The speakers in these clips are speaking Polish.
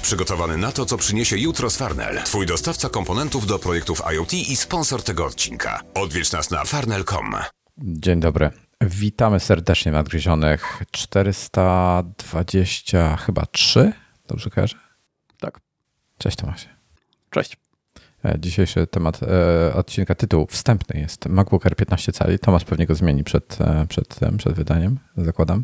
przygotowany na to, co przyniesie jutro z Farnell. Twój dostawca komponentów do projektów IoT i sponsor tego odcinka. Odwiedź nas na farnell.com. Dzień dobry. Witamy serdecznie w Nadgryzionych 423 chyba 3. Dobrze kojarzę? Tak. Cześć Tomasie. Cześć. Dzisiejszy temat odcinka, tytuł wstępny jest MacBook Air 15 cali. Tomasz pewnie go zmieni przed wydaniem, zakładam.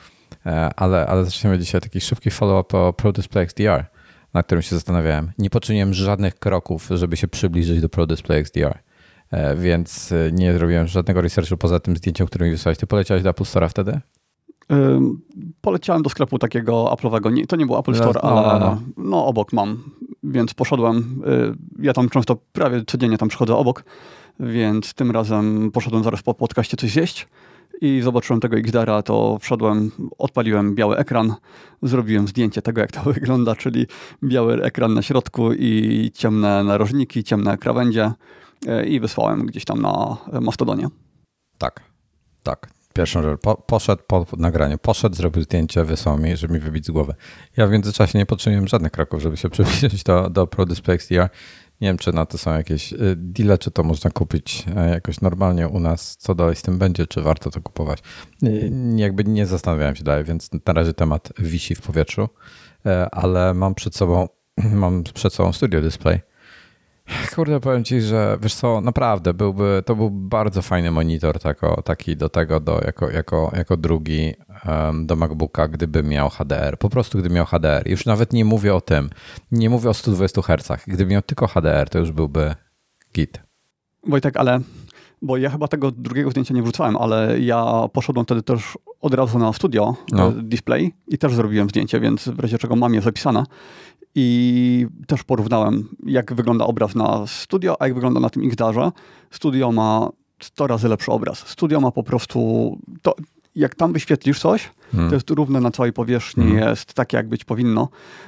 Ale zaczniemy dzisiaj taki szybki follow-up o Pro Display XDR, na którym się zastanawiałem. Nie poczyniłem żadnych kroków, żeby się przybliżyć do Pro Display XDR, więc nie zrobiłem żadnego researchu poza tym zdjęciem, które mi wysłałeś. Ty poleciałeś do Apple Store'a wtedy? Poleciałem do sklepu takiego Apple'owego. To nie był Apple Store, ale obok mam. Więc poszedłem, ja tam często prawie codziennie tam przychodzę obok, więc tym razem poszedłem zaraz po podcaście coś zjeść i zobaczyłem tego XDR-a, to wszedłem, odpaliłem biały ekran, zrobiłem zdjęcie tego, jak to wygląda, czyli biały ekran na środku i ciemne narożniki, ciemne krawędzie i wysłałem gdzieś tam na Mastodonie. Tak. Pierwszą rzecz, poszedł po nagraniu, zrobił zdjęcie, wysłał mi, żeby mi wybić z głowy. Ja w międzyczasie nie poczyniłem żadnych kroków, żeby się przybliżyć do Pro Display XDR. Nie wiem, czy na to są jakieś deale, czy to można kupić jakoś normalnie u nas, co dalej z tym będzie, czy warto to kupować. Jakby nie zastanawiałem się dalej, więc na razie temat wisi w powietrzu, ale mam przed sobą Studio Display. Kurde, powiem ci, że wiesz co, naprawdę to był bardzo fajny monitor taki do tego, jako drugi do MacBooka, gdyby miał HDR. Po prostu gdyby miał HDR. Już nawet nie mówię o tym, nie mówię o 120 Hz. Gdyby miał tylko HDR, to już byłby git. Wojtek, bo ja chyba tego drugiego zdjęcia nie wrzucałem, ale ja poszedłem wtedy też od razu na Studio Display i też zrobiłem zdjęcie, więc w razie czego mam je zapisane. I też porównałem, jak wygląda obraz na Studio, a jak wygląda na tym XDR-ze. Studio ma 100 razy lepszy obraz. Studio ma po prostu, to jak tam wyświetlisz coś, to jest równe na całej powierzchni, jest takie, jak być powinno.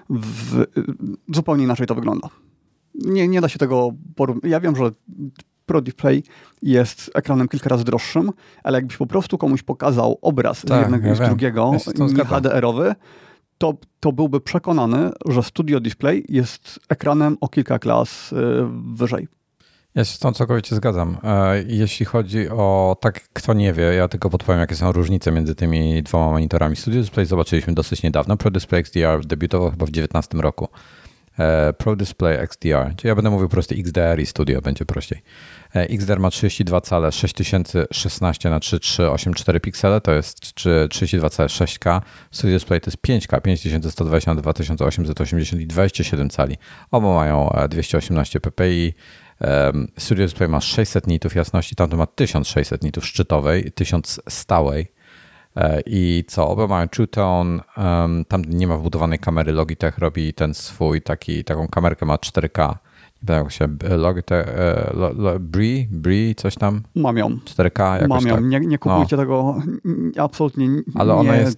Zupełnie inaczej to wygląda. Nie da się tego porównać. Ja wiem, że Pro Display jest ekranem kilka razy droższym, ale jakbyś po prostu komuś pokazał obraz z jednego i z drugiego, nie HDR-owy, to byłby przekonany, że Studio Display jest ekranem o kilka klas wyżej. Ja się z tą całkowicie zgadzam. Jeśli chodzi o, tak kto nie wie, ja tylko podpowiem, jakie są różnice między tymi dwoma monitorami. Studio Display zobaczyliśmy dosyć niedawno. Pro Display XDR debiutował chyba w 2019 roku. Pro Display XDR, czyli ja będę mówił po prostu XDR i Studio, będzie prościej. XDR ma 32 cale, 6016 na 3384 piksele, to jest 32 cale 6K. Studio Display to jest 5K, 5120 na 2880 i 27 cali. Oba mają 218 ppi. Studio Display ma 600 nitów jasności, tamto ma 1600 nitów szczytowej, 1000 stałej. I co? Oba mają True Tone, tam nie ma wbudowanej kamery, Logitech robi ten swój, taką kamerkę ma 4K. Nie pamiętam jak się Logitech, Brie, coś tam? Mam ją. 4K jakoś. Mam ją, tak. nie kupujcie tego, absolutnie nie. Ale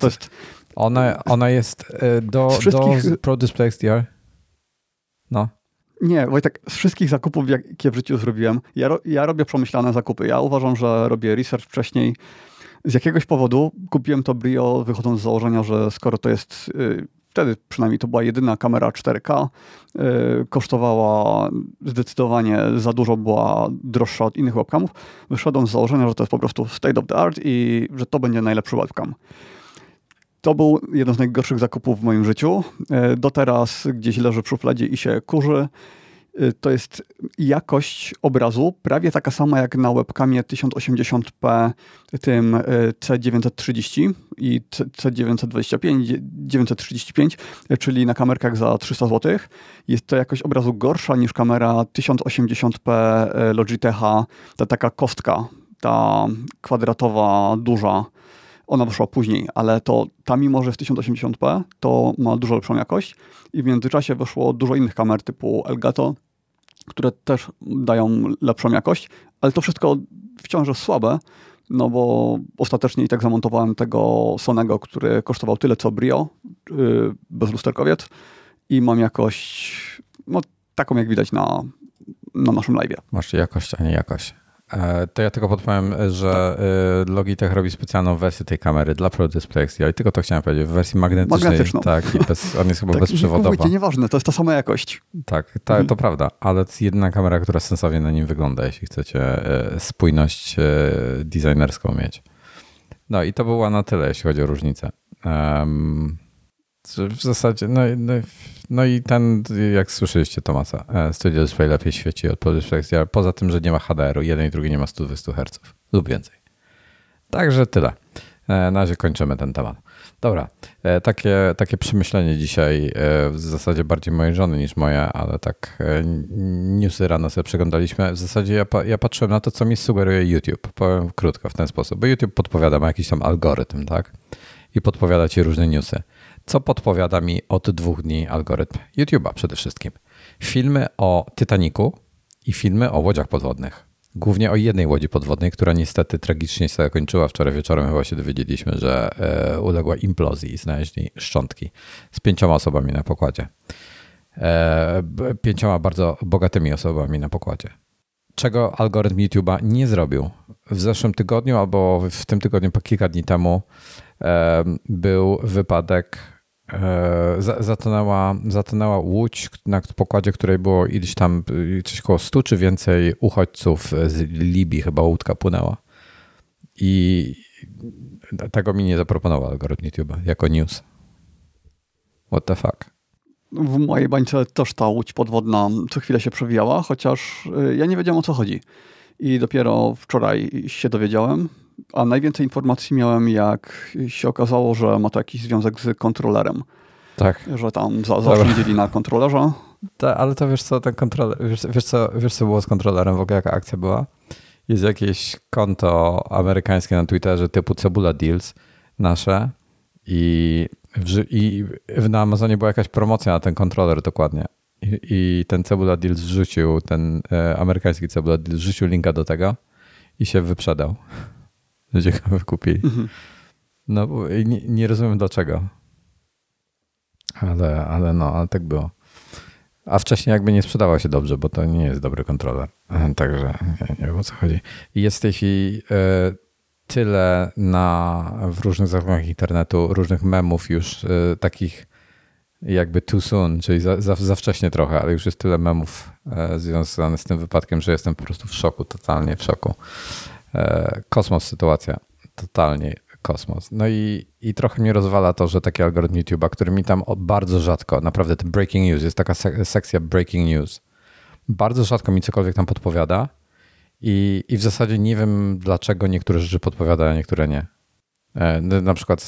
ona jest do Pro Display XDR? No. Nie, Wojtek, z wszystkich zakupów, jakie w życiu zrobiłem, ja robię przemyślane zakupy. Ja uważam, że robię research wcześniej. Z jakiegoś powodu kupiłem to Brio, wychodząc z założenia, że skoro to jest, wtedy przynajmniej to była jedyna kamera 4K, kosztowała zdecydowanie za dużo, była droższa od innych webcamów. Wyszedłem z założenia, że to jest po prostu state of the art i że to będzie najlepszy webcam. To był jeden z najgorszych zakupów w moim życiu. Do teraz gdzieś leży w szufladzie i się kurzy. To jest jakość obrazu prawie taka sama jak na webcamie 1080p tym C930 i C925, 935, czyli na kamerkach za 300 zł. Jest to jakość obrazu gorsza niż kamera 1080p Logitecha, ta taka kostka, ta kwadratowa, duża. Ona wyszła później, ale ta mimo, że jest 1080p, to ma dużo lepszą jakość i w międzyczasie wyszło dużo innych kamer typu Elgato, które też dają lepszą jakość, ale to wszystko wciąż jest słabe, no bo ostatecznie i tak zamontowałem tego Sonego, który kosztował tyle co Brio, bezlusterkowiec i mam jakość taką jak widać na naszym live'ie. Masz jakość, a nie jakość. To ja tylko podpowiem, że Logitech robi specjalną wersję tej kamery dla Pro Display XDR i tylko to chciałem powiedzieć, w wersji magnetyczną. Tak, i on jest chyba tak, bezprzewodowa. Nieważne, to jest ta sama jakość. Tak, to prawda, ale to jest jedyna kamera, która sensownie na nim wygląda, jeśli chcecie spójność designerską mieć. No i to było na tyle, jeśli chodzi o różnicę. W zasadzie, no i ten, jak słyszeliście Tomasa, Studio Display lepiej świeci od Pro Display XDR, poza tym, że nie ma HDR-u, jeden i drugi nie ma 120 Hz lub więcej. Także tyle. Na razie kończymy ten temat. Dobra, takie przemyślenie dzisiaj, w zasadzie bardziej mojej żony niż moje, ale tak newsy rano sobie przeglądaliśmy. W zasadzie ja patrzyłem na to, co mi sugeruje YouTube. Powiem krótko w ten sposób, bo YouTube podpowiada, ma jakiś tam algorytm, tak? I podpowiada ci różne newsy. Co podpowiada mi od 2 dni algorytm YouTube'a przede wszystkim? Filmy o Titanicu i filmy o łodziach podwodnych. Głównie o jednej łodzi podwodnej, która niestety tragicznie się zakończyła. Wczoraj wieczorem chyba się dowiedzieliśmy, że uległa implozji i znaleźli szczątki z 5 osobami na pokładzie. 5 bardzo bogatymi osobami na pokładzie. Czego algorytm YouTube'a nie zrobił? W zeszłym tygodniu albo w tym tygodniu po kilka dni temu był wypadek, zatonęła łódź, na pokładzie której było ileś tam coś około 100 czy więcej uchodźców z Libii, chyba łódka płynęła. I tego mi nie zaproponował algorytm YouTube'a jako news. What the fuck? W mojej bańce też ta łódź podwodna co chwilę się przewijała, chociaż ja nie wiedziałem, o co chodzi. I dopiero wczoraj się dowiedziałem, a najwięcej informacji miałem, jak się okazało, że ma to jakiś związek z kontrolerem. Tak. Że tam zaoszczędzili na kontrolerze. Ale to wiesz co, ten kontroler, wiesz co było z kontrolerem, w ogóle jaka akcja była? Jest jakieś konto amerykańskie na Twitterze typu Cebula Deals nasze i na Amazonie była jakaś promocja na ten kontroler dokładnie. I ten Cebula Deals wrzucił, ten amerykański Cebula Deals wrzucił linka do tego i się wyprzedał. Ludzie go wykupili. No nie rozumiem dlaczego. Ale tak było. A wcześniej jakby nie sprzedawał się dobrze, bo to nie jest dobry kontroler. Także nie wiem, o co chodzi. Jest w tej chwili tyle w różnych zakładach internetu, różnych memów już takich jakby too soon, czyli za wcześnie trochę, ale już jest tyle memów związanych z tym wypadkiem, że jestem po prostu w szoku, totalnie w szoku. Kosmos sytuacja, totalnie kosmos. No i trochę mnie rozwala to, że taki algorytm YouTube'a, który mi tam bardzo rzadko, naprawdę ten breaking news, jest taka sekcja breaking news, bardzo rzadko mi cokolwiek tam podpowiada i w zasadzie nie wiem, dlaczego niektóre rzeczy podpowiada, a niektóre nie. Na przykład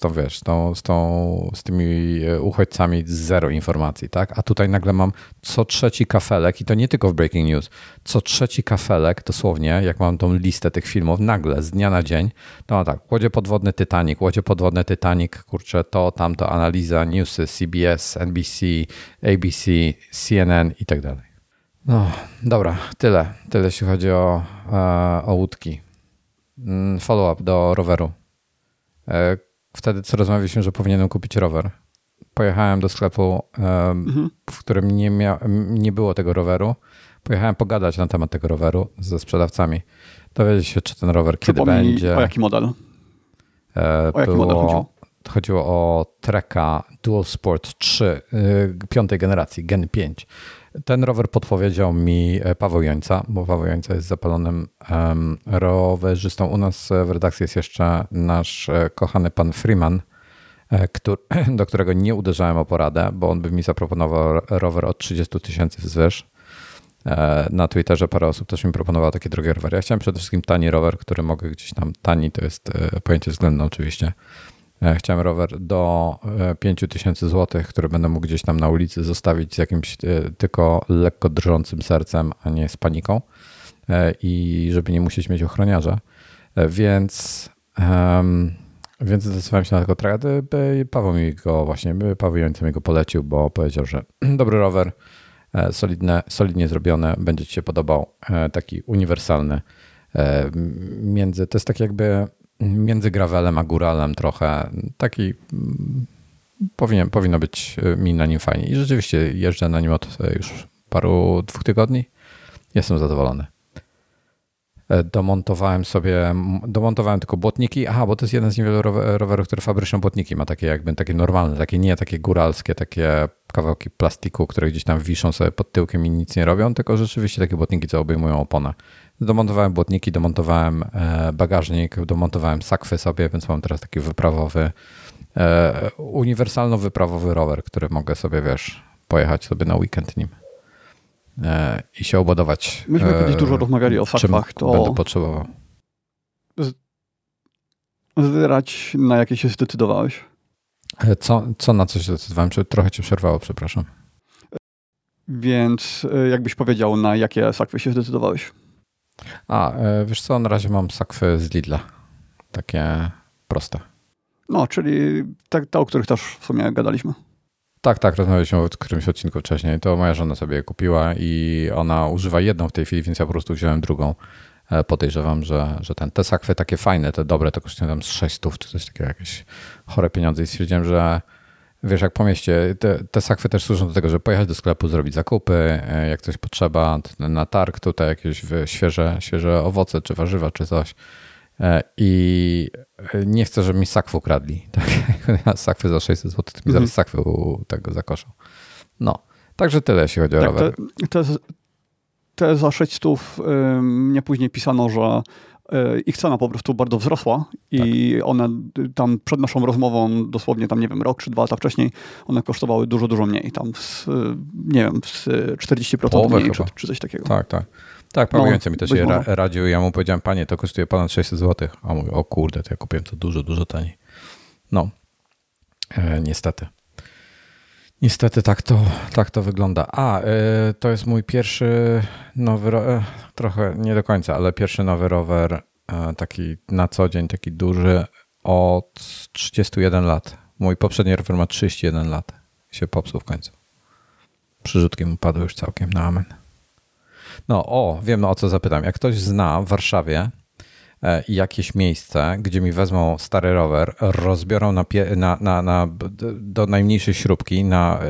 z tymi uchodźcami zero informacji, tak? A tutaj nagle mam co trzeci kafelek i to nie tylko w Breaking News, co trzeci kafelek dosłownie, jak mam tą listę tych filmów, nagle z dnia na dzień, to mam tak, łodzie podwodne Titanic, kurczę, to, tamto, analiza, newsy, CBS, NBC, ABC, CNN i tak dalej. No, dobra, tyle jeśli chodzi o łódki. Follow-up do roweru. Wtedy co rozmawialiśmy, że powinienem kupić rower. Pojechałem do sklepu, w którym nie było tego roweru. Pojechałem pogadać na temat tego roweru ze sprzedawcami. Dowiedzieć się, czy ten rower kiedy będzie. O jaki model? Chodziło o Treka Dual Sport 3 piątej generacji, Gen 5. Ten rower podpowiedział mi Paweł Jońca, bo Paweł Jońca jest zapalonym rowerzystą. U nas w redakcji jest jeszcze nasz kochany pan Freeman, do którego nie uderzałem o poradę, bo on by mi zaproponował rower od 30 000 wzwyż. Na Twitterze parę osób też mi proponowało takie drogie rowery. Ja chciałem przede wszystkim tani rower, który mogę gdzieś tam, tani to jest pojęcie względne oczywiście. Chciałem rower do 5000 zł, który będę mógł gdzieś tam na ulicy zostawić z jakimś tylko lekko drżącym sercem, a nie z paniką i żeby nie musieć mieć ochroniarza. Więc zdecydowałem się na tego traka. Paweł Jońca mi go polecił, bo powiedział, że dobry rower, solidnie zrobione, będzie ci się podobał, taki uniwersalny. To jest tak jakby między gravelem a góralem trochę. Taki powinno być mi na nim fajnie. I rzeczywiście jeżdżę na nim od już 2 tygodni. Jestem zadowolony. Domontowałem tylko błotniki. Aha, bo to jest jeden z niewielu rowerów, który fabryczne błotniki ma, takie normalne, nie takie góralskie, takie kawałki plastiku, które gdzieś tam wiszą sobie pod tyłkiem i nic nie robią, tylko rzeczywiście takie błotniki, co obejmują oponę. Domontowałem błotniki, domontowałem bagażnik, domontowałem sakwy sobie, więc mam teraz taki wyprawowy, uniwersalno-wyprawowy rower, który mogę sobie, pojechać sobie na weekend nim i się obudować. Myśmy kiedyś dużo rozmawiali o sakwach, to będę potrzebował. Zdrać, na jakie się zdecydowałeś? Co na coś zdecydowałem? Czy trochę cię przerwało, przepraszam. Więc jakbyś powiedział, na jakie sakwy się zdecydowałeś? Wiesz co, na razie mam sakwy z Lidla. Takie proste. No, czyli te, o których też w sumie gadaliśmy. Tak, rozmawialiśmy o którymś odcinku wcześniej. To moja żona sobie je kupiła i ona używa jedną w tej chwili, więc ja po prostu wziąłem drugą. Podejrzewam, że te sakwy takie fajne, te dobre, to kosztują tam z 600 czy coś takiego, jakieś chore pieniądze i stwierdziłem, że jak po mieście, te sakwy też służą do tego, żeby pojechać do sklepu, zrobić zakupy, jak coś potrzeba, na targ tutaj jakieś świeże owoce, czy warzywa, czy coś. I nie chcę, żeby mi sakwy ukradli. Tak? Sakwy za 600 zł, to mi zaraz sakwy u tego zakoszą. No, także tyle, jeśli chodzi o rower. Te za 600 mnie później pisano, że ich cena po prostu bardzo wzrosła i one tam przed naszą rozmową, dosłownie tam, nie wiem, rok czy 2 lata wcześniej, one kosztowały dużo, dużo mniej. Tam z 40% mniej czy coś takiego. Tak, pamiętam, mi też je radził. Ja mu powiedziałem, panie, to kosztuje ponad 600 zł. A on mówi, o kurde, to ja kupiłem to dużo, dużo taniej. No, niestety. Niestety tak to wygląda. To jest mój pierwszy nowy rower, trochę nie do końca, ale pierwszy nowy rower, taki na co dzień, taki duży, od 31 lat. Mój poprzedni rower ma 31 lat. Się popsuł w końcu. Przyrzutki mu padły już całkiem na amen. Wiem, o co zapytam. Jak ktoś zna w Warszawie jakieś miejsce, gdzie mi wezmą stary rower, rozbiorą do najmniejszej śrubki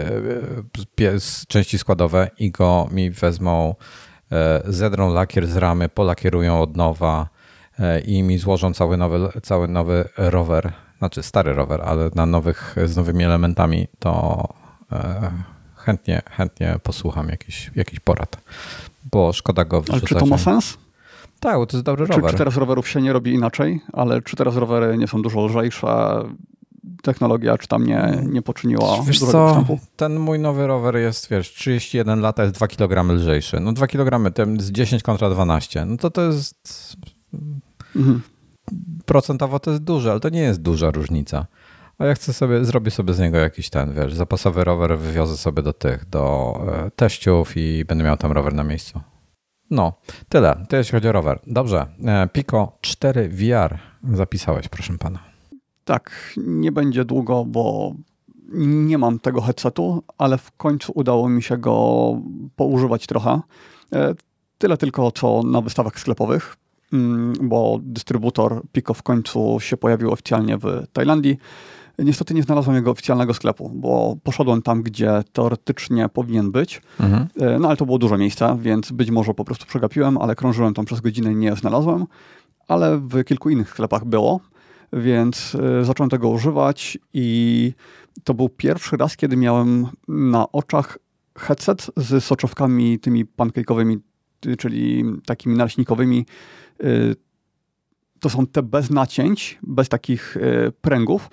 z części składowe i go mi wezmą, zedrą lakier z ramy, polakierują od nowa i mi złożą cały nowy rower, znaczy stary rower, ale z nowymi elementami, to chętnie posłucham jakiś porad, bo szkoda go wrzucać. Ale czy to ma sens? Tak, bo to jest dobry rower. Czy teraz rowerów się nie robi inaczej, ale czy teraz rowery nie są dużo lżejsze? Technologia czy tam nie poczyniła dużego postępu? Ten mój nowy rower jest, 31 lata, jest 2 kg lżejszy. 2 kg, z 10 kontra 12. To jest... Procentowo to jest duże, ale to nie jest duża różnica. A ja zrobię sobie z niego jakiś zapasowy rower, wywiozę sobie do teściów i będę miał tam rower na miejscu. No, tyle. To jeśli chodzi o rower. Dobrze. Pico 4 VR zapisałeś, proszę pana. Tak, nie będzie długo, bo nie mam tego headsetu, ale w końcu udało mi się go poużywać trochę. Tyle tylko, co na wystawach sklepowych, bo dystrybutor Pico w końcu się pojawił oficjalnie w Tajlandii. Niestety nie znalazłem jego oficjalnego sklepu, bo poszedłem tam, gdzie teoretycznie powinien być, ale to było dużo miejsca, więc być może po prostu przegapiłem, ale krążyłem tam przez godzinę i nie znalazłem, ale w kilku innych sklepach było, więc zacząłem tego używać i to był pierwszy raz, kiedy miałem na oczach headset z soczewkami tymi pancake'owymi, czyli takimi naleśnikowymi. To są te bez nacięć, bez takich pręgów,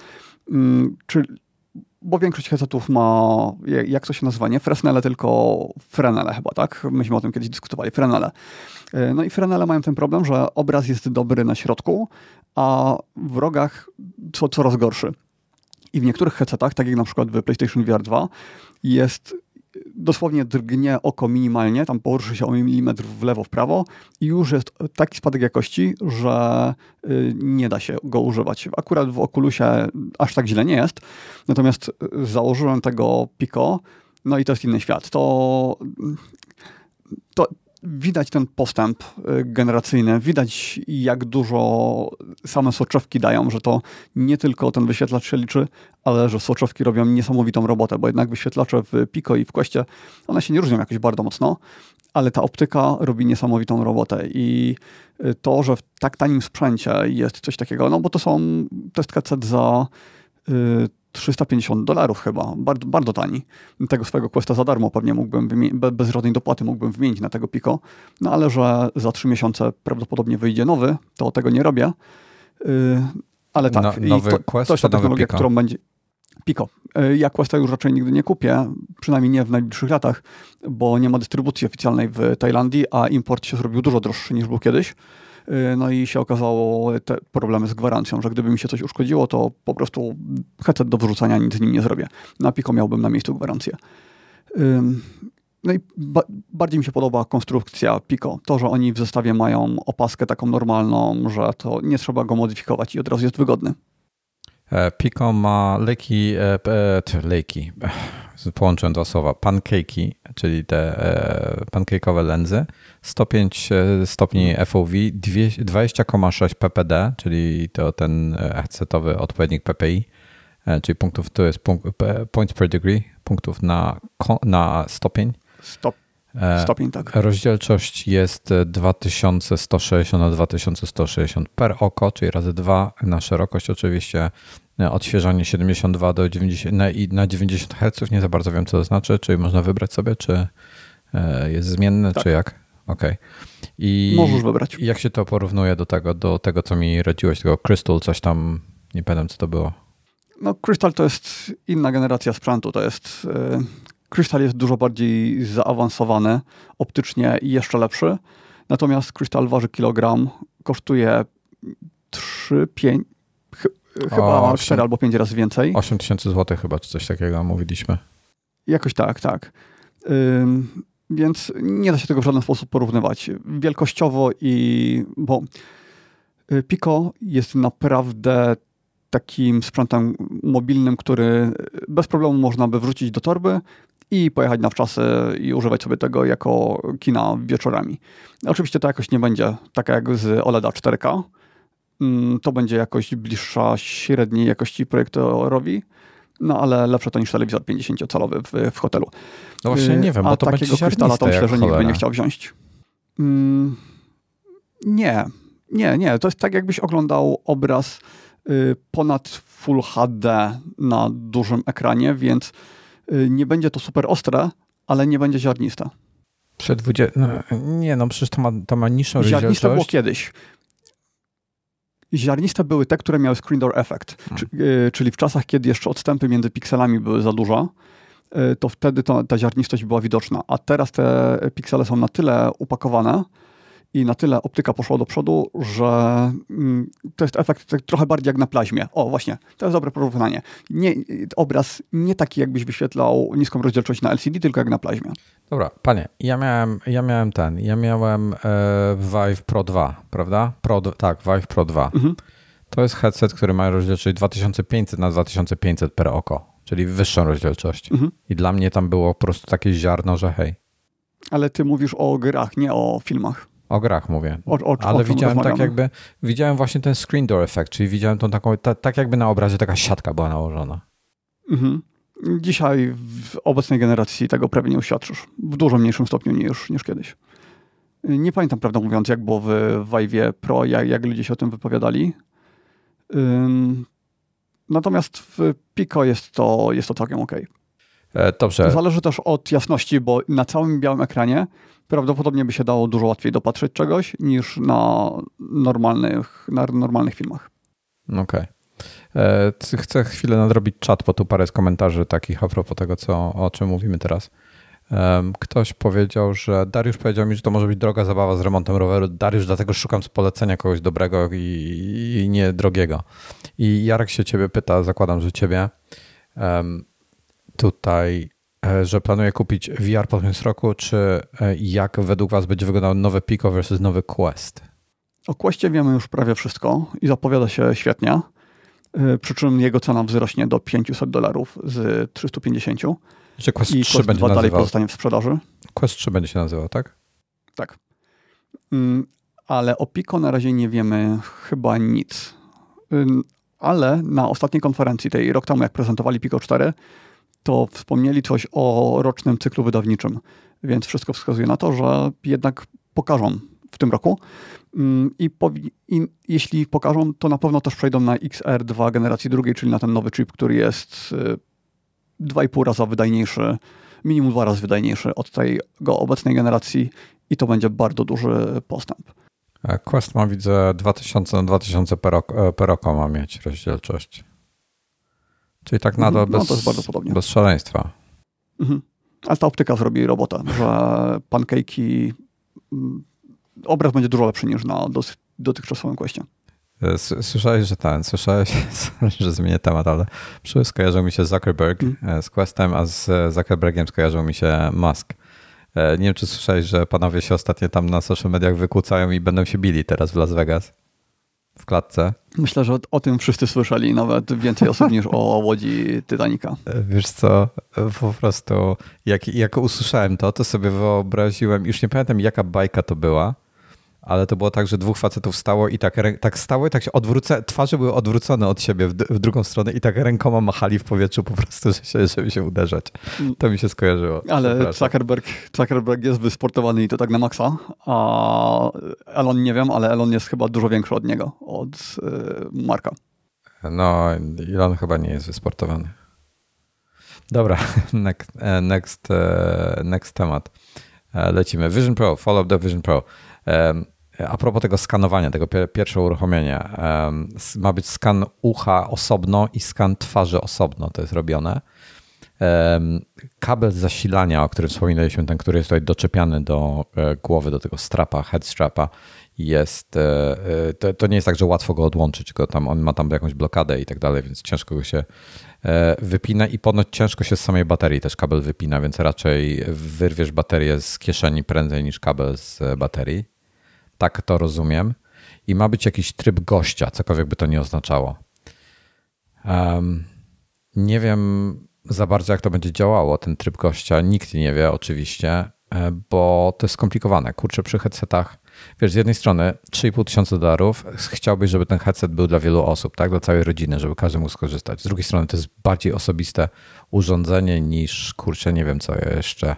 bo większość headsetów ma, jak to się nazywa, nie Fresnele, tylko Frenele chyba, tak? Myśmy o tym kiedyś dyskutowali, Frenele. No i Frenele mają ten problem, że obraz jest dobry na środku, a w rogach coraz gorszy. I w niektórych headsetach, tak jak na przykład w PlayStation VR 2, jest dosłownie drgnie oko minimalnie, tam poruszy się o milimetr w lewo, w prawo i już jest taki spadek jakości, że nie da się go używać. Akurat w Oculusie aż tak źle nie jest, natomiast założyłem tego Pico, no i to jest inny świat. widać ten postęp generacyjny, widać jak dużo same soczewki dają, że to nie tylko ten wyświetlacz się liczy, ale że soczewki robią niesamowitą robotę, bo jednak wyświetlacze w Pico i w Questie, one się nie różnią jakoś bardzo mocno, ale ta optyka robi niesamowitą robotę i to, że w tak tanim sprzęcie jest coś takiego, no bo to jest headset za $350 chyba, bardzo, bardzo tani. Tego swojego Questa za darmo pewnie mógłbym bez żadnej dopłaty mógłbym wymienić na tego Pico, no ale że za 3 miesiące prawdopodobnie wyjdzie nowy, to tego nie robię. Ale tak, nowy Quest to jest ta technologia, Pico? którą będzie... Pico. Ja Questa już raczej nigdy nie kupię, przynajmniej nie w najbliższych latach, bo nie ma dystrybucji oficjalnej w Tajlandii, a import się zrobił dużo droższy niż był kiedyś. No i się okazało te problemy z gwarancją, że gdyby mi się coś uszkodziło, to po prostu headset do wyrzucania, nic z nim nie zrobię. Na Pico miałbym na miejscu gwarancję. No i bardziej mi się podoba konstrukcja Pico. To, że oni w zestawie mają opaskę taką normalną, że to nie trzeba go modyfikować i od razu jest wygodny. Pico ma połączyłem dwa słowa, pancake'i, czyli te pancake'owe lensy, 105 stopni FOV, 20,6 ppd, czyli to ten headsetowy odpowiednik PPI, czyli punktów, to jest points per degree, punktów na stopień. Stopień, tak. Rozdzielczość jest 2160 na 2160 per oko, czyli razy 2 na szerokość oczywiście. Odświeżanie 72 do 90 na 90 Hz. Nie za bardzo wiem, co to znaczy. Czy można wybrać sobie, czy jest zmienne, tak. Czy jak? Okej. I możesz wybrać. Jak się to porównuje do tego, co mi radziłeś, tego Crystal, coś tam, nie pamiętam, co to było. No Crystal to jest inna generacja sprzętu. To jest... Crystal jest dużo bardziej zaawansowany, optycznie i jeszcze lepszy. Natomiast Crystal waży kilogram, kosztuje 5, chyba 4 albo 5 razy więcej. 8000 zł chyba, czy coś takiego mówiliśmy. Jakoś tak. Więc nie da się tego w żaden sposób porównywać. Wielkościowo bo Pico jest naprawdę takim sprzętem mobilnym, który bez problemu można by wrzucić do torby i pojechać na wczasy i używać sobie tego jako kina wieczorami. Oczywiście to jakoś nie będzie taka jak z OLEDa 4K. To będzie jakoś bliższa średniej jakości projektorowi, no ale lepsze to niż telewizor 50-calowy w hotelu. No właśnie nie wiem, bo to takiego będzie krystala to myślę, że nikt by cholera. nie chciał wziąć. Nie. To jest tak, jakbyś oglądał obraz ponad Full HD na dużym ekranie, więc nie będzie to super ostre, ale nie będzie ziarniste. Przecież to ma niższą rozdzielczość. Ziarniste było kiedyś. Ziarniste były te, które miały screen door effect, czyli w czasach, kiedy jeszcze odstępy między pikselami były za duże, to wtedy ta ziarnistość była widoczna, a teraz te piksele są na tyle upakowane i na tyle optyka poszła do przodu, że to jest efekt tak trochę bardziej jak na plaźmie. O, właśnie, to jest dobre porównanie. Obraz nie taki, jakbyś wyświetlał niską rozdzielczość na LCD, tylko jak na plaźmie. Dobra, panie, ja miałem Vive Pro 2, prawda? Vive Pro 2. Mhm. To jest headset, który ma rozdzielczość 2500 na 2500 per oko, czyli wyższą rozdzielczość. Mhm. I dla mnie tam było po prostu takie ziarno, że hej. Ale ty mówisz o grach, nie o filmach. O grach mówię. Ale widziałem właśnie ten screen door effect, czyli widziałem tą taką, tak jakby na obrazie taka siatka była nałożona. Mhm. Dzisiaj w obecnej generacji tego prawie nie uświadczysz. W dużo mniejszym stopniu niż kiedyś. Nie pamiętam, prawdę mówiąc, jak było w Vive Pro, jak ludzie się o tym wypowiadali. Natomiast w Pico jest to całkiem okej. Dobrze. Zależy też od jasności, bo na całym białym ekranie prawdopodobnie by się dało dużo łatwiej dopatrzeć czegoś niż na normalnych filmach. Okej. Chcę chwilę nadrobić czat, bo tu parę z komentarzy takich a propos tego, o czym mówimy teraz. Ktoś powiedział, że Dariusz powiedział mi, że to może być droga zabawa z remontem roweru. Dariusz, dlatego szukam z polecenia kogoś dobrego i nie drogiego. I Jarek się ciebie pyta, zakładam, że ciebie, tutaj, że planuje kupić VR pod koniec roku, czy jak według was będzie wyglądał nowe Pico versus nowy Quest? O Questie wiemy już prawie wszystko i zapowiada się świetnie, przy czym jego cena wzrośnie do $500 z 350. Czy Quest I 3 Quest będzie 2 dalej nazywał? pozostanie w sprzedaży. Quest 3 będzie się nazywał, tak? Tak. Ale o Pico na razie nie wiemy chyba nic. Ale na ostatniej konferencji, tej rok temu, jak prezentowali Pico 4, to wspomnieli coś o rocznym cyklu wydawniczym. Więc wszystko wskazuje na to, że jednak pokażą w tym roku. I jeśli pokażą, to na pewno też przejdą na XR2 generacji drugiej, czyli na ten nowy chip, który jest 2,5 raza wydajniejszy, minimum 2 razy wydajniejszy od tego obecnej generacji i to będzie bardzo duży postęp. Quest ma, widzę, 2000 na 2000 per oko ma mieć rozdzielczość. Czyli tak nadal to jest bardzo podobnie. Bez szaleństwa. Ale ta optyka zrobi robotę, że pancake'i, obraz będzie dużo lepszy niż na dotychczasowym Questie. Słyszałeś, że zmienię temat, ale skojarzył mi się Zuckerberg z Questem, a z Zuckerbergiem skojarzył mi się Musk. Nie wiem, czy słyszałeś, że panowie się ostatnio tam na social mediach wykłócają i będą się bili teraz w Las Vegas w klatce. Myślę, że o tym wszyscy słyszeli, nawet więcej osób niż o łodzi Titanica. Wiesz co, po prostu jak usłyszałem to sobie wyobraziłem, już nie pamiętam jaka bajka to była, ale to było tak, że dwóch facetów stało i tak stało i tak się twarze były odwrócone od siebie w drugą stronę i tak rękoma machali w powietrzu po prostu, żeby się uderzać. To mi się skojarzyło. Ale Zuckerberg jest wysportowany i to tak na maksa, a Elon nie wiem, ale Elon jest chyba dużo większy od niego, od Marka. No, Elon chyba nie jest wysportowany. Dobra, next temat. Lecimy. Vision Pro, follow the Vision Pro. A propos tego skanowania, tego pierwszego uruchomienia, ma być skan ucha osobno i skan twarzy osobno, to jest robione. Kabel zasilania, o którym wspominaliśmy, ten, który jest tutaj doczepiany do głowy, do tego strapa, head strapa, to nie jest tak, że łatwo go odłączyć, tylko on ma tam jakąś blokadę i tak dalej, więc ciężko go się wypina i ponoć ciężko się z samej baterii też kabel wypina, więc raczej wyrwiesz baterię z kieszeni prędzej niż kabel z baterii. Tak to rozumiem. I ma być jakiś tryb gościa, cokolwiek by to nie oznaczało. Nie wiem za bardzo, jak to będzie działało, ten tryb gościa. Nikt nie wie oczywiście, bo to jest skomplikowane. Kurczę, przy headsetach, wiesz, z jednej strony $3,500 chciałbyś, żeby ten headset był dla wielu osób, tak, dla całej rodziny, żeby każdy mógł skorzystać. Z drugiej strony to jest bardziej osobiste urządzenie niż, kurczę, nie wiem co jeszcze,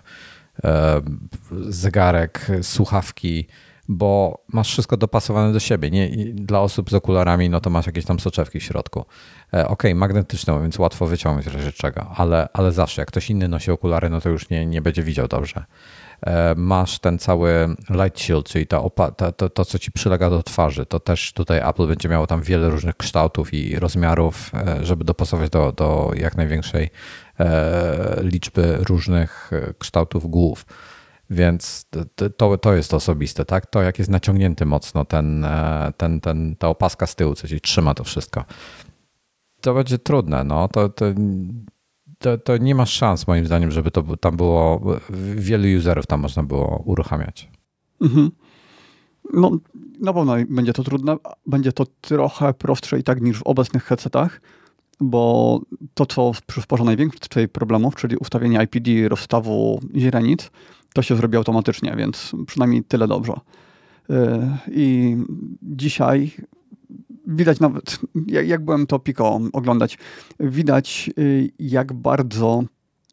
zegarek, słuchawki, bo masz wszystko dopasowane do siebie. Nie, dla osób z okularami, no to masz jakieś tam soczewki w środku. Okej, magnetyczne, więc łatwo wyciągnąć w razie czego, ale zawsze, jak ktoś inny nosi okulary, no to już nie będzie widział dobrze. Masz ten cały light shield, czyli to, co ci przylega do twarzy. To też tutaj Apple będzie miało tam wiele różnych kształtów i rozmiarów, żeby dopasować do jak największej liczby różnych kształtów głów. Więc to jest osobiste, tak? To jak jest naciągnięty mocno ta opaska z tyłu, co ci trzyma to wszystko. To będzie trudne, no. To nie ma szans moim zdaniem, żeby to tam było, wielu userów tam można było uruchamiać. Mhm. No na pewno będzie to trudne. Będzie to trochę prostsze i tak niż w obecnych headsetach, bo to, co przysporza najwięcej problemów, czyli ustawienie IPD rozstawu źrenic, to się zrobi automatycznie, więc przynajmniej tyle dobrze. I dzisiaj widać nawet, jak byłem to Pico oglądać, widać jak bardzo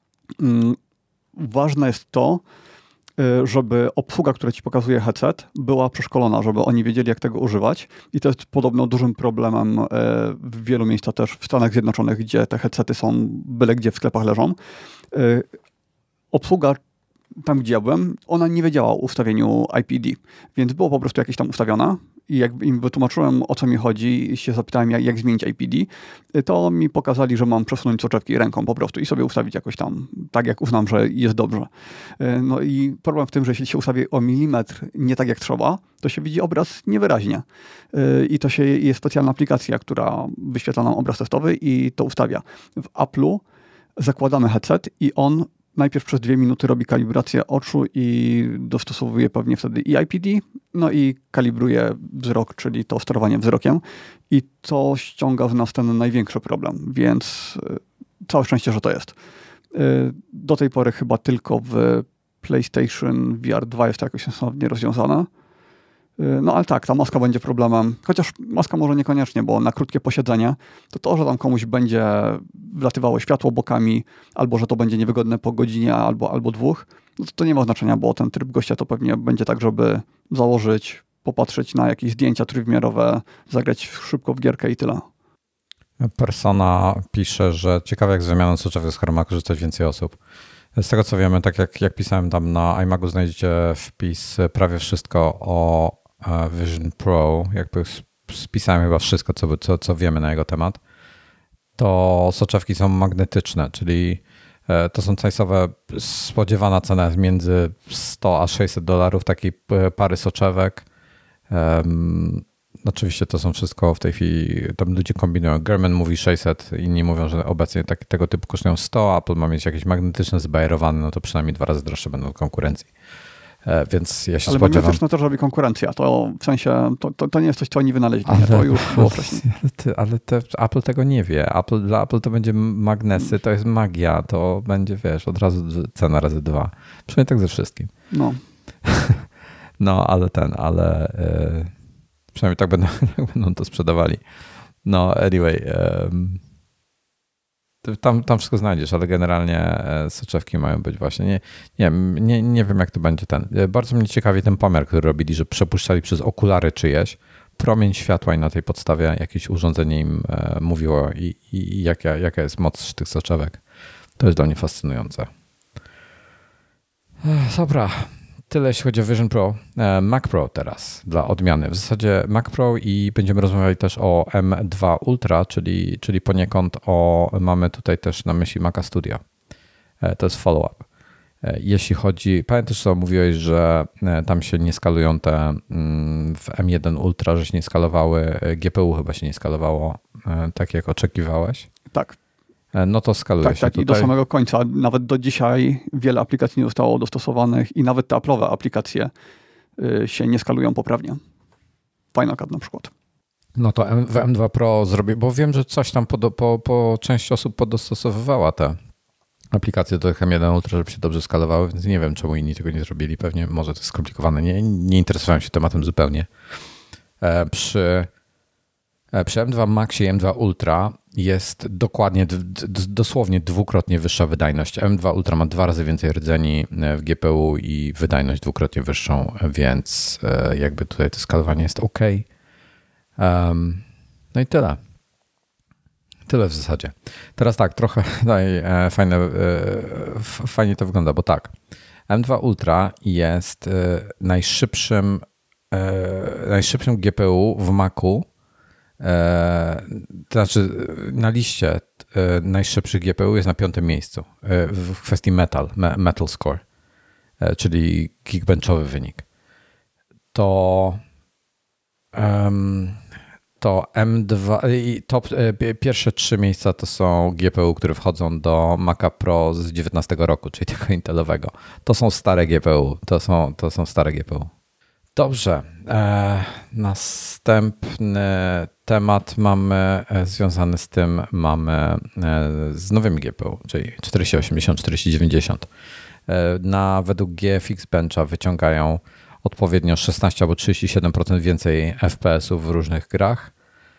ważne jest to, żeby obsługa, która ci pokazuje headset, była przeszkolona, żeby oni wiedzieli, jak tego używać. I to jest podobno dużym problemem w wielu miejscach też w Stanach Zjednoczonych, gdzie te headsety są byle gdzie w sklepach leżą. Obsługa tam, gdzie ja byłem, ona nie wiedziała o ustawieniu IPD, więc było po prostu jakieś tam ustawione i jak im wytłumaczyłem, o co mi chodzi i się zapytałem, jak zmienić IPD, to mi pokazali, że mam przesunąć soczewki ręką po prostu i sobie ustawić jakoś tam, tak jak uznam, że jest dobrze. No i problem w tym, że jeśli się ustawi o milimetr nie tak jak trzeba, to się widzi obraz niewyraźnie. I to jest specjalna aplikacja, która wyświetla nam obraz testowy i to ustawia. W Apple'u zakładamy headset i on najpierw przez 2 minuty robi kalibrację oczu i dostosowuje pewnie wtedy i IPD, no i kalibruje wzrok, czyli to sterowanie wzrokiem. I to ściąga z nas ten największy problem, więc całe szczęście, że to jest. Do tej pory chyba tylko w PlayStation VR 2 jest to jakoś sensownie rozwiązane. No ale tak, ta maska będzie problemem. Chociaż maska może niekoniecznie, bo na krótkie posiedzenie to, że tam komuś będzie wlatywało światło bokami, albo że to będzie niewygodne po godzinie albo dwóch, no to nie ma znaczenia, bo ten tryb gościa to pewnie będzie tak, żeby założyć, popatrzeć na jakieś zdjęcia trójwymiarowe, zagrać szybko w gierkę i tyle. Persona pisze, że ciekawe jak z wymianą soczewek z Chroma korzystać więcej osób. Z tego co wiemy, tak jak pisałem tam na iMagu, znajdziecie wpis prawie wszystko o Vision Pro, jakby spisałem chyba wszystko, co wiemy na jego temat. To soczewki są magnetyczne, czyli to są case'owe, spodziewana cena jest między $100 a $600 takiej pary soczewek. Oczywiście to są wszystko w tej chwili, tam ludzie kombinują. German mówi 600, inni mówią, że obecnie tego typu kosztują 100, Apple ma mieć jakieś magnetyczne, zbajerowane, no to przynajmniej 2 razy droższe będą konkurencji. Więc ja się spodziewam... Ale magnetyczne też robi konkurencja, to w sensie, to nie jest coś, co oni wynaleźli, to już było wcześniej. Ale Apple tego nie wie. Dla Apple to będzie magnesy, to jest magia, to będzie, wiesz, od razu cena razy 2. Przynajmniej tak ze wszystkim. No. No, ale przynajmniej tak będą to sprzedawali. No, anyway. Tam wszystko znajdziesz, ale generalnie soczewki mają być właśnie. Nie wiem, jak to będzie Bardzo mnie ciekawi ten pomiar, który robili, że przepuszczali przez okulary czyjeś promień światła i na tej podstawie jakieś urządzenie im mówiło i jaka jest moc tych soczewek. To jest dla mnie fascynujące. Dobra. Tyle jeśli chodzi o Vision Pro. Mac Pro teraz dla odmiany. W zasadzie Mac Pro i będziemy rozmawiali też o M2 Ultra, czyli poniekąd mamy tutaj też na myśli Maca Studio. To jest follow-up. Jeśli chodzi, pamiętasz co mówiłeś, że tam się nie skalują w M1 Ultra, że się nie skalowały, GPU chyba się nie skalowało tak jak oczekiwałeś? Tak. No to skaluje się tak, tutaj. I do samego końca. Nawet do dzisiaj wiele aplikacji nie zostało dostosowanych i nawet te Apple'owe aplikacje się nie skalują poprawnie. Final Cut na przykład. No to w M2 Pro zrobię, bo wiem, że coś tam po część osób podostosowywała te aplikacje do M1 Ultra, żeby się dobrze skalowały, więc nie wiem, czemu inni tego nie zrobili. Pewnie może to jest skomplikowane. Nie interesowałem się tematem zupełnie. Przy M2 Max i M2 Ultra jest dosłownie dwukrotnie wyższa wydajność. M2 Ultra ma 2 razy więcej rdzeni w GPU i wydajność dwukrotnie wyższą, więc jakby tutaj to skalowanie jest ok. No i tyle. Tyle w zasadzie. Teraz tak, trochę fajnie to wygląda, bo tak, M2 Ultra jest najszybszym GPU w Macu. To znaczy na liście najszybszych GPU jest na 5. miejscu w kwestii Metal Score, czyli Geekbenchowy wynik. To M2 i pierwsze 3 miejsca to są GPU, które wchodzą do Maca Pro z 2019 roku, czyli tego Intelowego. To są stare GPU. To są stare GPU. Dobrze. Następny temat mamy związany z tym, z nowymi GPU, czyli 4080, 4090. Według GFX Bencha wyciągają odpowiednio 16 albo 37% więcej FPS-ów w różnych grach.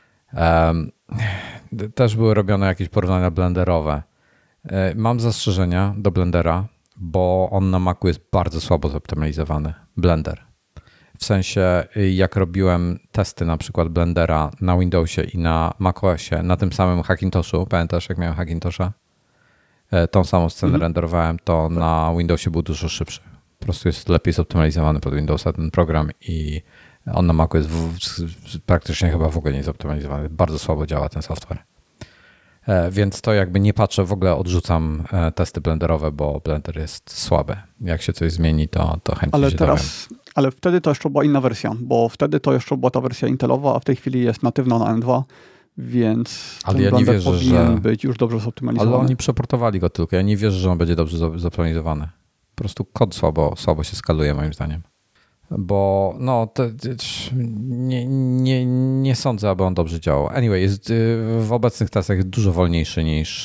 Też były robione jakieś porównania blenderowe. Mam zastrzeżenia do Blendera, bo on na Macu jest bardzo słabo zoptymalizowany. Blender. W sensie, jak robiłem testy na przykład Blendera na Windowsie i na macOSie, na tym samym Hackintoshu, pamiętasz jak miałem Hackintosha? Tą samą scenę renderowałem, to na Windowsie był dużo szybszy. Po prostu jest lepiej zoptymalizowany pod Windowsa ten program i on na Macu jest praktycznie chyba w ogóle nie zoptymalizowany. Bardzo słabo działa ten software. Więc to jakby nie patrzę, w ogóle odrzucam testy blenderowe, bo Blender jest słaby. Jak się coś zmieni, to chętnie się dowiem. Ale wtedy to jeszcze była inna wersja, bo wtedy to jeszcze była ta wersja Intelowa, a w tej chwili jest natywna na M2, więc ale ja nie wierzę, powinien być już dobrze zoptymalizowany. Ale oni przeportowali go tylko. Ja nie wierzę, że on będzie dobrze zoptymalizowany. Po prostu kod słabo się skaluje moim zdaniem. bo nie sądzę, aby on dobrze działał. Anyway, jest w obecnych czasach jest dużo wolniejszy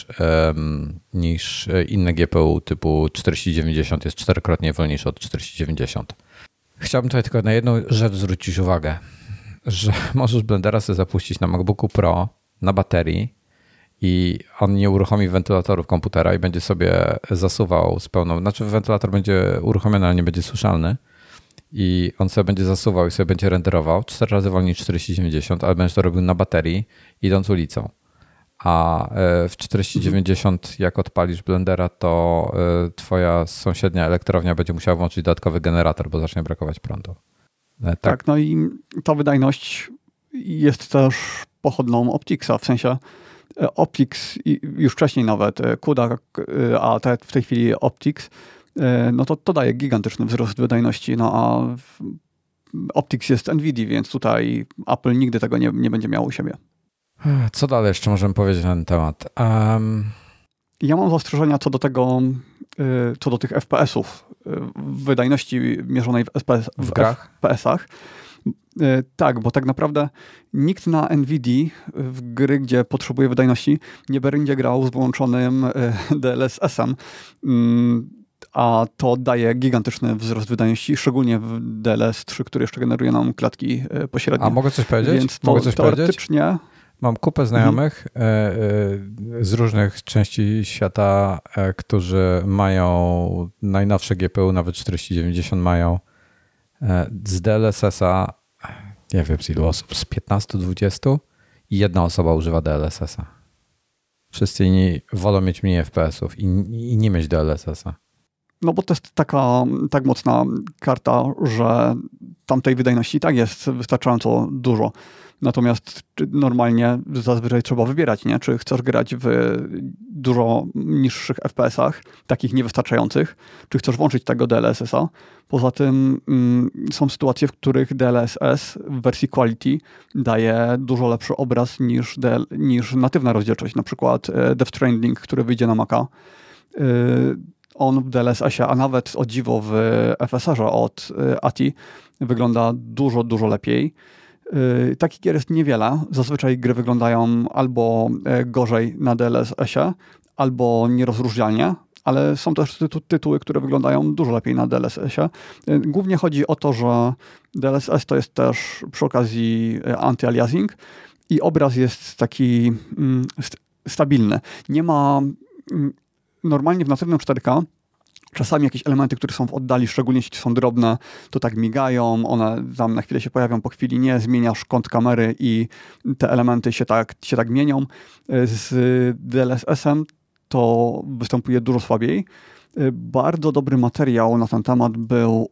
niż inne GPU typu 4090, jest 4-krotnie wolniejszy od 4090. Chciałbym tutaj tylko na jedną rzecz zwrócić uwagę, że możesz Blendera sobie zapuścić na MacBooku Pro na baterii i on nie uruchomi wentylatorów komputera i będzie sobie zasuwał z pełną, znaczy wentylator będzie uruchomiony, ale nie będzie słyszalny i on sobie będzie zasuwał i sobie będzie renderował 4 razy wolniej 4090, ale będziesz to robił na baterii idąc ulicą. A w 4090 jak odpalisz Blendera, to twoja sąsiednia elektrownia będzie musiała włączyć dodatkowy generator, bo zacznie brakować prądu. Tak, no i ta wydajność jest też pochodną Opticsa, w sensie Optics już wcześniej nawet, CUDA, a w tej chwili Optics, no to daje gigantyczny wzrost wydajności, no a Optics jest NVIDIA, więc tutaj Apple nigdy tego nie będzie miało u siebie. Co dalej jeszcze możemy powiedzieć na ten temat? Ja mam zastrzeżenia co do tego, co do tych FPS-ów, wydajności mierzonej w grach? FPS-ach. Tak, bo tak naprawdę nikt na NVIDIA w gry, gdzie potrzebuje wydajności, nie będzie grał z wyłączonym DLSS-em, a to daje gigantyczny wzrost wydajności, szczególnie w DLS 3, który jeszcze generuje nam klatki pośrednie. A mogę coś powiedzieć? Więc to teoretycznie... Mam kupę znajomych z różnych części świata, którzy mają najnowsze GPU, nawet 4090 mają. Z DLSS-a, nie wiem z ilu osób, z 15-20 i jedna osoba używa DLSS-a. Wszyscy inni wolą mieć mniej FPS-ów i nie mieć DLSS-a. No bo to jest tak mocna karta, że tamtej wydajności tak jest wystarczająco dużo. Natomiast normalnie zazwyczaj trzeba wybierać, nie? Czy chcesz grać w dużo niższych FPS-ach, takich niewystarczających, czy chcesz włączyć tego DLSS-a. Poza tym są sytuacje, w których DLSS w wersji Quality daje dużo lepszy obraz niż natywna rozdzielczość. Na przykład Death Stranding, który wyjdzie na Maca, on w DLSS-ie, a nawet o dziwo w FSR-ze od ATI wygląda dużo, dużo lepiej. Takich gier jest niewiele. Zazwyczaj gry wyglądają albo gorzej na DLSS-ie, albo nierozróżnialnie, ale są też tytuły, które wyglądają dużo lepiej na DLSS-ie. Głównie chodzi o to, że DLSS to jest też przy okazji anti-aliasing i obraz jest taki stabilny. Nie ma... Normalnie w natywnym 4K czasami jakieś elementy, które są w oddali, szczególnie jeśli są drobne, to tak migają, one tam na chwilę się pojawią, po chwili nie, zmieniasz kąt kamery i te elementy się tak mienią. Z DLSS-em to występuje dużo słabiej. Bardzo dobry materiał na ten temat był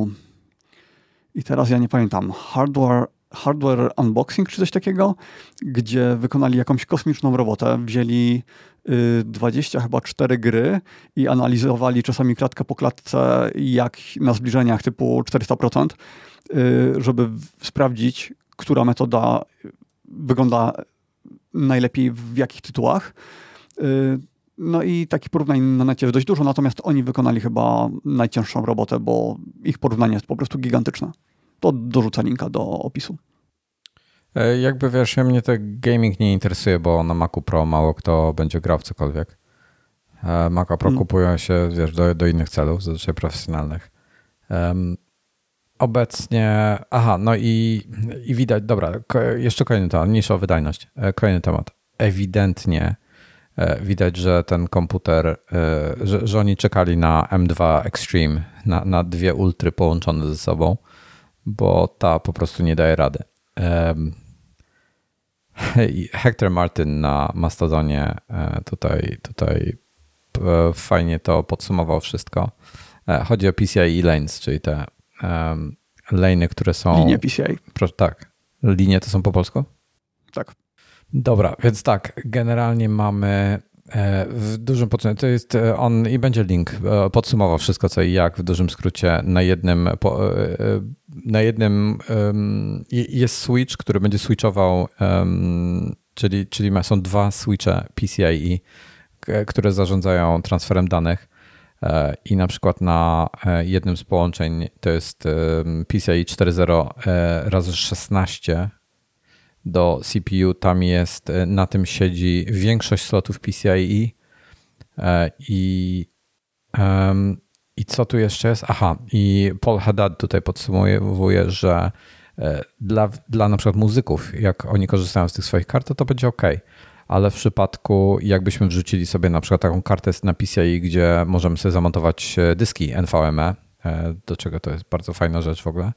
i teraz ja nie pamiętam, Hardware Unboxing czy coś takiego, gdzie wykonali jakąś kosmiczną robotę, wzięli 24 gry i analizowali czasami klatkę po klatce, jak na zbliżeniach typu 400%, żeby sprawdzić, która metoda wygląda najlepiej w jakich tytułach. No i takich porównań na necie jest dość dużo, natomiast oni wykonali chyba najcięższą robotę, bo ich porównanie jest po prostu gigantyczne. To dorzucę linka do opisu. Jakby wiesz, mnie ten gaming nie interesuje, bo na Macu Pro mało kto będzie grał w cokolwiek. Maca Pro kupują się, wiesz, do innych celów, zazwyczaj profesjonalnych. Obecnie, no i widać, dobra, jeszcze kolejny temat, mniejsza o wydajność. Kolejny temat. Ewidentnie widać, że ten komputer, że oni czekali na M2 Extreme, na dwie ultry połączone ze sobą, bo ta po prostu nie daje rady. Hector Martin na Mastodonie tutaj fajnie to podsumował wszystko. Chodzi o PCIe lanes, czyli te lane'y, które są... Linie PCI. Tak. Linie to są po polsku? Tak. Dobra, więc tak, generalnie mamy w dużym podsumowanie, to jest on i będzie link, podsumował wszystko co i jak w dużym skrócie na jednym jest switch, który będzie switchował, czyli są dwa switche PCIe, które zarządzają transferem danych. I na przykład na jednym z połączeń to jest PCIe 4.0 razy 16 do CPU. Tam jest, na tym siedzi większość slotów PCIe i co tu jeszcze jest? Aha, i Paul Haddad tutaj podsumowuje, że dla na przykład muzyków, jak oni korzystają z tych swoich kart, to będzie OK. Ale w przypadku, jakbyśmy wrzucili sobie na przykład taką kartę na PCIe, gdzie możemy sobie zamontować dyski NVMe, do czego to jest bardzo fajna rzecz w ogóle,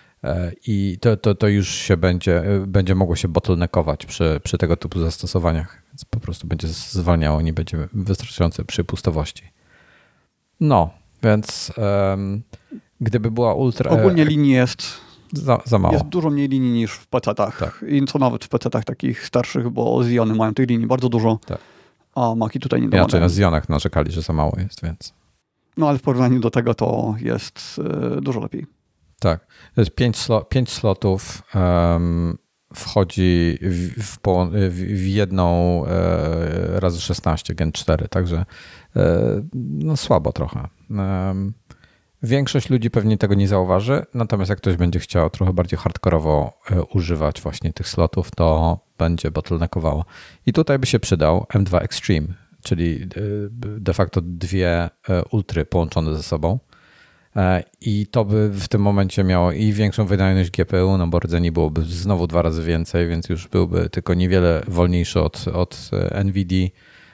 i to już się będzie mogło się bottleneckować przy tego typu zastosowaniach, więc po prostu będzie zwalniało, nie będzie wystarczające przepustowości. No, więc gdyby była ultra... Ogólnie linii jest za mało. Jest dużo mniej linii niż w PC-tach. Tak. I co nawet w PC-tach takich starszych, bo Xeony mają tych linii bardzo dużo, tak. A Maci tutaj nie domagają. Inaczej na Xeonach narzekali, że za mało jest, więc... No ale w porównaniu do tego to jest dużo lepiej. Tak. To jest 5 slotów wchodzi w jedną razy 16 Gen 4, także no słabo trochę. Większość ludzi pewnie tego nie zauważy, natomiast jak ktoś będzie chciał trochę bardziej hardkorowo używać właśnie tych slotów, to będzie bottleneckowało. I tutaj by się przydał M2 Extreme, czyli de facto dwie ultry połączone ze sobą. I to by w tym momencie miało i większą wydajność GPU, no bo rdzeni byłoby znowu 2 razy więcej, więc już byłby tylko niewiele wolniejszy od NVIDII.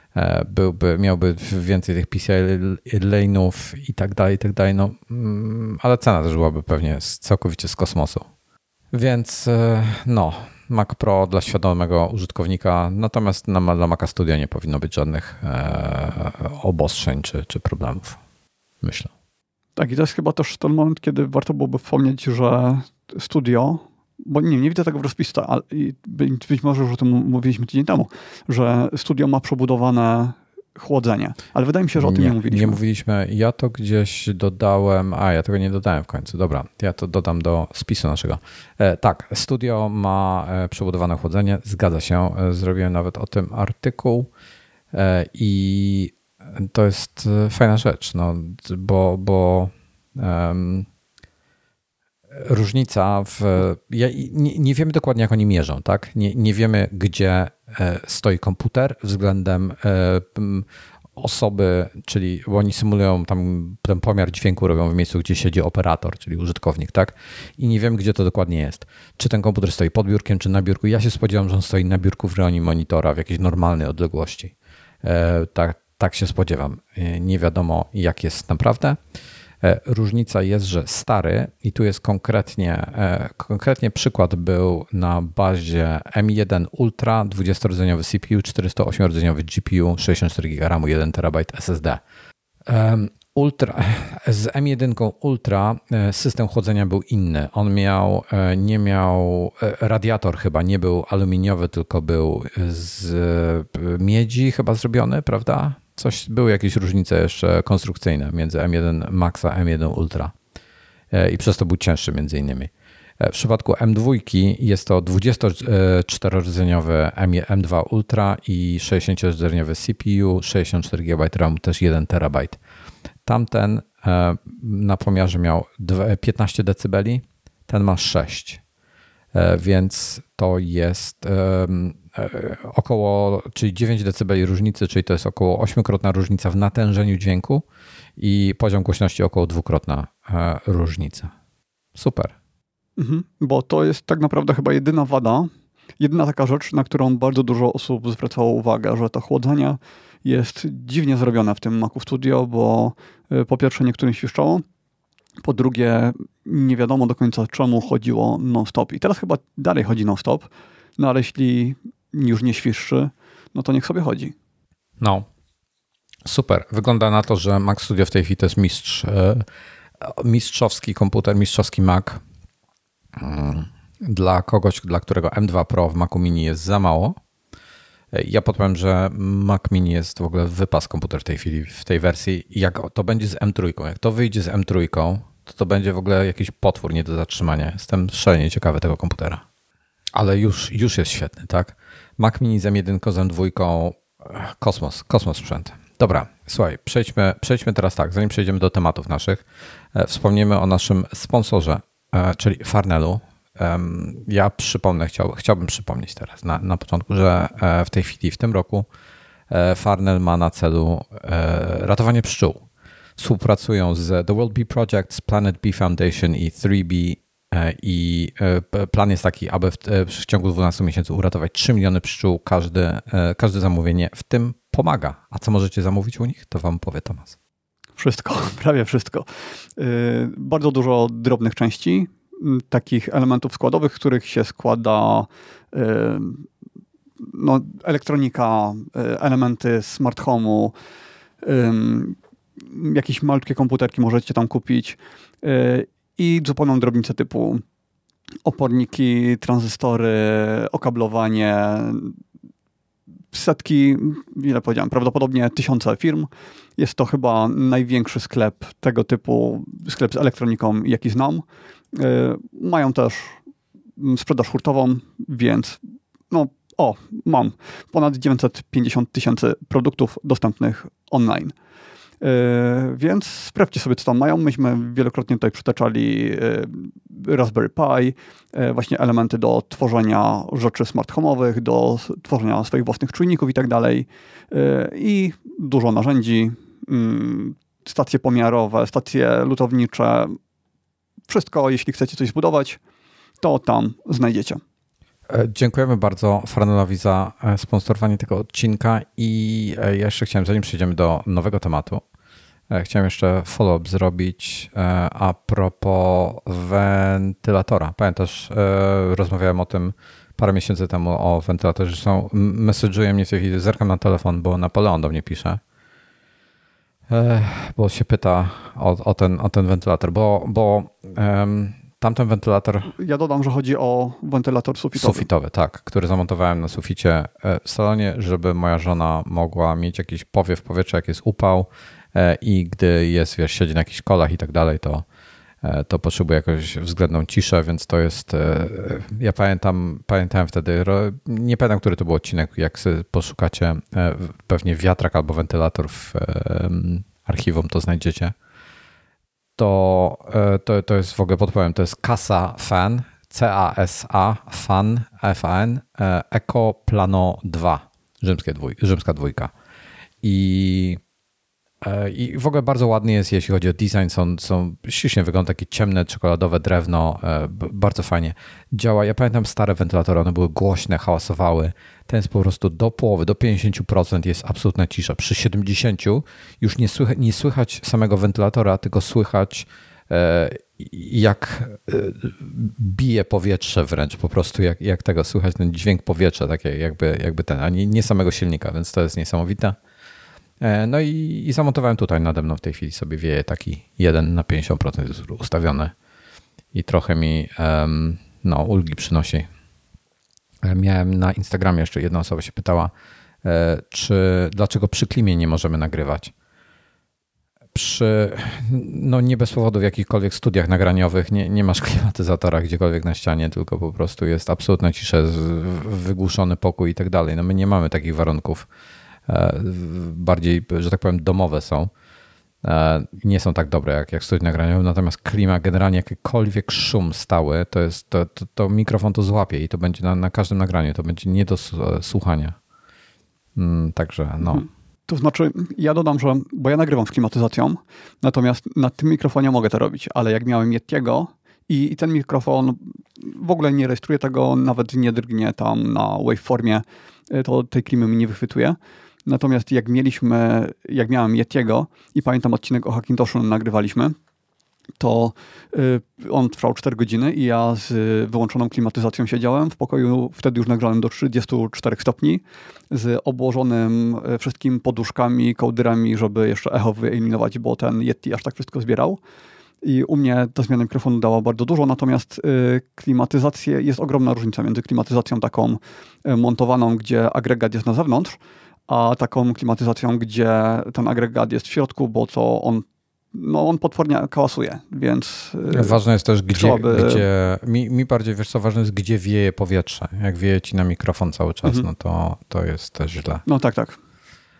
Miałby więcej tych PCI lane'ów i tak dalej, no, ale cena też byłaby pewnie całkowicie z kosmosu. Więc no, Mac Pro dla świadomego użytkownika, natomiast dla Maca Studio nie powinno być żadnych obostrzeń czy problemów, myślę. Tak, i to jest chyba też ten moment, kiedy warto byłoby wspomnieć, że Studio, bo nie widzę tego w rozpisce, ale być może już o tym mówiliśmy tydzień temu, że Studio ma przebudowane chłodzenie, ale wydaje mi się, że o tym nie mówiliśmy. Nie mówiliśmy, ja to gdzieś dodałem, ja tego nie dodałem w końcu, dobra, ja to dodam do spisu naszego. Tak, Studio ma przebudowane chłodzenie, zgadza się, zrobiłem nawet o tym artykuł i to jest fajna rzecz, no, bo różnica nie wiemy dokładnie, jak oni mierzą, tak? Nie wiemy, gdzie stoi komputer względem osoby, czyli bo oni symulują tam ten pomiar dźwięku, robią w miejscu, gdzie siedzi operator, czyli użytkownik, tak? I nie wiem, gdzie to dokładnie jest. Czy ten komputer stoi pod biurkiem, czy na biurku. Ja się spodziewam, że on stoi na biurku w rejonie monitora w jakiejś normalnej odległości. Tak się spodziewam. Nie wiadomo, jak jest naprawdę. Różnica jest, że stary, i tu jest konkretnie przykład był na bazie M1 Ultra, 20-rdzeniowy CPU, 408-rdzeniowy GPU, 64 GB RAM, 1 TB SSD. Z M1 Ultra system chłodzenia był inny. On nie miał, radiator chyba nie był aluminiowy, tylko był z miedzi chyba zrobiony, prawda? Były jakieś różnice jeszcze konstrukcyjne między M1 Max a M1 Ultra i przez to był cięższy między innymi. W przypadku M2 jest to 24-rdzeniowy M2 Ultra i 60-rdzeniowy CPU, 64 GB RAM, też 1 TB. Tamten na pomiarze miał 15 dB, ten ma 6, więc to jest czyli 9 dB różnicy, czyli to jest około 8-krotna różnica w natężeniu dźwięku i poziom głośności około 2-krotna różnica. Super. Bo to jest tak naprawdę chyba jedyna taka rzecz, na którą bardzo dużo osób zwracało uwagę, że to chłodzenie jest dziwnie zrobione w tym Macu Studio, bo po pierwsze niektórym świszczało, po drugie nie wiadomo do końca czemu chodziło non-stop. I teraz chyba dalej chodzi non-stop, no ale jeśli już nie świszczy, no to niech sobie chodzi. No, super. Wygląda na to, że Mac Studio w tej chwili to jest mistrzowski komputer, mistrzowski Mac. Dla kogoś, dla którego M2 Pro w Macu Mini jest za mało. Ja podpowiem, że Mac Mini jest w ogóle wypas komputer w tej chwili, w tej wersji. Jak to będzie z M3, jak to wyjdzie z M3, to będzie w ogóle jakiś potwór nie do zatrzymania. Jestem szalenie ciekawy tego komputera. Ale już jest świetny, tak? Mac Mini z M1, z M2, kosmos sprzęt. Dobra, słuchaj, przejdźmy teraz tak, zanim przejdziemy do tematów naszych, wspomnimy o naszym sponsorze, czyli Farnelu. Ja chciałbym przypomnieć teraz na początku, że w tej chwili, w tym roku Farnell ma na celu ratowanie pszczół. Współpracują z The World Bee Project, Planet Bee Foundation i 3Bee i plan jest taki, aby w ciągu 12 miesięcy uratować 3 miliony pszczół. Każde zamówienie w tym pomaga. A co możecie zamówić u nich? To wam powie Tomasz. Wszystko, prawie wszystko. Bardzo dużo drobnych części, takich elementów składowych, z których się składa elektronika, elementy smart home'u, jakieś malutkie komputerki możecie tam kupić i zupełną drobnicę typu oporniki, tranzystory, okablowanie, setki, ile powiedziałem, prawdopodobnie tysiące firm. Jest to chyba największy sklep tego typu, sklep z elektroniką, jaki znam. Mają też sprzedaż hurtową, więc mam ponad 950 000 produktów dostępnych online. Więc sprawdźcie sobie, co tam mają. Myśmy wielokrotnie tutaj przytaczali Raspberry Pi, właśnie elementy do tworzenia rzeczy smart home'owych, do tworzenia swoich własnych czujników i tak dalej. I dużo narzędzi, stacje pomiarowe, stacje lutownicze. Wszystko, jeśli chcecie coś zbudować, to tam znajdziecie. Dziękujemy bardzo Farnellowi za sponsorowanie tego odcinka i ja jeszcze chciałem, zanim przejdziemy do nowego tematu, chciałem jeszcze follow-up zrobić a propos wentylatora. Pamiętasz, rozmawiałem o tym parę miesięcy temu, o wentylatorze. Zresztą message'uje mnie w tej chwili, zerkam na telefon, bo Napoleon do mnie pisze, bo się pyta o ten wentylator, bo tamten wentylator... Ja dodam, że chodzi o wentylator sufitowy. Sufitowy, tak, który zamontowałem na suficie w salonie, żeby moja żona mogła mieć jakiś powiew powietrza, jak jest upał i gdy jest, siedzi na jakichś kolach i tak dalej, to potrzebuje jakąś względną ciszę, więc to jest... Ja pamiętałem wtedy, nie pamiętam, który to był odcinek, jak sobie poszukacie pewnie wiatrak albo wentylator w archiwum, to znajdziecie. To jest w ogóle, podpowiem, to jest Casa Fan, C-A-S-A, Fan, F-A-N, Eco Plano 2, rzymska dwójka. I w ogóle bardzo ładny jest, jeśli chodzi o design, są ślicznie wygląda, takie ciemne, czekoladowe drewno, bardzo fajnie działa. Ja pamiętam stare wentylatory, one były głośne, hałasowały. Ten jest po prostu do połowy, do 50% jest absolutna cisza. Przy 70% już nie słychać samego wentylatora, tylko słychać jak bije powietrze wręcz, po prostu jak tego słychać, ten dźwięk powietrza, takie jakby ten, a nie samego silnika, więc to jest niesamowite. No i zamontowałem tutaj nade mną w tej chwili, sobie wieje taki 1 na 50% jest ustawiony i trochę mi ulgi przynosi. Miałem na Instagramie jeszcze jedna osoba się pytała, dlaczego przy klimie nie możemy nagrywać. Nie bez powodu w jakichkolwiek studiach nagraniowych nie masz klimatyzatora gdziekolwiek na ścianie, tylko po prostu jest absolutna cisza, wygłuszony pokój i tak dalej. No my nie mamy takich warunków. Bardziej, że tak powiem, domowe są. Nie są tak dobre jak studia nagraniowe, natomiast klima, generalnie jakikolwiek szum stały, to mikrofon to złapie i to będzie na każdym nagraniu, to będzie nie do słuchania. Także no. To znaczy, ja dodam, bo ja nagrywam z klimatyzacją, natomiast na tym mikrofonie mogę to robić, ale jak miałem Yetiego i ten mikrofon w ogóle nie rejestruje tego, nawet nie drgnie tam na waveformie, to tej klimy mi nie wychwytuje. Natomiast jak miałem Yetiego i pamiętam odcinek o Hackintoshu nagrywaliśmy, to on trwał 4 godziny i ja z wyłączoną klimatyzacją siedziałem w pokoju, wtedy już nagrzałem do 34 stopni, z obłożonym wszystkimi poduszkami, kołdyrami, żeby jeszcze echo wyeliminować, bo ten Yeti aż tak wszystko zbierał. I u mnie ta zmiana mikrofonu dała bardzo dużo, natomiast jest ogromna różnica między klimatyzacją taką montowaną, gdzie agregat jest na zewnątrz, a taką klimatyzacją, gdzie ten agregat jest w środku, bo to on potwornie kałasuje, więc... Ważne jest też, gdzie mi bardziej, ważne jest, gdzie wieje powietrze. Jak wieje ci na mikrofon cały czas, no to jest też źle. No tak.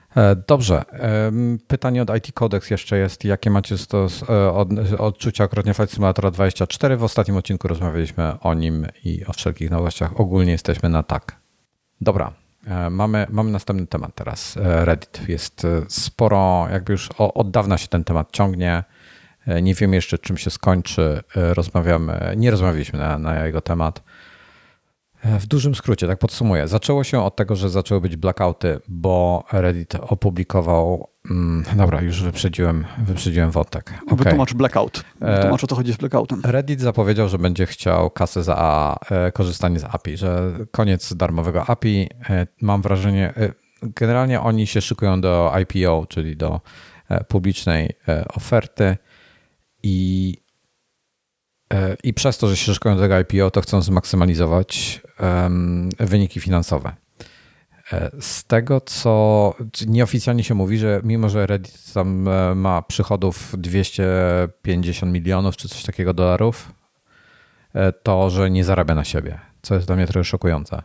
Dobrze. Pytanie od IT Codex jeszcze jest. Jakie macie odczucia okropnie Flight Simulatora 24? W ostatnim odcinku rozmawialiśmy o nim i o wszelkich nowościach. Ogólnie jesteśmy na tak. Dobra. Mamy następny temat teraz. Reddit. Jest sporo, jakby już od dawna się ten temat ciągnie. Nie wiem jeszcze, czym się skończy. Nie rozmawialiśmy na jego temat. W dużym skrócie, tak podsumuję. Zaczęło się od tego, że zaczęły być blackouty, bo Reddit opublikował... Dobra, już wyprzedziłem wątek. Okay. Wytłumacz blackout. Wytłumacz, o co chodzi z blackoutem. Reddit zapowiedział, że będzie chciał kasę za korzystanie z API, że koniec darmowego API. Mam wrażenie, generalnie oni się szykują do IPO, czyli do publicznej oferty i przez to, że się szykują do tego IPO, to chcą zmaksymalizować wyniki finansowe. Z tego, co nieoficjalnie się mówi, że mimo, że Reddit tam ma przychodów 250 milionów czy coś takiego dolarów, to, że nie zarabia na siebie, co jest dla mnie trochę szokujące.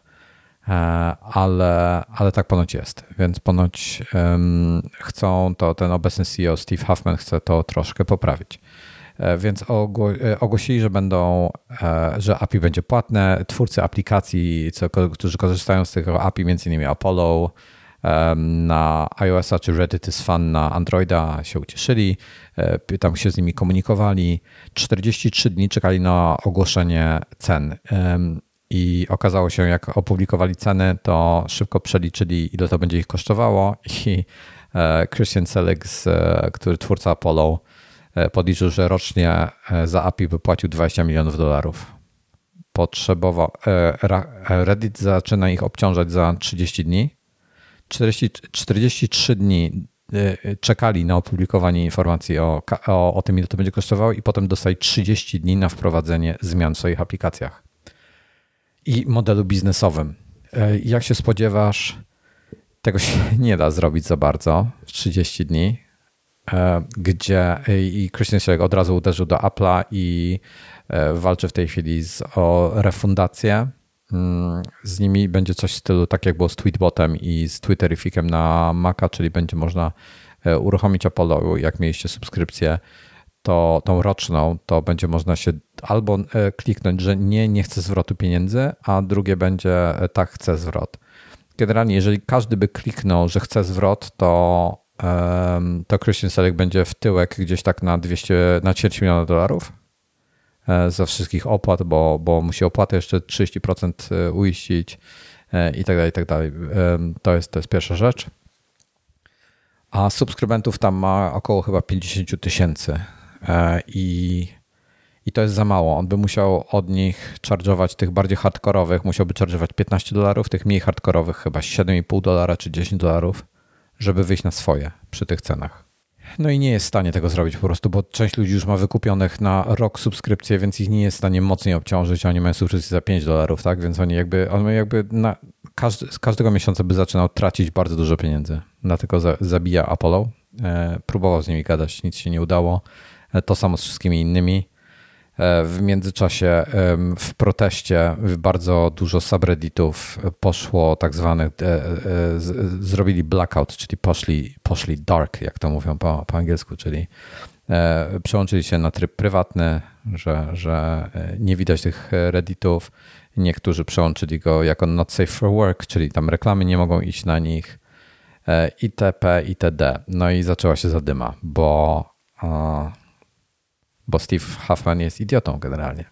Ale tak ponoć jest. Więc ponoć chcą to, ten obecny CEO Steve Huffman chce to troszkę poprawić. Więc ogłosili, że API będzie płatne. Twórcy aplikacji, którzy korzystają z tego API, m.in. Apollo na iOS-a czy Reddit is Fun na Androida się ucieszyli. Tam się z nimi komunikowali. 43 dni czekali na ogłoszenie cen. I okazało się, jak opublikowali ceny, to szybko przeliczyli, ile to będzie ich kosztowało. I Christian Selig, który twórca Apollo, podliczył, że rocznie za API by płacił $20 milionów. Reddit zaczyna ich obciążać za 30 dni. 43 dni czekali na opublikowanie informacji o tym, ile to będzie kosztowało i potem dostali 30 dni na wprowadzenie zmian w swoich aplikacjach i modelu biznesowym. Jak się spodziewasz, tego się nie da zrobić za bardzo w 30 dni. Gdzie i Christian Selig od razu uderzył do Apple'a i walczy w tej chwili o refundację. Z nimi będzie coś w stylu tak jak było z Tweetbotem i z Twitterificem na Maca, czyli będzie można uruchomić Apollo, jak mieliście subskrypcję tą roczną, to będzie można się albo kliknąć, że nie chcę zwrotu pieniędzy, a drugie będzie tak, chcę zwrot. Generalnie jeżeli każdy by kliknął, że chce zwrot, to Christian Selig będzie w tyłek gdzieś tak na $200 miliona za wszystkich opłat, bo musi opłatę jeszcze 30% uiścić i tak dalej. To jest pierwsza rzecz. A subskrybentów tam ma około chyba 50 000 i to jest za mało. On by musiał od nich charge'ować tych bardziej hardkorowych, musiałby charge'ować $15, tych mniej hardkorowych chyba $7,5 czy $10, żeby wyjść na swoje przy tych cenach. No i nie jest w stanie tego zrobić po prostu, bo część ludzi już ma wykupionych na rok subskrypcję, więc ich nie jest w stanie mocniej obciążyć, a oni mają subskrypcję za $5, tak? Więc on jakby z każdego miesiąca by zaczynał tracić bardzo dużo pieniędzy. Dlatego zabija Apollo. Próbował z nimi gadać, nic się nie udało. To samo z wszystkimi innymi. W międzyczasie w proteście bardzo dużo subredditów poszło tak zwanych, zrobili blackout, czyli poszli dark, jak to mówią po angielsku, czyli przełączyli się na tryb prywatny, że nie widać tych redditów. Niektórzy przełączyli go jako not safe for work, czyli tam reklamy nie mogą iść na nich itp. itd. No i zaczęła się zadyma, bo Steve Huffman jest idiotą generalnie.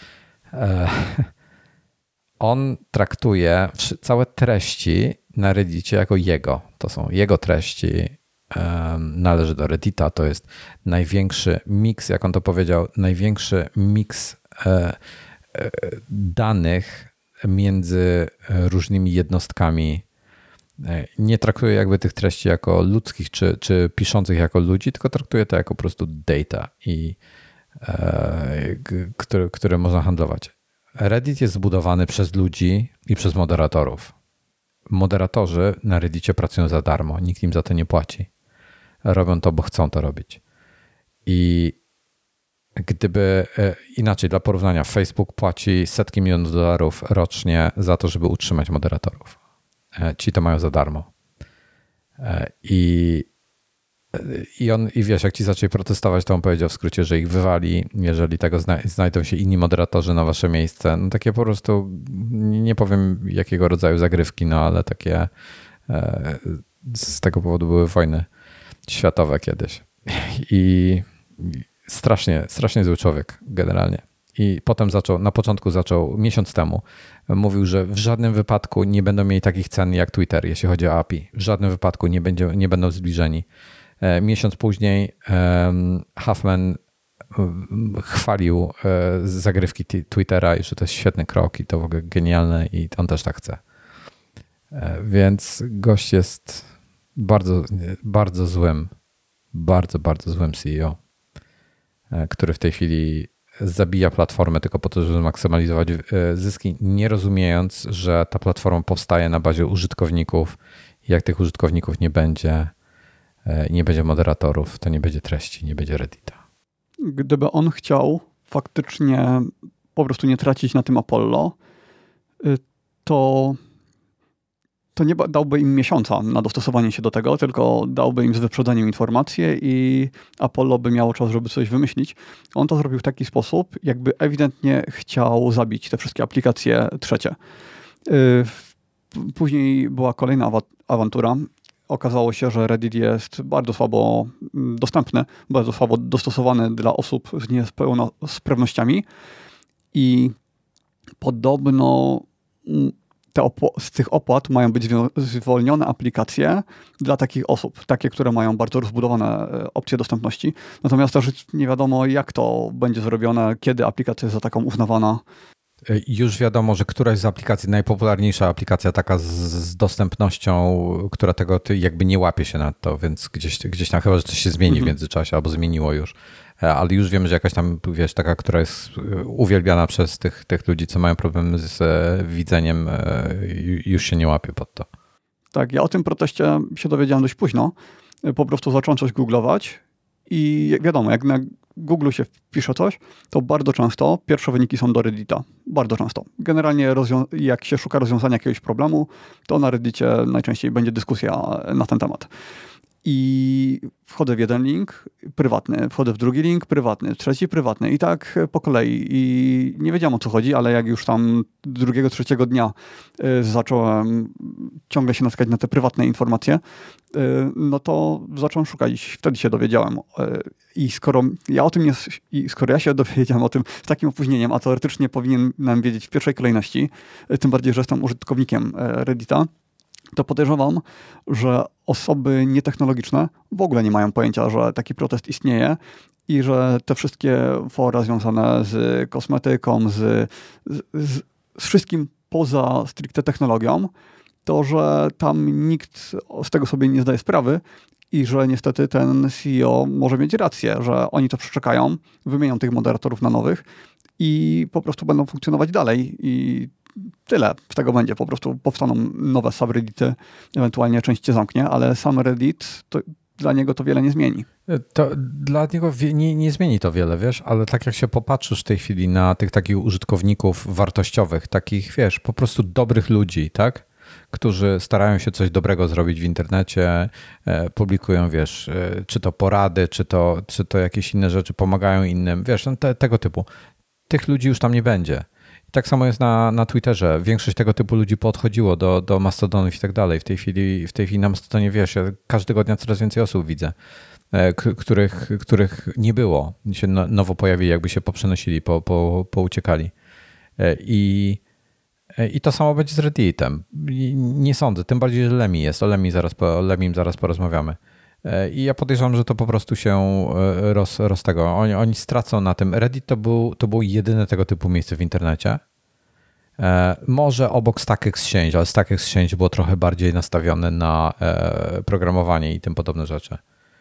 On traktuje całe treści na Reddicie jako jego. To są jego treści, należy do Reddita. To jest największy miks, jak on to powiedział, największy miks danych między różnymi jednostkami. Nie traktuje jakby tych treści jako ludzkich czy piszących jako ludzi, tylko traktuje to jako po prostu data, które można handlować. Reddit jest zbudowany przez ludzi i przez moderatorów. Moderatorzy na Reddicie pracują za darmo, nikt im za to nie płaci. Robią to, bo chcą to robić. I gdyby inaczej, dla porównania, Facebook płaci setki milionów dolarów rocznie za to, żeby utrzymać moderatorów. Ci to mają za darmo. I wiesz, jak ci zaczęli protestować, to on powiedział w skrócie, że ich wywali, jeżeli tego znajdą się inni moderatorzy na wasze miejsce. No takie po prostu, nie powiem jakiego rodzaju zagrywki, no ale takie z tego powodu były wojny światowe kiedyś. I strasznie zły człowiek generalnie. I potem na początku zaczął, miesiąc temu, mówił, że w żadnym wypadku nie będą mieli takich cen jak Twitter, jeśli chodzi o API. W żadnym wypadku nie będą zbliżeni. Miesiąc później Huffman chwalił zagrywki Twittera i że to jest świetny krok i to w ogóle genialne i on też tak chce. Więc gość jest bardzo złym, bardzo złym CEO, który w tej chwili zabija platformę tylko po to, żeby maksymalizować zyski, nie rozumiejąc, że ta platforma powstaje na bazie użytkowników i jak tych użytkowników nie będzie moderatorów, to nie będzie treści, nie będzie Reddita. Gdyby on chciał faktycznie po prostu nie tracić na tym Apollo, to nie dałby im miesiąca na dostosowanie się do tego, tylko dałby im z wyprzedzeniem informacje i Apollo by miało czas, żeby coś wymyślić. On to zrobił w taki sposób, jakby ewidentnie chciał zabić te wszystkie aplikacje trzecie. Później była kolejna awantura. Okazało się, że Reddit jest bardzo słabo dostępny, bardzo słabo dostosowany dla osób z niepełnosprawnościami i podobno z tych opłat mają być zwolnione aplikacje dla takich osób, takie, które mają bardzo rozbudowane opcje dostępności. Natomiast też nie wiadomo, jak to będzie zrobione, kiedy aplikacja jest za taką uznawana. Już wiadomo, że któraś z aplikacji, najpopularniejsza aplikacja taka z dostępnością, która tego jakby nie łapie się na to, więc gdzieś tam chyba, że coś się zmieni w międzyczasie albo zmieniło już. Ale już wiemy, że jakaś tam, wiesz, taka, która jest uwielbiana przez tych ludzi, co mają problemy z widzeniem, już się nie łapie pod to. Tak, ja o tym proteście się dowiedziałem dość późno. Po prostu zacząłem coś googlować i wiadomo, jak na Google się wpisze coś, to bardzo często pierwsze wyniki są do Reddita. Bardzo często. Generalnie jak się szuka rozwiązania jakiegoś problemu, to na Reddicie najczęściej będzie dyskusja na ten temat. I wchodzę w jeden link prywatny, wchodzę w drugi link prywatny, trzeci prywatny i tak po kolei. I nie wiedziałem, o co chodzi, ale jak już tam drugiego, trzeciego dnia zacząłem ciągle się naskać na te prywatne informacje, no to zacząłem szukać i wtedy się dowiedziałem. I skoro ja się dowiedziałem o tym z takim opóźnieniem, a teoretycznie powinienem wiedzieć w pierwszej kolejności, tym bardziej, że jestem użytkownikiem Reddita, to podejrzewam, że osoby nietechnologiczne w ogóle nie mają pojęcia, że taki protest istnieje i że te wszystkie fora związane z kosmetyką, z wszystkim poza stricte technologią, to że tam nikt z tego sobie nie zdaje sprawy i że niestety ten CEO może mieć rację, że oni to przeczekają, wymienią tych moderatorów na nowych i po prostu będą funkcjonować dalej i tyle z tego będzie. Po prostu powstaną nowe subreddity, ewentualnie część się zamknie, ale sam Reddit, to dla niego to wiele nie zmieni. To dla niego nie zmieni to wiele, wiesz, ale tak jak się popatrzysz w tej chwili na tych takich użytkowników wartościowych, takich, wiesz, po prostu dobrych ludzi, tak? Którzy starają się coś dobrego zrobić w internecie, publikują, wiesz, czy to porady, czy to jakieś inne rzeczy, pomagają innym, wiesz, no tego typu. Tych ludzi już tam nie będzie. Tak samo jest na Twitterze. Większość tego typu ludzi podchodziło do Mastodonów i tak dalej. W tej chwili na Mastodonie, wiesz, ja każdego dnia coraz więcej osób widzę, których nie było. Się nowo pojawili, jakby się poprzenosili, pouciekali. I to samo będzie z Redditem. Nie sądzę, tym bardziej, że Lemmy jest. O Lemmym zaraz porozmawiamy. I ja podejrzewam, że to po prostu się tego. Oni stracą na tym. Reddit to było jedyne tego typu miejsce w internecie. Może obok Stack Exchange, ale Stack Exchange było trochę bardziej nastawione na programowanie i tym podobne rzeczy.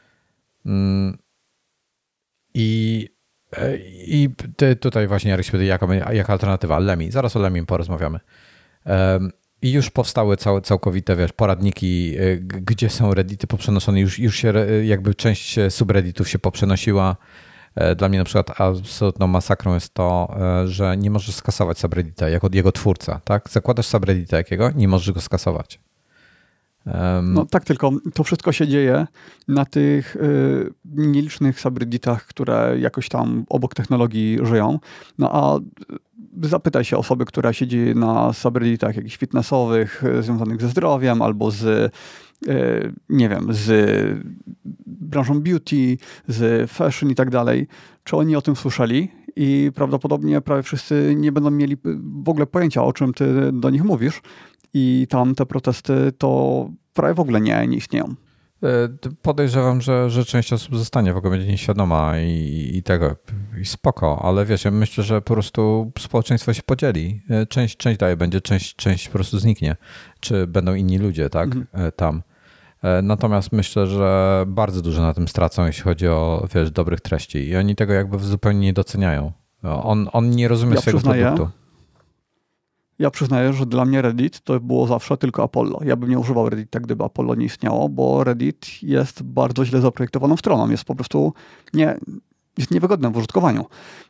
I tutaj właśnie Jarek się pyta, jaka alternatywa? Lemmy. Zaraz o Lemmym porozmawiamy. I już powstały całkowite, wiesz, poradniki, gdzie są reddity poprzenoszone. Już się jakby część subredditów się poprzenosiła. Dla mnie na przykład absolutną masakrą jest to, że nie możesz skasować subreddita jako jego twórca, tak? Zakładasz subreddita jakiego, nie możesz go skasować. No tak, tylko to wszystko się dzieje na tych nielicznych subredditach, które jakoś tam obok technologii żyją. No a zapytaj się osoby, która siedzi na subredditach jakichś fitnessowych, związanych ze zdrowiem albo z nie wiem, z branżą beauty, z fashion i tak dalej, czy oni o tym słyszeli i prawdopodobnie prawie wszyscy nie będą mieli w ogóle pojęcia, o czym ty do nich mówisz i tam te protesty to prawie w ogóle nie istnieją. Podejrzewam, że część osób zostanie w ogóle będzie nieświadoma i tego, i spoko, ale wiesz, ja myślę, że po prostu społeczeństwo się podzieli. Część dalej będzie, część po prostu zniknie. Czy będą inni ludzie, tak, tam. Natomiast myślę, że bardzo dużo na tym stracą, jeśli chodzi o, wiesz, dobrych treści i oni tego jakby zupełnie nie doceniają. On nie rozumie swojego produktu. Ja przyznaję, że dla mnie Reddit to było zawsze tylko Apollo. Ja bym nie używał Reddita, gdyby Apollo nie istniało, bo Reddit jest bardzo źle zaprojektowaną stroną. Jest po prostu jest niewygodny w użytkowaniu.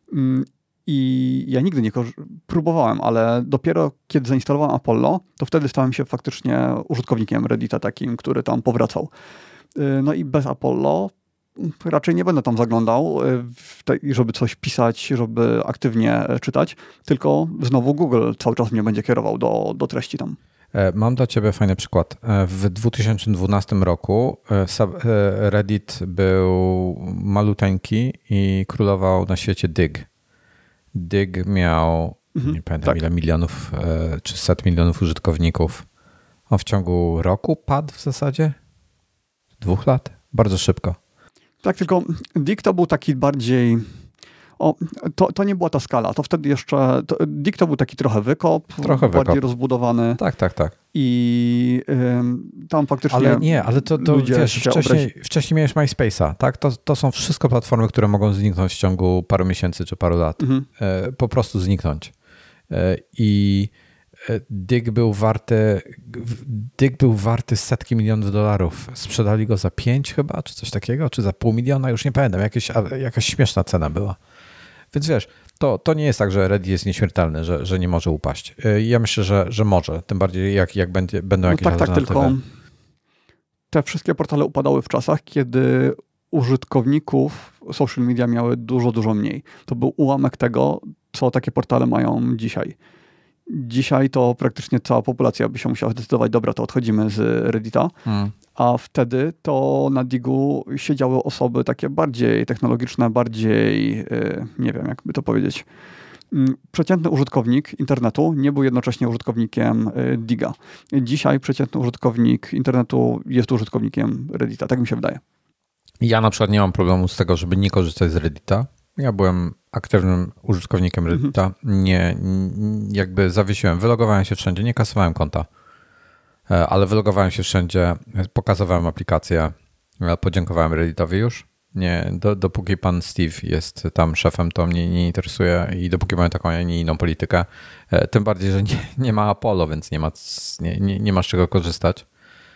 I ja nigdy nie próbowałem, ale dopiero kiedy zainstalowałem Apollo, to wtedy stałem się faktycznie użytkownikiem Reddita takim, który tam powracał. No i bez Apollo raczej nie będę tam zaglądał, żeby coś pisać, żeby aktywnie czytać, tylko znowu Google cały czas mnie będzie kierował do treści tam. Mam dla ciebie fajny przykład. W 2012 roku Reddit był maluteńki i królował na świecie Dig. Dig miał, nie pamiętam ile milionów, czy 100 milionów użytkowników. On w ciągu roku padł w zasadzie? 2 lat? Bardzo szybko. Tak, tylko Dig to był taki bardziej... To nie była ta skala. To wtedy jeszcze... Dig to był taki trochę wykop, bardziej rozbudowany. Tak. I tam faktycznie... Ale to wiesz, wcześniej miałeś MySpace'a, tak? To są wszystko platformy, które mogą zniknąć w ciągu paru miesięcy czy paru lat. Po prostu zniknąć. I Dig był warty setki milionów dolarów. Sprzedali go za 5 chyba, czy coś takiego, czy za $500,000, już nie pamiętam. Jakaś śmieszna cena była. Więc wiesz, to nie jest tak, że Reddit jest nieśmiertelny, że nie może upaść. Ja myślę, że może. Tym bardziej jak będą jakieś alternatywy. Tylko te wszystkie portale upadały w czasach, kiedy użytkowników social media miały dużo mniej. To był ułamek tego, co takie portale mają dzisiaj. Dzisiaj to praktycznie cała populacja by się musiała zdecydować, dobra, to odchodzimy z Reddita, a wtedy to na Digu siedziały osoby takie bardziej technologiczne, bardziej, nie wiem, jakby to powiedzieć, przeciętny użytkownik internetu nie był jednocześnie użytkownikiem Diga. Dzisiaj przeciętny użytkownik internetu jest użytkownikiem Reddita, tak mi się wydaje. Ja na przykład nie mam problemu z tego, żeby nie korzystać z Reddita. Ja byłem aktywnym użytkownikiem Reddita. Jakby zawiesiłem, wylogowałem się wszędzie, nie kasowałem konta, ale wylogowałem się wszędzie, pokazywałem aplikację, podziękowałem Redditowi już. Nie, dopóki pan Steve jest tam szefem, to mnie nie interesuje i dopóki mają taką, a nie inną politykę, tym bardziej, że nie ma Apollo, więc nie ma z czego korzystać.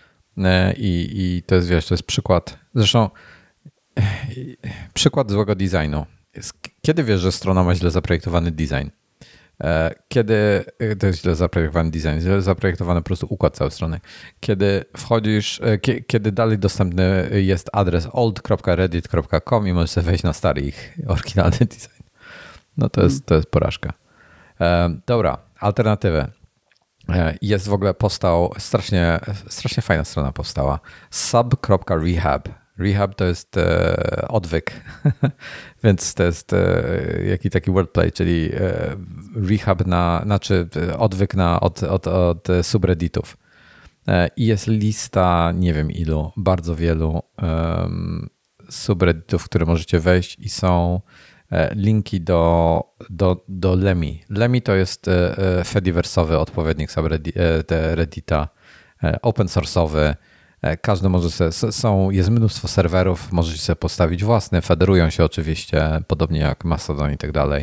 I to jest, wiesz, to jest przykład, zresztą przykład złego designu. Kiedy wiesz, że strona ma źle zaprojektowany design? Kiedy to jest źle zaprojektowany design, źle zaprojektowany po prostu układ całej strony. Kiedy wchodzisz, kiedy dalej dostępny jest adres old.reddit.com i możesz sobie wejść na stary ich oryginalny design. No to jest porażka. Dobra, alternatywy. Jest w ogóle strasznie fajna strona powstała. sub.rehab. Rehab to jest odwyk, więc to jest jaki taki wordplay, czyli rehab znaczy odwyk od subredditów. I jest lista, nie wiem ilu, bardzo wielu subredditów, w które możecie wejść i są linki do Lemmy. Lemmy to jest Fediverse'owy odpowiednik Reddita, open source'owy. Każdy może sobie, jest mnóstwo serwerów, możecie sobie postawić własne, federują się oczywiście, podobnie jak Mastodon i tak dalej.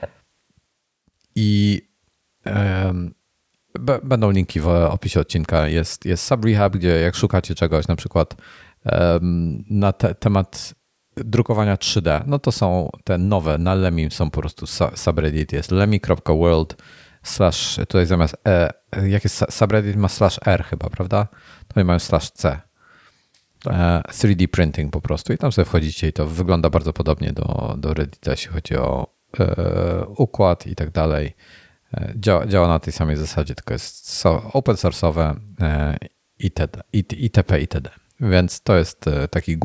I będą linki w opisie odcinka. Jest SubRehab, gdzie jak szukacie czegoś na przykład na temat drukowania 3D, no to są te nowe, na Lemmy są po prostu subreddit, jest lemmy.world slash, tutaj zamiast jak jest subreddit ma slash r chyba, prawda? To oni mają slash c. 3D printing po prostu i tam sobie wchodzicie i to wygląda bardzo podobnie do Reddita, jeśli chodzi o układ i tak dalej. Działa na tej samej zasadzie, tylko jest open source'owe itd. itp. itd. Więc to jest taki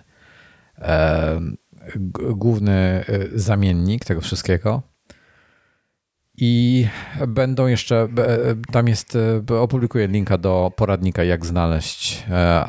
główny zamiennik tego wszystkiego. I będą jeszcze, tam jest, opublikuję linka do poradnika, jak znaleźć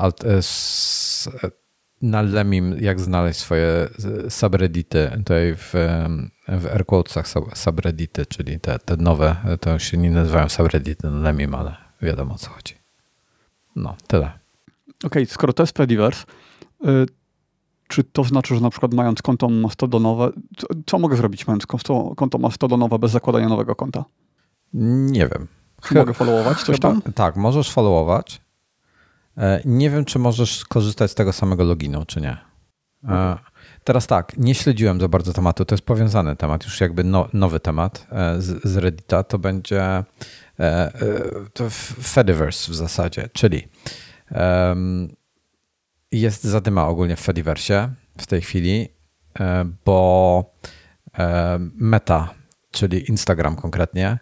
na Lemim, jak znaleźć swoje subreddity, tutaj w air quotesach subreddity, czyli te nowe, to się nie nazywają subreddity na Lemim, ale wiadomo o co chodzi. No, tyle. Okej, skoro to jest Fediverse, czy to znaczy, że na przykład mając konto mastodonowe, co mogę zrobić mając konto mastodonowe bez zakładania nowego konta? Nie wiem. Mogę followować coś tam? Tak, możesz followować. Nie wiem, czy możesz korzystać z tego samego loginu, czy nie. Teraz tak, nie śledziłem za bardzo tematu, to jest powiązany temat, już jakby nowy temat z Reddita, to będzie to Fediverse w zasadzie, czyli jest zadyma ogólnie w Fediversie w tej chwili, bo Meta, czyli Instagram konkretnie,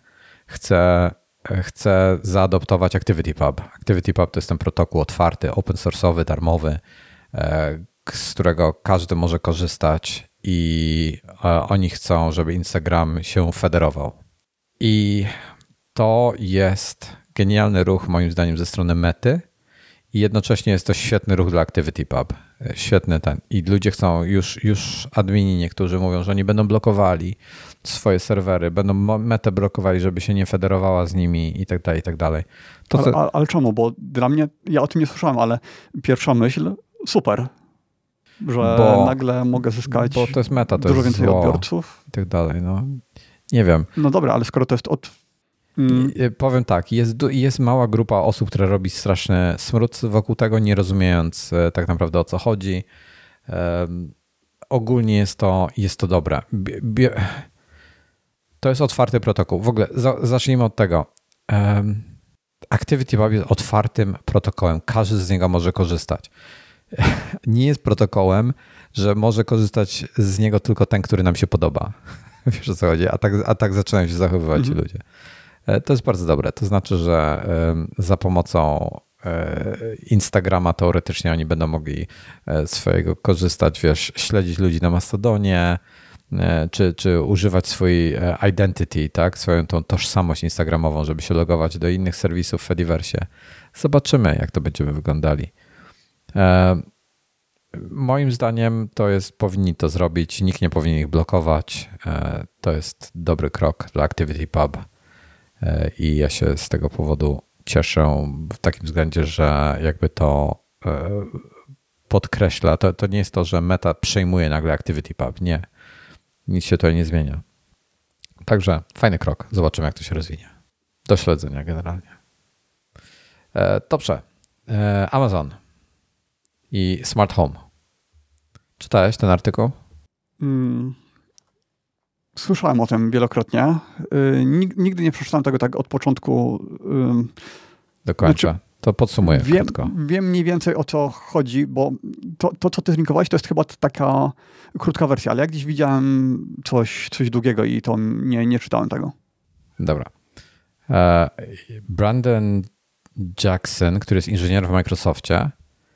chce zaadoptować ActivityPub. ActivityPub to jest ten protokół otwarty, open source'owy, darmowy, z którego każdy może korzystać i oni chcą, żeby Instagram się federował. I to jest genialny ruch moim zdaniem ze strony Mety i jednocześnie jest to świetny ruch dla ActivityPub. Świetny ten. I ludzie chcą, już admini niektórzy mówią, że oni będą blokowali swoje serwery, będą Metę blokowali, żeby się nie federowała z nimi i tak dalej, i tak dalej. Ale czemu? Bo dla mnie, ja o tym nie słyszałem, ale pierwsza myśl, super, że nagle mogę zyskać bo to jest Meta, to dużo jest więcej zło odbiorców. i tak dalej. No. Nie wiem. No dobra, ale skoro to jest Powiem tak, jest mała grupa osób, która robi straszny smród wokół tego, nie rozumiejąc tak naprawdę o co chodzi. Ogólnie jest to dobre. To jest otwarty protokół. W ogóle zacznijmy od tego. ActivityPub jest otwartym protokołem. Każdy z niego może korzystać. Nie jest protokołem, że może korzystać z niego tylko ten, który nam się podoba. Wiesz o co chodzi? A tak zaczynają się zachowywać ci ludzie. To jest bardzo dobre. To znaczy, że za pomocą Instagrama teoretycznie oni będą mogli swojego korzystać, wiesz, śledzić ludzi na Mastodonie, czy używać swojej identity, tak, swoją tą tożsamość instagramową, żeby się logować do innych serwisów w Fediversie. Zobaczymy, jak to będziemy wyglądali. Moim zdaniem powinni to zrobić, nikt nie powinien ich blokować. To jest dobry krok dla ActivityPub i ja się z tego powodu cieszę w takim względzie, że jakby to podkreśla, to nie jest to, że Meta przejmuje nagle ActivityPub, nie. Nic się tutaj nie zmienia. Także fajny krok. Zobaczymy, jak to się rozwinie. Do śledzenia generalnie. Dobrze. Amazon i Smart Home. Czytałeś ten artykuł? Słyszałem o tym wielokrotnie. Nigdy nie przeczytałem tego tak od początku. Do końca. Znaczy, to podsumuję krótko. Wiem mniej więcej o co chodzi, bo to co ty zlinkowałeś, to jest chyba taka krótka wersja, ale ja gdzieś widziałem coś długiego i to nie czytałem tego. Dobra. Brandon Jackson, który jest inżynierem w Microsoftie,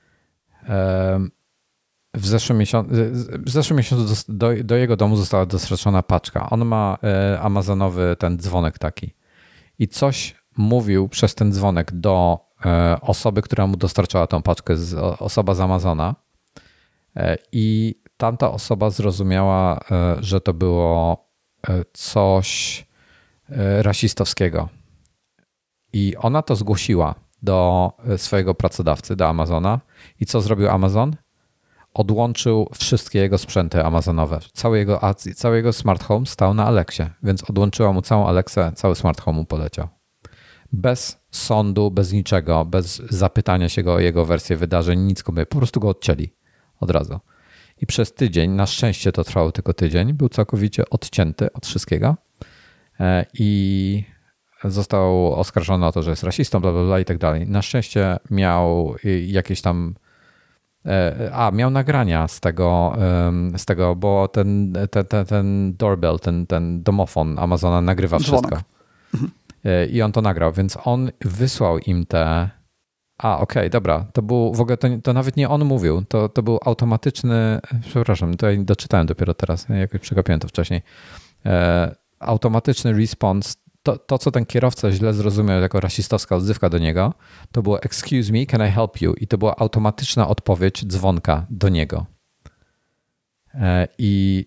w zeszłym miesiącu do jego domu została dostarczona paczka. On ma amazonowy ten dzwonek taki. I coś mówił przez ten dzwonek do osoby, która mu dostarczała tą paczkę, osoba z Amazona. I tamta osoba zrozumiała, że to było coś rasistowskiego. I ona to zgłosiła do swojego pracodawcy, do Amazona. I co zrobił Amazon? Odłączył wszystkie jego sprzęty amazonowe. Cały jego smart home stał na Alexie, więc odłączyła mu całą Alexę, cały smart home mu poleciał. Bez sądu, bez niczego, bez zapytania się go o jego wersję wydarzeń, nic go po prostu go odcięli od razu. I przez tydzień, na szczęście to trwało tylko tydzień, był całkowicie odcięty od wszystkiego i został oskarżony o to, że jest rasistą, bla, bla, bla i tak dalej. Na szczęście miał jakieś tam miał nagrania z tego, bo ten doorbell, ten domofon Amazona nagrywa wszystko. I on to nagrał, więc on wysłał im te... okej, dobra. To był w ogóle, to nawet nie on mówił, to był automatyczny... Przepraszam, to ja doczytałem dopiero teraz, jakoś przegapiłem to wcześniej. Automatyczny response, to co ten kierowca źle zrozumiał jako rasistowska odzywka do niego, to było excuse me, can I help you? I to była automatyczna odpowiedź dzwonka do niego. I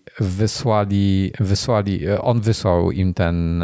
on wysłał im ten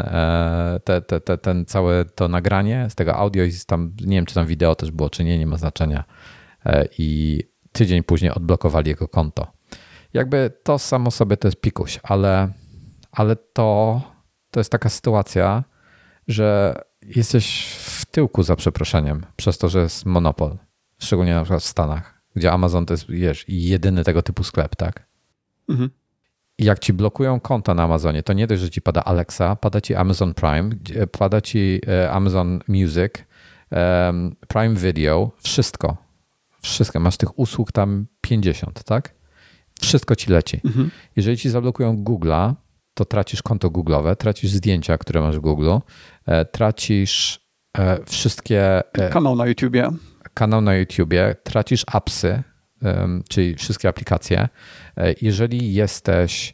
całe to nagranie z tego audio i tam, nie wiem, czy tam wideo też było, czy nie ma znaczenia. I tydzień później odblokowali jego konto. Jakby to samo sobie to jest pikuś, ale to jest taka sytuacja, że jesteś w tyłku za przeproszeniem przez to, że jest monopol. Szczególnie na przykład w Stanach, gdzie Amazon to jest, jedyny tego typu sklep, tak? Mhm. I jak ci blokują konta na Amazonie, to nie dość, że ci pada Alexa, pada ci Amazon Prime, pada ci Amazon Music, Prime Video, wszystko. Masz tych usług tam 50, tak? Wszystko ci leci. Mhm. Jeżeli ci zablokują Google'a, to tracisz konto Google'owe, tracisz zdjęcia, które masz w Google'u, tracisz wszystkie... Kanał na YouTubie, tracisz appsy, czyli wszystkie aplikacje. Jeżeli jesteś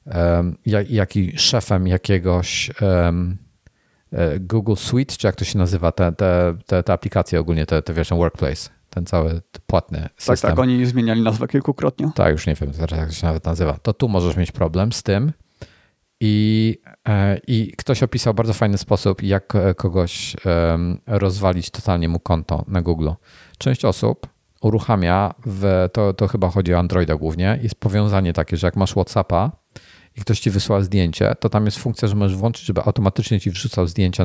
szefem jakiegoś Google Suite, czy jak to się nazywa, te aplikacje ogólnie, te wiesz, ten Workplace, ten cały płatny system. Tak, oni zmieniali nazwę kilkukrotnie. Tak, już nie wiem teraz, jak to się nawet nazywa. To tu możesz mieć problem z tym. I ktoś opisał bardzo fajny sposób, jak kogoś rozwalić totalnie mu konto na Google. Część osób uruchamia, to chyba chodzi o Androida głównie, jest powiązanie takie, że jak masz WhatsAppa i ktoś ci wysłał zdjęcie, to tam jest funkcja, że możesz włączyć, żeby automatycznie ci wrzucał zdjęcia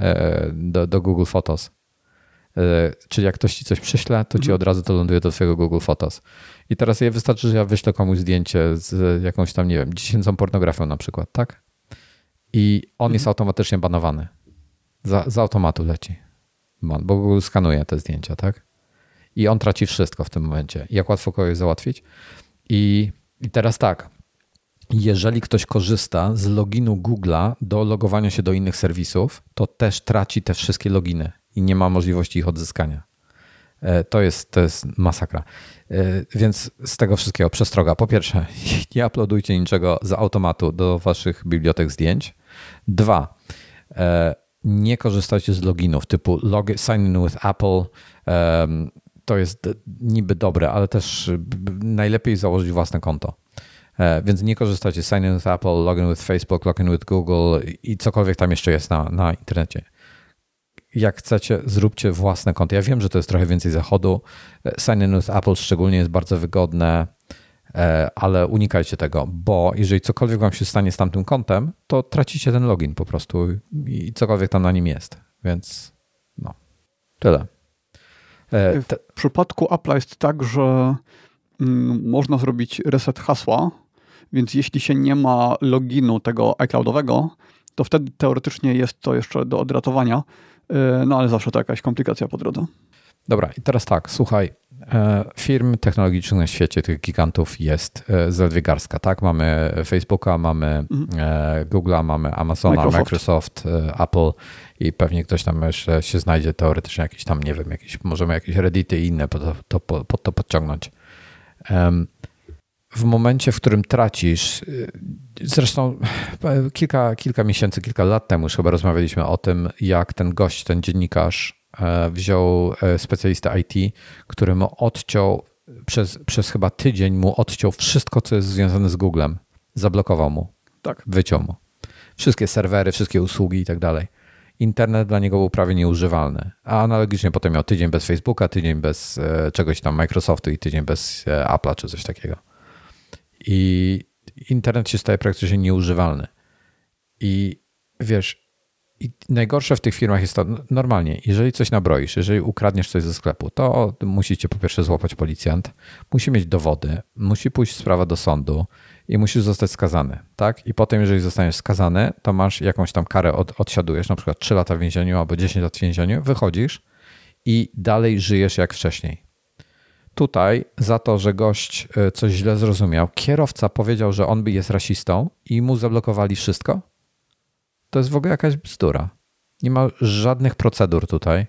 do Google Photos. Czyli jak ktoś ci coś przyśle, to ci od razu to ląduje do twojego Google Photos. I teraz wystarczy, że ja wyślę komuś zdjęcie z jakąś tam, nie wiem, dziecięcą pornografią na przykład, tak? I on jest automatycznie banowany. Z automatu leci. Bo Google skanuje te zdjęcia, tak? I on traci wszystko w tym momencie. Jak łatwo kogoś załatwić? I teraz tak. Jeżeli ktoś korzysta z loginu Google'a do logowania się do innych serwisów, to też traci te wszystkie loginy i nie ma możliwości ich odzyskania. To jest masakra. Więc z tego wszystkiego przestroga. Po pierwsze, nie uploadujcie niczego z automatu do waszych bibliotek zdjęć. 2. Nie korzystajcie z loginów typu sign in with Apple. To jest niby dobre, ale też najlepiej założyć własne konto. Więc nie korzystajcie sign in with Apple, login with Facebook, login with Google i cokolwiek tam jeszcze jest na internecie. Jak chcecie, zróbcie własne konto. Ja wiem, że to jest trochę więcej zachodu. Sign in with Apple szczególnie jest bardzo wygodne, ale unikajcie tego, bo jeżeli cokolwiek wam się stanie z tamtym kontem, to tracicie ten login po prostu i cokolwiek tam na nim jest. Więc tyle. W przypadku Apple'a jest tak, że można zrobić reset hasła, więc jeśli się nie ma loginu tego iCloudowego, to wtedy teoretycznie jest to jeszcze do odratowania, ale zawsze to jakaś komplikacja po drodze. Dobra, i teraz tak, słuchaj, firm technologicznych na świecie, tych gigantów jest zaledwie garstka, tak? Mamy Facebooka, mamy Google'a, mamy Amazona, Microsoft, Apple i pewnie ktoś tam jeszcze się znajdzie teoretycznie jakiś tam, nie wiem, możemy jakieś Reddity i inne pod to podciągnąć. W momencie, w którym tracisz, zresztą kilka miesięcy, kilka lat temu już chyba rozmawialiśmy o tym, jak ten gość, ten dziennikarz wziął specjalistę IT, który mu odciął, przez chyba tydzień mu odciął wszystko, co jest związane z Googlem. Zablokował mu. Tak. Wyciął mu. Wszystkie serwery, wszystkie usługi i tak dalej. Internet dla niego był prawie nieużywalny. A analogicznie potem miał tydzień bez Facebooka, tydzień bez czegoś tam Microsoftu i tydzień bez Apple'a czy coś takiego. I internet się staje praktycznie nieużywalny. I wiesz, i najgorsze w tych firmach jest to normalnie, jeżeli coś nabroisz, jeżeli ukradniesz coś ze sklepu, to musicie po pierwsze złapać policjant, musi mieć dowody, musi pójść sprawa do sądu i musisz zostać skazany, tak? I potem, jeżeli zostaniesz skazany, to masz jakąś tam karę, odsiadujesz, na przykład 3 lata w więzieniu albo 10 lat w więzieniu, wychodzisz i dalej żyjesz jak wcześniej. Tutaj za to, że gość coś źle zrozumiał, kierowca powiedział, że on jest rasistą i mu zablokowali wszystko, to jest w ogóle jakaś bzdura. Nie ma żadnych procedur tutaj,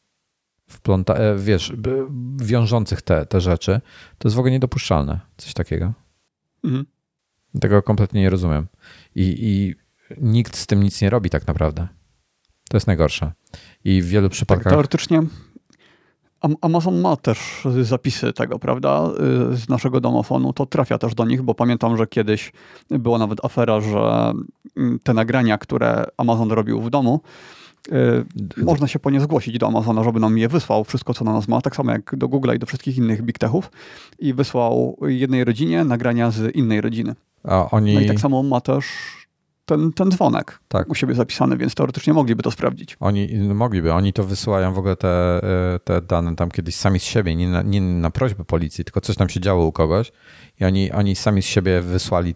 wiążących te rzeczy. To jest w ogóle niedopuszczalne, coś takiego. Mhm. Tego kompletnie nie rozumiem. I nikt z tym nic nie robi tak naprawdę. To jest najgorsze. I w wielu przypadkach... Tak, teoretycznie Amazon ma też zapisy tego, prawda, z naszego domofonu. To trafia też do nich, bo pamiętam, że kiedyś była nawet afera, że te nagrania, które Amazon robił w domu, można się po nie zgłosić do Amazona, żeby nam je wysłał, wszystko co na nas ma, tak samo jak do Google'a i do wszystkich innych big techów, i wysłał jednej rodzinie nagrania z innej rodziny. No i tak samo ma też ten dzwonek u siebie zapisany, więc teoretycznie mogliby to sprawdzić. Oni to wysyłają w ogóle te dane tam kiedyś sami z siebie, nie na prośbę policji, tylko coś tam się działo u kogoś i oni sami z siebie wysłali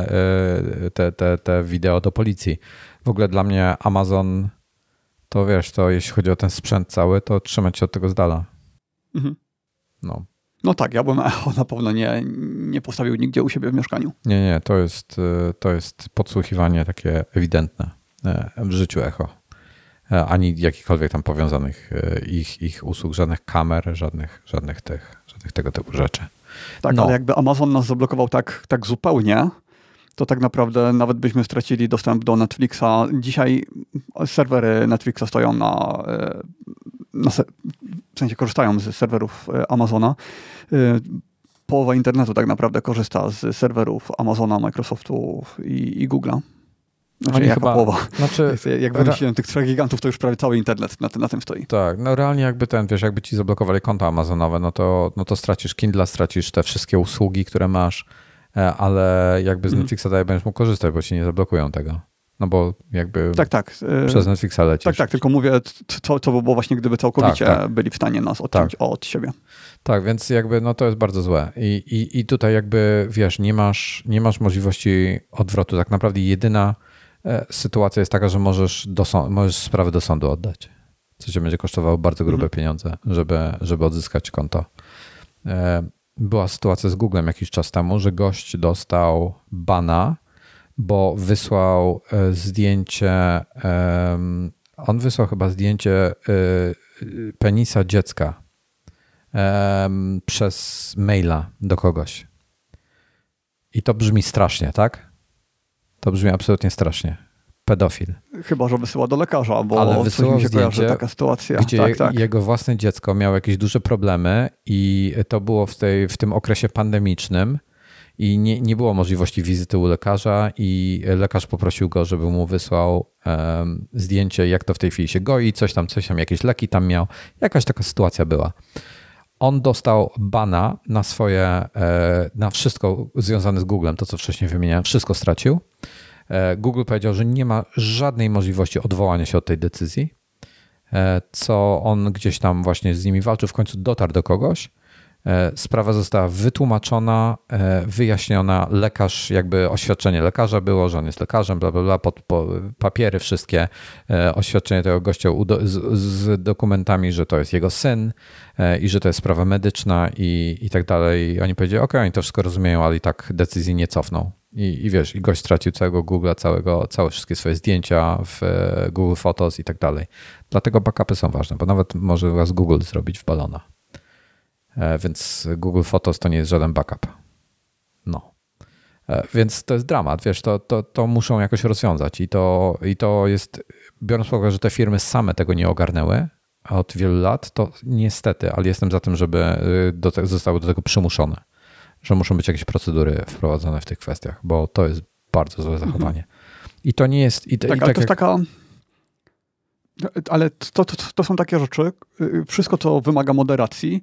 te wideo do policji. W ogóle dla mnie Amazon, to wiesz, to jeśli chodzi o ten sprzęt cały, to trzymać się od tego z dala. Mhm. No tak, ja bym Echo na pewno nie postawił nigdzie u siebie w mieszkaniu. Nie, to jest podsłuchiwanie takie ewidentne w życiu Echo. Ani jakichkolwiek tam powiązanych ich usług, żadnych kamer, żadnych tego typu rzeczy. Tak, ale jakby Amazon nas zablokował tak zupełnie, to tak naprawdę nawet byśmy stracili dostęp do Netflixa. Dzisiaj serwery Netflixa stoją w sensie korzystają z serwerów Amazona. Połowa internetu tak naprawdę korzysta z serwerów Amazona, Microsoftu i Google'a. Znaczy jaka połowa? Jak wymyśliłem tych 3 gigantów, to już prawie cały internet na tym stoi. Tak, no realnie jakby ci zablokowali konta amazonowe, no to stracisz Kindle, stracisz te wszystkie usługi, które masz, ale jakby z Netflixa dalej będziesz mógł korzystać, bo ci nie zablokują tego. No bo jakby przez Netflixa lecisz. Tak, tylko mówię, co by było właśnie, gdyby całkowicie byli w stanie nas odciąć od siebie. Tak, więc jakby to jest bardzo złe. I tutaj jakby, wiesz, nie masz możliwości odwrotu. Tak naprawdę jedyna sytuacja jest taka, że możesz sprawę do sądu oddać, co cię będzie kosztowało bardzo grube pieniądze, żeby odzyskać konto. Była sytuacja z Googlem jakiś czas temu, że gość dostał bana, bo wysłał zdjęcie, on wysłał chyba zdjęcie penisa dziecka przez maila do kogoś. I to brzmi strasznie, tak? To brzmi absolutnie strasznie. Pedofil. Chyba, że wysyła do lekarza, bo wysyłał się zdjęcie, kojarzy taka sytuacja. Gdzie jego własne dziecko miało jakieś duże problemy i to było w tym okresie pandemicznym i nie było możliwości wizyty u lekarza i lekarz poprosił go, żeby mu wysłał zdjęcie, jak to w tej chwili się goi, coś tam, jakieś leki tam miał. Jakaś taka sytuacja była. On dostał bana na wszystko związane z Googlem, to co wcześniej wymieniałem, wszystko stracił. Google powiedział, że nie ma żadnej możliwości odwołania się od tej decyzji, co on gdzieś tam właśnie z nimi walczył, w końcu dotarł do kogoś. Sprawa została wytłumaczona, wyjaśniona, lekarz, jakby oświadczenie lekarza było, że on jest lekarzem, bla, bla, bla, papiery wszystkie, oświadczenie tego gościa z dokumentami, że to jest jego syn i że to jest sprawa medyczna i tak dalej. I oni powiedzieli, okej, oni to wszystko rozumieją, ale i tak decyzji nie cofną. I wiesz, i gość stracił całego Google'a, całe wszystkie swoje zdjęcia w Google Photos i tak dalej. Dlatego backupy są ważne, bo nawet może was Google zrobić w balona. Więc Google Photos to nie jest żaden backup. No. Więc to jest dramat, wiesz, to muszą jakoś rozwiązać i to jest, biorąc pod uwagę, że te firmy same tego nie ogarnęły od wielu lat, to niestety, ale jestem za tym, żeby zostały do tego przymuszone, że muszą być jakieś procedury wprowadzone w tych kwestiach, bo to jest bardzo złe zachowanie. I to nie jest... ale to jest taka... Ale to są takie rzeczy, wszystko co wymaga moderacji,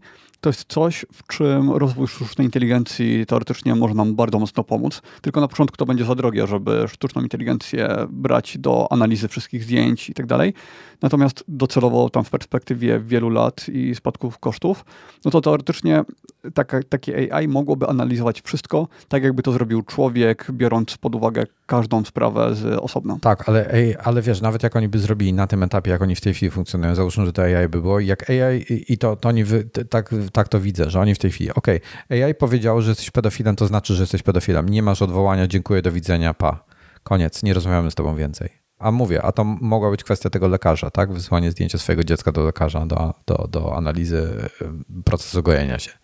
to jest coś, w czym rozwój sztucznej inteligencji teoretycznie może nam bardzo mocno pomóc. Tylko na początku to będzie za drogie, żeby sztuczną inteligencję brać do analizy wszystkich zdjęć i tak dalej. Natomiast docelowo tam w perspektywie wielu lat i spadków kosztów, no to teoretycznie takie AI mogłoby analizować wszystko, tak jakby to zrobił człowiek, biorąc pod uwagę każdą sprawę z osobna. Tak, ale wiesz, nawet jak oni by zrobili na tym etapie, jak oni w tej chwili funkcjonują, załóżmy, że to AI by było, jak AI i to oni tak to widzę, że oni w tej chwili, AI powiedział, że jesteś pedofilem, to znaczy, że jesteś pedofilem. Nie masz odwołania, dziękuję, do widzenia, pa. Koniec, nie rozmawiamy z tobą więcej. A to mogła być kwestia tego lekarza, tak? Wysłanie zdjęcia swojego dziecka do lekarza, do analizy procesu gojenia się.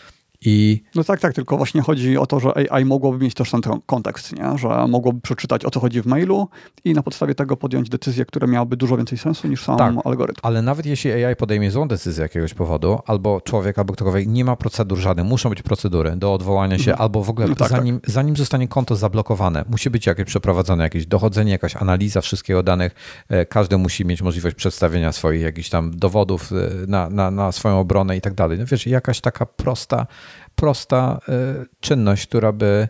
No tak, tylko właśnie chodzi o to, że AI mogłoby mieć też ten kontekst, nie? Że mogłoby przeczytać, o co chodzi w mailu i na podstawie tego podjąć decyzje, które miałyby dużo więcej sensu niż sam algorytm. Ale nawet jeśli AI podejmie złą decyzję z jakiegoś powodu, albo człowiek, albo ktokolwiek, nie ma procedur żadnych, muszą być procedury do odwołania się, albo w ogóle zanim zostanie konto zablokowane, musi być przeprowadzone jakieś dochodzenie, jakaś analiza wszystkiego danych, każdy musi mieć możliwość przedstawienia swoich jakichś tam dowodów na swoją obronę i tak dalej. No wiesz, jakaś taka prosta czynność, która by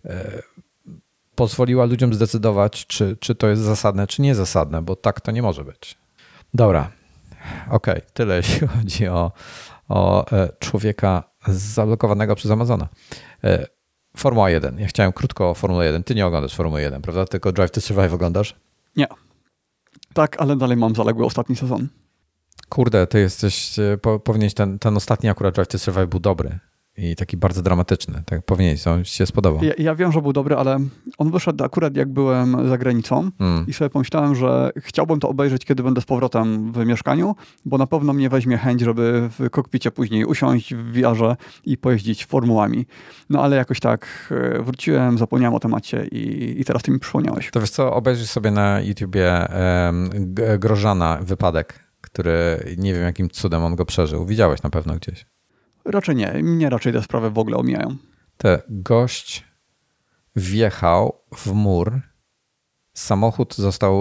pozwoliła ludziom zdecydować, czy to jest zasadne, czy niezasadne, bo tak to nie może być. Dobra, tyle jeśli chodzi o człowieka zablokowanego przez Amazona. Formuła 1. Ja chciałem krótko o Formule 1. Ty nie oglądasz Formuły 1, prawda? Tylko Drive to Survive oglądasz? Nie. Tak, ale dalej mam zaległy ostatni sezon. Kurde, ty jesteś, powinieneś ten ostatni akurat Drive to Survive był dobry. I taki bardzo dramatyczny. Tak powinieneś, on ci się spodobał. Ja wiem, że był dobry, ale on wyszedł akurat jak byłem za granicą i sobie pomyślałem, że chciałbym to obejrzeć, kiedy będę z powrotem w mieszkaniu, bo na pewno mnie weźmie chęć, żeby w kokpicie później usiąść w VR-ze i pojeździć formułami. No ale jakoś tak wróciłem, zapomniałem o temacie i teraz ty mi przypomniałeś. To wiesz co, obejrzyj sobie na YouTubie Grożana wypadek, który nie wiem jakim cudem on go przeżył. Widziałeś na pewno gdzieś. Raczej nie. Mnie raczej te sprawy w ogóle omijają. Gość wjechał w mur, samochód został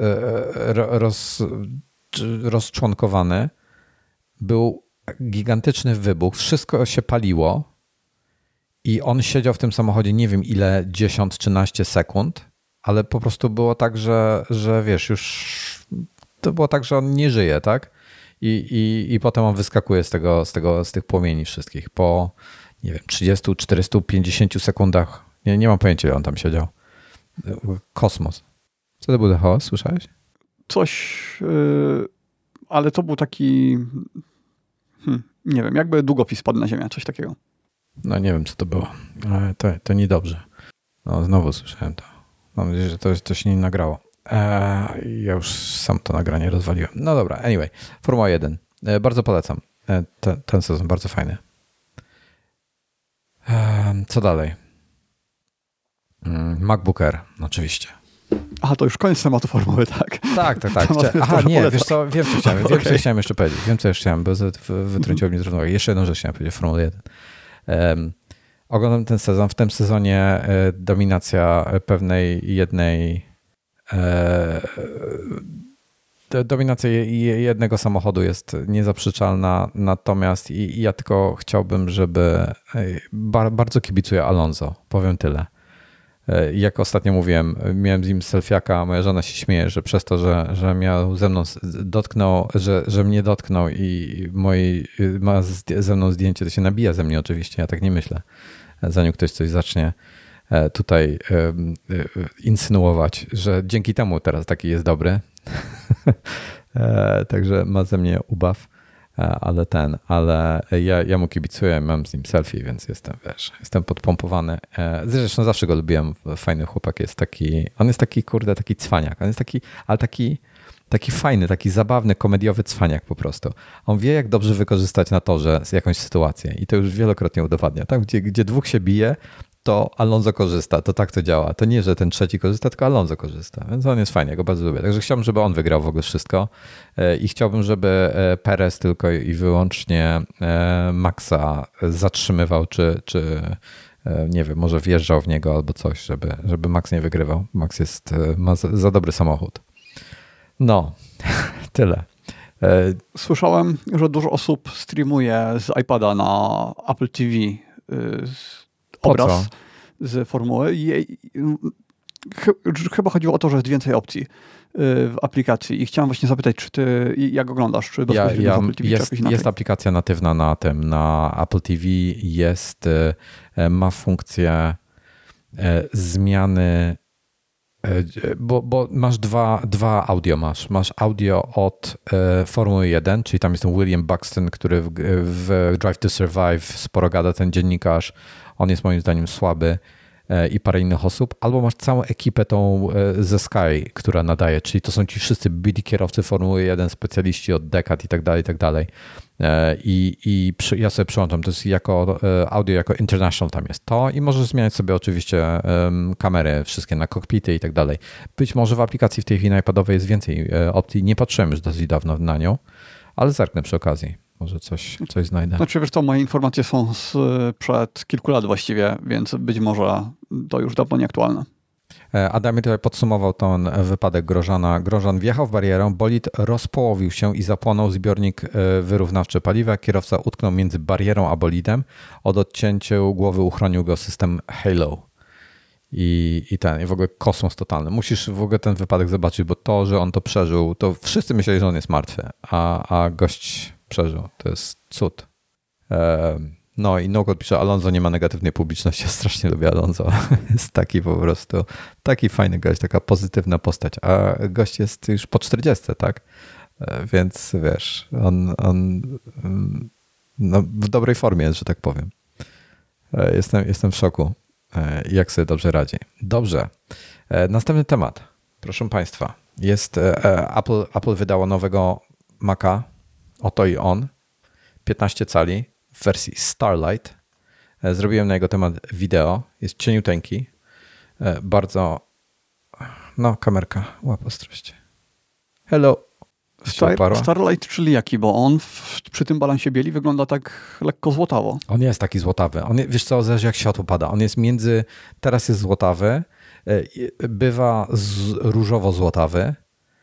rozczłonkowany, był gigantyczny wybuch, wszystko się paliło i on siedział w tym samochodzie nie wiem ile, 10 czy 15 sekund, ale po prostu było tak, że wiesz, już to było tak, że on nie żyje, tak? I potem on wyskakuje z tych płomieni wszystkich po, nie wiem, 30, 40, 50 sekundach. Nie mam pojęcia, ile on tam siedział. Kosmos. Co to był za chaos? Słyszałeś? Coś, ale to był taki, nie wiem, jakby długopis spadł na ziemię, coś takiego. No nie wiem, co to było, ale to niedobrze. No znowu słyszałem to. Mam nadzieję, że to się nie nagrało. Ja już sam to nagranie rozwaliłem. No dobra, anyway. Formuła 1. Bardzo polecam. Ten sezon bardzo fajny. Co dalej? MacBook Air, oczywiście. Aha, to już koniec tematu formuły, tak? Tak. Wiesz co, wiem co chciałem jeszcze powiedzieć. Wiem, co jeszcze chciałem, bo wytrąciło mnie z równowagi. Jeszcze jedną rzecz chciałem powiedzieć o Formule 1. Oglądam ten sezon. W tym sezonie dominacja pewnej jednej dominacja jednego samochodu jest niezaprzeczalna, natomiast ja tylko chciałbym, żeby bardzo kibicuję Alonso, powiem tyle. Jak ostatnio mówiłem, miałem z nim selfiaka, moja żona się śmieje, że przez to, że miał ze mną że mnie dotknął i ma ze mną zdjęcie, to się nabija ze mnie oczywiście, ja tak nie myślę. Zanim ktoś coś zacznie tutaj insynuować, że dzięki temu teraz taki jest dobry. Także ma ze mnie ubaw, ale ja mu kibicuję, mam z nim selfie, więc jestem podpompowany. Zresztą zawsze go lubiłem, fajny chłopak jest taki, on jest taki taki cwaniak, on jest taki fajny, taki zabawny, komediowy cwaniak po prostu. On wie, jak dobrze wykorzystać na torze jakąś sytuację i to już wielokrotnie udowadnia. Tam, gdzie dwóch się bije, to Alonso korzysta, to tak to działa. To nie, że ten trzeci korzysta, tylko Alonso korzysta. Więc on jest fajny, ja go bardzo lubię. Także chciałbym, żeby on wygrał w ogóle wszystko i chciałbym, żeby Perez tylko i wyłącznie Maxa zatrzymywał, czy nie wiem, może wjeżdżał w niego albo coś, żeby Max nie wygrywał. Max ma za dobry samochód. No, tyle. Słyszałem, że dużo osób streamuje z iPada na Apple TV obraz z formuły. Chyba chodziło o to, że jest więcej opcji w aplikacji i chciałem właśnie zapytać, czy ty jak oglądasz, czy bezpośrednio w Apple TV, czy jakoś inaczej? Jest aplikacja natywna na Apple TV, ma funkcję zmiany, bo masz dwa audio masz audio od Formuły 1, czyli tam jest ten William Buxton, który w Drive to Survive sporo gada, ten dziennikarz, on jest moim zdaniem słaby, i parę innych osób, albo masz całą ekipę tą ze Sky, która nadaje, czyli to są ci wszyscy byli kierowcy Formuły 1, specjaliści od dekad i tak dalej, i tak dalej. Ja sobie przyłączam, to jest jako audio, jako international tam jest to i możesz zmieniać sobie oczywiście kamery wszystkie na kokpity i tak dalej. Być może w aplikacji w tej chwili iPadowej jest więcej opcji, nie patrzyłem już dosyć dawno na nią, ale zerknę przy okazji. Może coś znajdę. Znaczy wiesz co, moje informacje są sprzed kilku lat właściwie, więc być może to już dawno nieaktualne. Adamie tutaj podsumował ten wypadek Grożana. Grożan wjechał w barierę, bolid rozpołowił się i zapłonął zbiornik wyrównawczy paliwa. Kierowca utknął między barierą a bolidem. Od odcięciu głowy uchronił go system Halo. I w ogóle kosmos totalny. Musisz w ogóle ten wypadek zobaczyć, bo to, że on to przeżył, to wszyscy myśleli, że on jest martwy, a gość przeżył. To jest cud. No i Nogod pisze, Alonso nie ma negatywnej publiczności. Ja strasznie lubię Alonso. Jest taki po prostu, taki fajny gość, taka pozytywna postać. A gość jest już po 40, tak? Więc wiesz, on no, w dobrej formie jest, że tak powiem. Jestem w szoku, jak sobie dobrze radzi. Dobrze. Następny temat. Proszę Państwa. Jest Apple wydało nowego Maca. Oto i on. 15 cali w wersji Starlight. Zrobiłem na jego temat wideo. Jest cieniuteńki. Bardzo... No, kamerka. Łap ostrość. Hello. Starlight, czyli jaki? Bo on przy tym balansie bieli wygląda tak lekko złotawo. On jest taki złotawy. Wiesz co, zależy jak światło pada. On jest teraz jest złotawy, bywa różowo-złotawy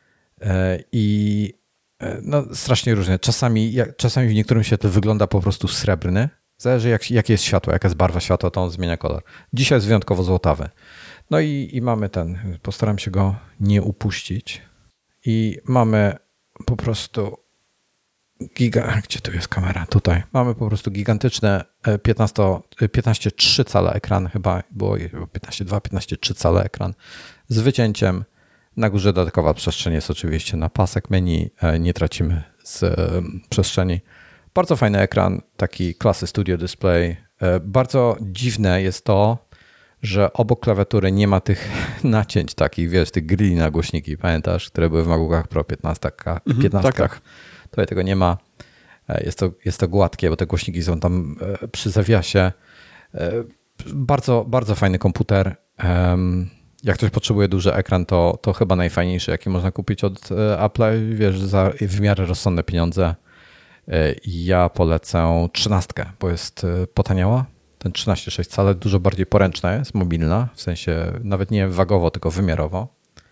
i no, strasznie różnie. Czasami w niektórym świetle wygląda po prostu srebrny. Zależy jakie jest światło, jaka jest barwa światła, to on zmienia kolor. Dzisiaj jest wyjątkowo złotawy. No i mamy postaram się go nie upuścić. I mamy po prostu gdzie tu jest kamera? Tutaj. Mamy po prostu gigantyczne 15,3 cala ekran, chyba było 15,2, 15,3 cala ekran z wycięciem. Na górze dodatkowa przestrzeń jest oczywiście na pasek menu, nie tracimy z przestrzeni. Bardzo fajny ekran, taki klasy Studio Display. Bardzo dziwne jest to, że obok klawiatury nie ma tych nacięć takich, wiesz, tych grilli na głośniki, pamiętasz, które były w MacBookach Pro 15. Tak. Tutaj tego nie ma. Jest to gładkie, bo te głośniki są tam przy zawiasie. Bardzo, bardzo fajny komputer. Jak ktoś potrzebuje duży ekran, to chyba najfajniejszy, jaki można kupić od Apple'a, wiesz, za w miarę rozsądne pieniądze. Ja polecę 13, bo jest potaniała. Ten 13,6 cala dużo bardziej poręczna jest, mobilna, w sensie nawet nie wagowo, tylko wymiarowo.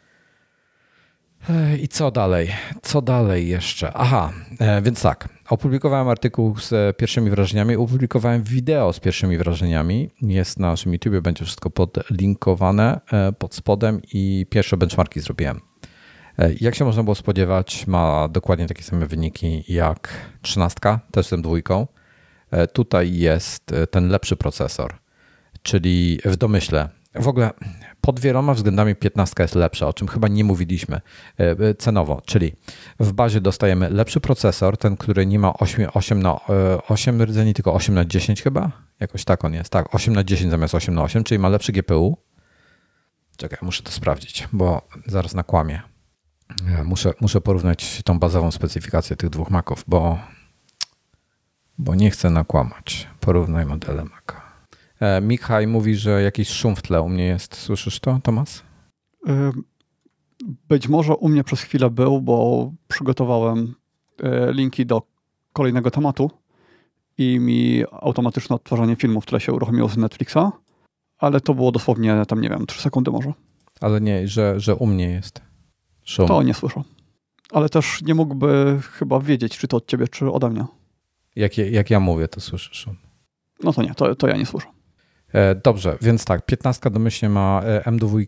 I co dalej? Co dalej jeszcze? Aha, więc tak, opublikowałem artykuł z pierwszymi wrażeniami, opublikowałem wideo z pierwszymi wrażeniami. Jest na naszym YouTubie, będzie wszystko podlinkowane pod spodem i pierwsze benchmarki zrobiłem. Jak się można było spodziewać, ma dokładnie takie same wyniki jak 13, też z M2. Tutaj jest ten lepszy procesor, czyli w domyśle. W ogóle pod wieloma względami 15 jest lepsza, o czym chyba nie mówiliśmy cenowo, czyli w bazie dostajemy lepszy procesor, ten, który nie ma 8 rdzeni, tylko 8/10 chyba, jakoś tak on jest, tak, 8/10 zamiast 8/8, czyli ma lepszy GPU. Czekaj, muszę to sprawdzić, bo zaraz nakłamię. Muszę porównać tą bazową specyfikację tych dwóch Maców, bo nie chcę nakłamać. Porównaj modele Maca. Michał mówi, że jakiś szum w tle u mnie jest. Słyszysz to, Tomasz? Być może u mnie przez chwilę był, bo przygotowałem linki do kolejnego tematu i mi automatyczne odtwarzanie filmów, które się uruchomiło z Netflixa, ale to było dosłownie tam, nie wiem, 3 sekundy może. Ale nie, że u mnie jest szum. To nie słyszę. Ale też nie mógłby chyba wiedzieć, czy to od ciebie, czy ode mnie. Jak ja mówię, to słyszysz. No to nie, to ja nie słyszę. Dobrze, więc tak, 15 domyślnie ma M2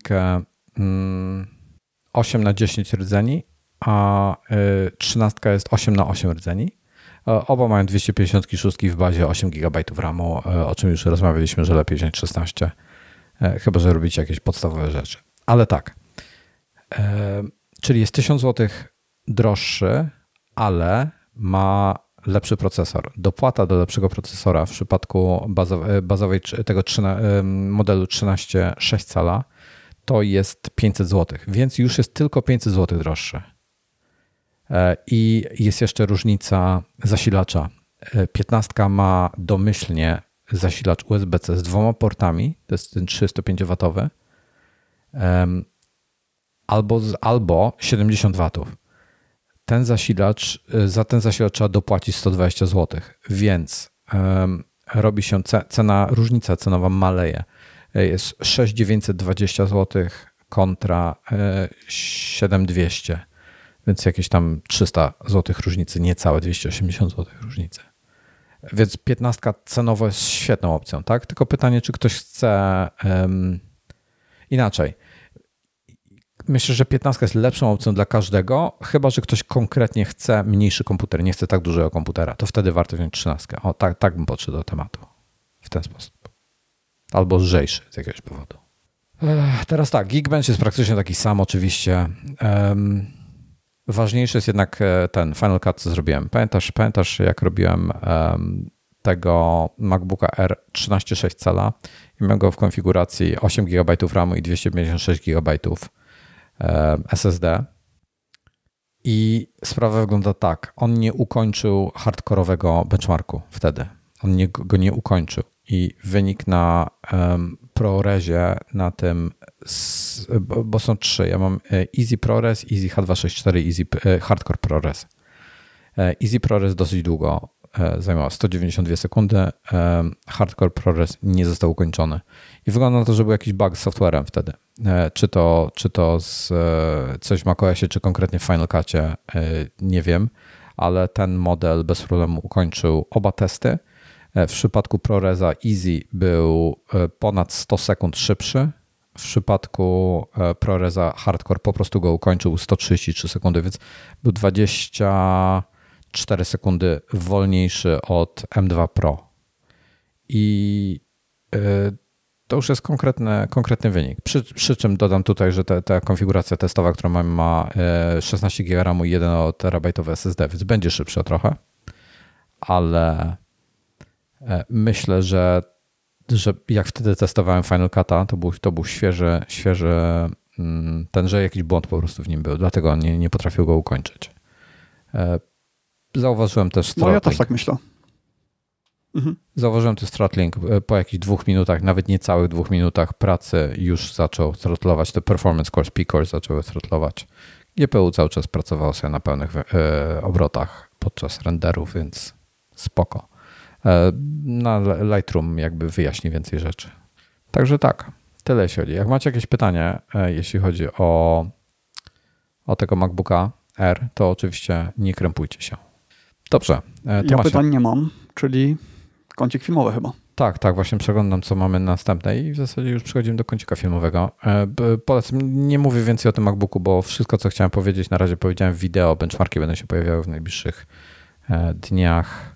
8x10 rdzeni, a 13 jest 8x8 rdzeni. Oba mają 256 w bazie, 8 GB RAMu, o czym już rozmawialiśmy, że lepiej wziąć 16, chyba że robicie jakieś podstawowe rzeczy. Ale tak, czyli jest 1000 zł droższy, ale ma lepszy procesor. Dopłata do lepszego procesora w przypadku bazowej tego modelu 13,6 cala to jest 500 zł, więc już jest tylko 500 zł droższy. I jest jeszcze różnica zasilacza. 15 ma domyślnie zasilacz USB-C z 2 portami, to jest ten 305W, albo 70 W. Za ten zasilacz trzeba dopłacić 120 zł, więc robi się różnica cenowa maleje. Jest 6,920 zł kontra 7,200, więc jakieś tam 300 zł różnicy, niecałe 280 zł różnicy. Więc 15 cenowo jest świetną opcją, tak? Tylko pytanie, czy ktoś chce inaczej. Myślę, że 15 jest lepszą opcją dla każdego, chyba że ktoś konkretnie chce mniejszy komputer, nie chce tak dużego komputera, to wtedy warto wziąć 13. O, tak bym podszedł do tematu. W ten sposób. Albo lżejszy z jakiegoś powodu. Teraz tak, Geekbench jest praktycznie taki sam oczywiście. Ważniejszy jest jednak ten Final Cut, co zrobiłem. Pamiętasz jak robiłem tego MacBooka R 13,6 cala i miałem go w konfiguracji 8 GB RAMu i 256 GB SSD. I sprawa wygląda tak. On nie ukończył hardkorowego benchmarku wtedy. On go nie ukończył. I wynik na ProResie na tym, bo są 3. Ja mam Easy ProRes, Easy H264 i Easy Hardcore ProRes. Easy ProRes dosyć długo zajmował, 192 sekundy. Hardcore ProRes nie został ukończony. I wygląda na to, że był jakiś bug z softwarem wtedy. Czy to z coś w macOSie, czy konkretnie w Final Cutie, nie wiem, ale ten model bez problemu ukończył oba testy. W przypadku ProResa Easy był ponad 100 sekund szybszy. W przypadku ProResa Hardcore po prostu go ukończył 133 sekundy, więc był 24 sekundy wolniejszy od M2 Pro. I to już jest konkretny wynik. Przy czym dodam tutaj, że ta konfiguracja testowa, którą mamy, ma 16 GB RAMu i 1 terabajtowy SSD, więc będzie szybsza trochę, ale myślę, że jak wtedy testowałem Final Cut'a, to był świeży że jakiś błąd po prostu w nim był, dlatego nie potrafił go ukończyć. Zauważyłem też throttling. No ja też tak myślę. Zauważyłem też throttling po jakichś 2 minutach, nawet niecałych 2 minutach pracy już zaczął throttlować, te performance cores, P-cores zaczęły throttlować. GPU cały czas pracował sobie na pełnych obrotach podczas renderów, więc spoko. Na Lightroom jakby wyjaśni więcej rzeczy. Także tak, tyle jeśli chodzi. Jak macie jakieś pytanie, jeśli chodzi o tego MacBooka R, to oczywiście nie krępujcie się. Dobrze. Ja pytań nie mam, czyli kącik filmowy chyba. Tak, właśnie przeglądam, co mamy następne i w zasadzie już przechodzimy do kącika filmowego. Polecam, nie mówię więcej o tym MacBooku, bo wszystko, co chciałem powiedzieć, na razie powiedziałem w wideo. Benchmarki będą się pojawiały w najbliższych dniach.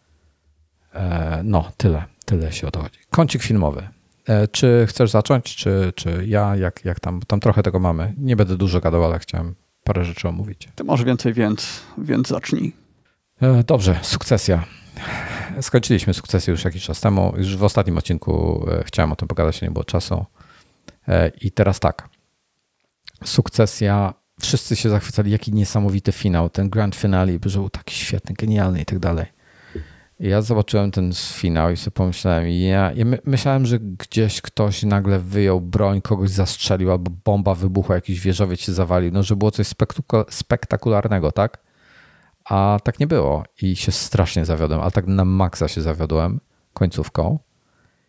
No, tyle się o to chodzi. Kącik filmowy. Czy chcesz zacząć, czy ja, jak tam trochę tego mamy. Nie będę dużo gadał, ale chciałem parę rzeczy omówić. Ty masz więcej, więc zacznij. Dobrze, Sukcesja. Skończyliśmy Sukcesję już jakiś czas temu. Już w ostatnim odcinku chciałem o tym pogadać, nie było czasu. I teraz tak. Sukcesja. Wszyscy się zachwycali, jaki niesamowity finał. Ten grand finale, że był taki świetny, genialny i tak dalej. Ja zobaczyłem ten finał i sobie pomyślałem, myślałem, że gdzieś ktoś nagle wyjął broń, kogoś zastrzelił albo bomba wybuchła, jakiś wieżowiec się zawalił, no że było coś spektakularnego, tak? A tak nie było i się strasznie zawiodłem, ale tak na maksa się zawiodłem końcówką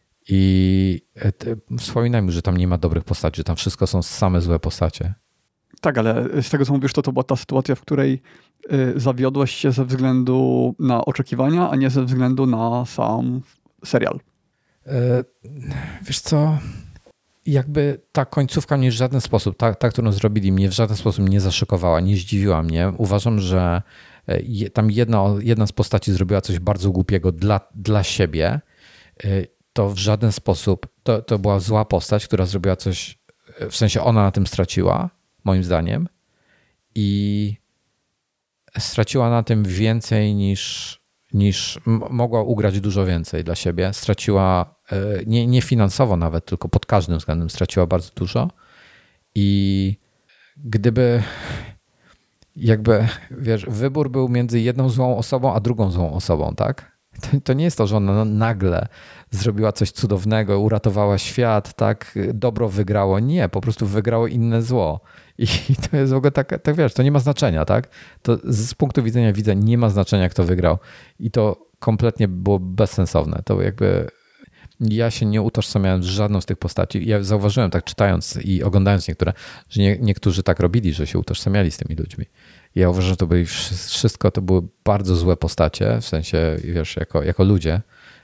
i wspominaj mi, że tam nie ma dobrych postaci, że tam wszystko są same złe postacie. Tak, ale z tego co mówisz, to była ta sytuacja, w której zawiodłeś się ze względu na oczekiwania, a nie ze względu na sam serial. Wiesz co, jakby ta końcówka mnie w żaden sposób, ta, którą zrobili, mnie w żaden sposób nie zaszokowała, nie zdziwiła mnie. Uważam, że tam jedna z postaci zrobiła coś bardzo głupiego dla siebie. To w żaden sposób, to była zła postać, która zrobiła coś, w sensie ona na tym straciła, moim zdaniem. I straciła na tym więcej niż mogła ugrać dużo więcej dla siebie. Straciła nie finansowo nawet, tylko pod każdym względem straciła bardzo dużo. I gdyby jakby, wiesz, wybór był między jedną złą osobą, a drugą złą osobą, tak? To nie jest to, że ona nagle zrobiła coś cudownego, uratowała świat, tak? Dobro wygrało. Nie, po prostu wygrało inne zło. I to jest w ogóle tak wiesz, to nie ma znaczenia, tak? To z punktu widzenia widza nie ma znaczenia, kto wygrał. I to kompletnie było bezsensowne. To jakby ja się nie utożsamiałem z żadną z tych postaci. Ja zauważyłem tak czytając i oglądając niektóre, że niektórzy tak robili, że się utożsamiali z tymi ludźmi. Ja uważam, że to były bardzo złe postacie, w sensie, wiesz, jako ludzie,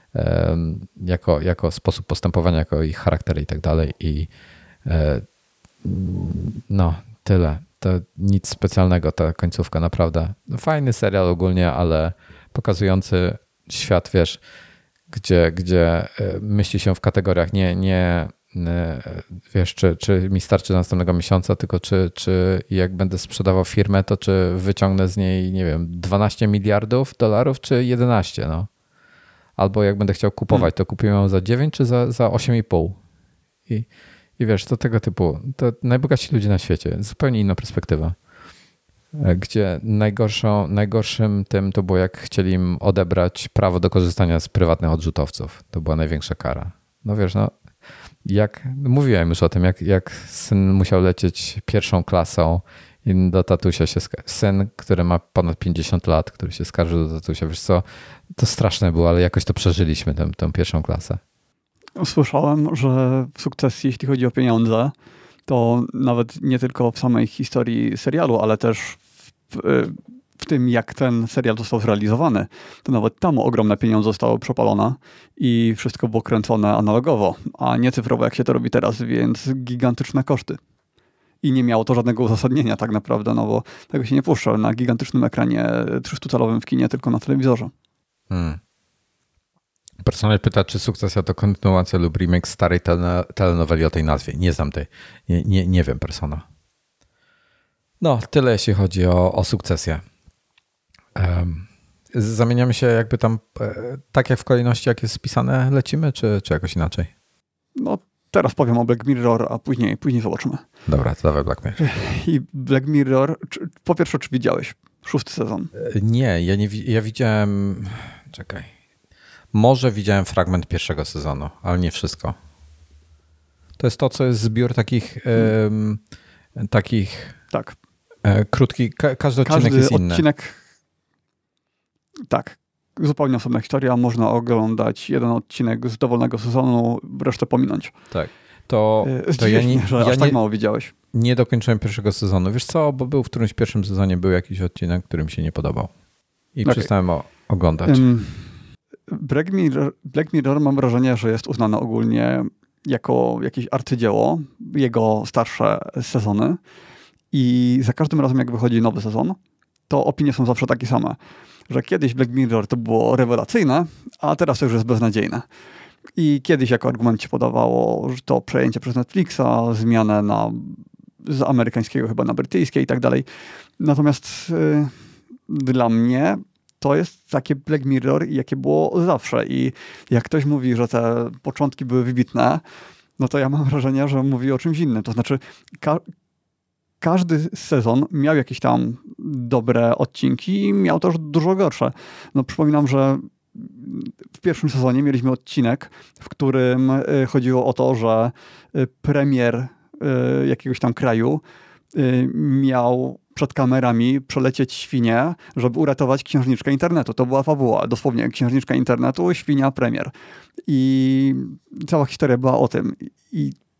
jako sposób postępowania, jako ich charaktery i tak dalej. I no, tyle. To nic specjalnego, ta końcówka, naprawdę. Fajny serial ogólnie, ale pokazujący świat, wiesz, gdzie myśli się w kategoriach nie wiesz, czy mi starczy następnego miesiąca, tylko czy jak będę sprzedawał firmę, to czy wyciągnę z niej, nie wiem, 12 miliardów dolarów, czy 11, no. Albo jak będę chciał kupować, to kupię ją za 9, czy za 8,5. I wiesz, to tego typu, to najbogatsi ludzie na świecie, zupełnie inna perspektywa. Gdzie najgorszym tym to było, jak chcieli im odebrać prawo do korzystania z prywatnych odrzutowców. To była największa kara. No wiesz, no mówiłem już o tym, jak syn musiał lecieć pierwszą klasą i do tatusia syn, który ma ponad 50 lat, który się skarżył do tatusia. Wiesz co, to straszne było, ale jakoś to przeżyliśmy, tę pierwszą klasę. Słyszałem, że w Sukcesji, jeśli chodzi o pieniądze, to nawet nie tylko w samej historii serialu, ale też w tym, jak ten serial został zrealizowany, to nawet tam ogromne pieniądze zostały przepalone i wszystko było kręcone analogowo, a nie cyfrowo, jak się to robi teraz, więc gigantyczne koszty. I nie miało to żadnego uzasadnienia tak naprawdę, no bo tego się nie puszcza na gigantycznym ekranie 300-calowym w kinie, tylko na telewizorze. Personel pyta, czy Sukcesja to kontynuacja lub remake starej telenoweli o tej nazwie. Nie znam tej. Nie wiem, Persona. No, tyle jeśli chodzi o Sukcesję. Zamieniamy się jakby tam, tak jak w kolejności, jak jest spisane, lecimy, czy jakoś inaczej? No, teraz powiem o Black Mirror, a później zobaczymy. Dobra, to dawaj Black Mirror. I Black Mirror, po pierwsze, czy widziałeś 6. sezon? Nie, ja widziałem, czekaj. Może widziałem fragment pierwszego sezonu, ale nie wszystko. To jest to, co jest zbiór takich tak. Krótki, każdy odcinek jest inny. Tak, zupełnie osobna historia. Można oglądać jeden odcinek z dowolnego sezonu, resztę pominąć. Tak. To ja tak mało widziałeś. Nie dokończyłem pierwszego sezonu. Wiesz co, bo był w którymś pierwszym sezonie był jakiś odcinek, który mi się nie podobał. I przestałem oglądać. Black Mirror mam wrażenie, że jest uznane ogólnie jako jakieś arcydzieło, jego starsze sezony i za każdym razem jak wychodzi nowy sezon, to opinie są zawsze takie same, że kiedyś Black Mirror to było rewelacyjne, a teraz to już jest beznadziejne. I kiedyś jako argument się podawało, że to przejęcie przez Netflixa, zmianę z amerykańskiego chyba na brytyjskie i tak dalej. Natomiast dla mnie to jest takie Black Mirror, jakie było zawsze. I jak ktoś mówi, że te początki były wybitne, no to ja mam wrażenie, że mówi o czymś innym. To znaczy każdy sezon miał jakieś tam dobre odcinki i miał też dużo gorsze. No przypominam, że w pierwszym sezonie mieliśmy odcinek, w którym chodziło o to, że premier jakiegoś tam kraju miał przed kamerami przelecieć świnię, żeby uratować księżniczkę internetu. To była fabuła, dosłownie księżniczka internetu, świnia, premier. I cała historia była o tym. I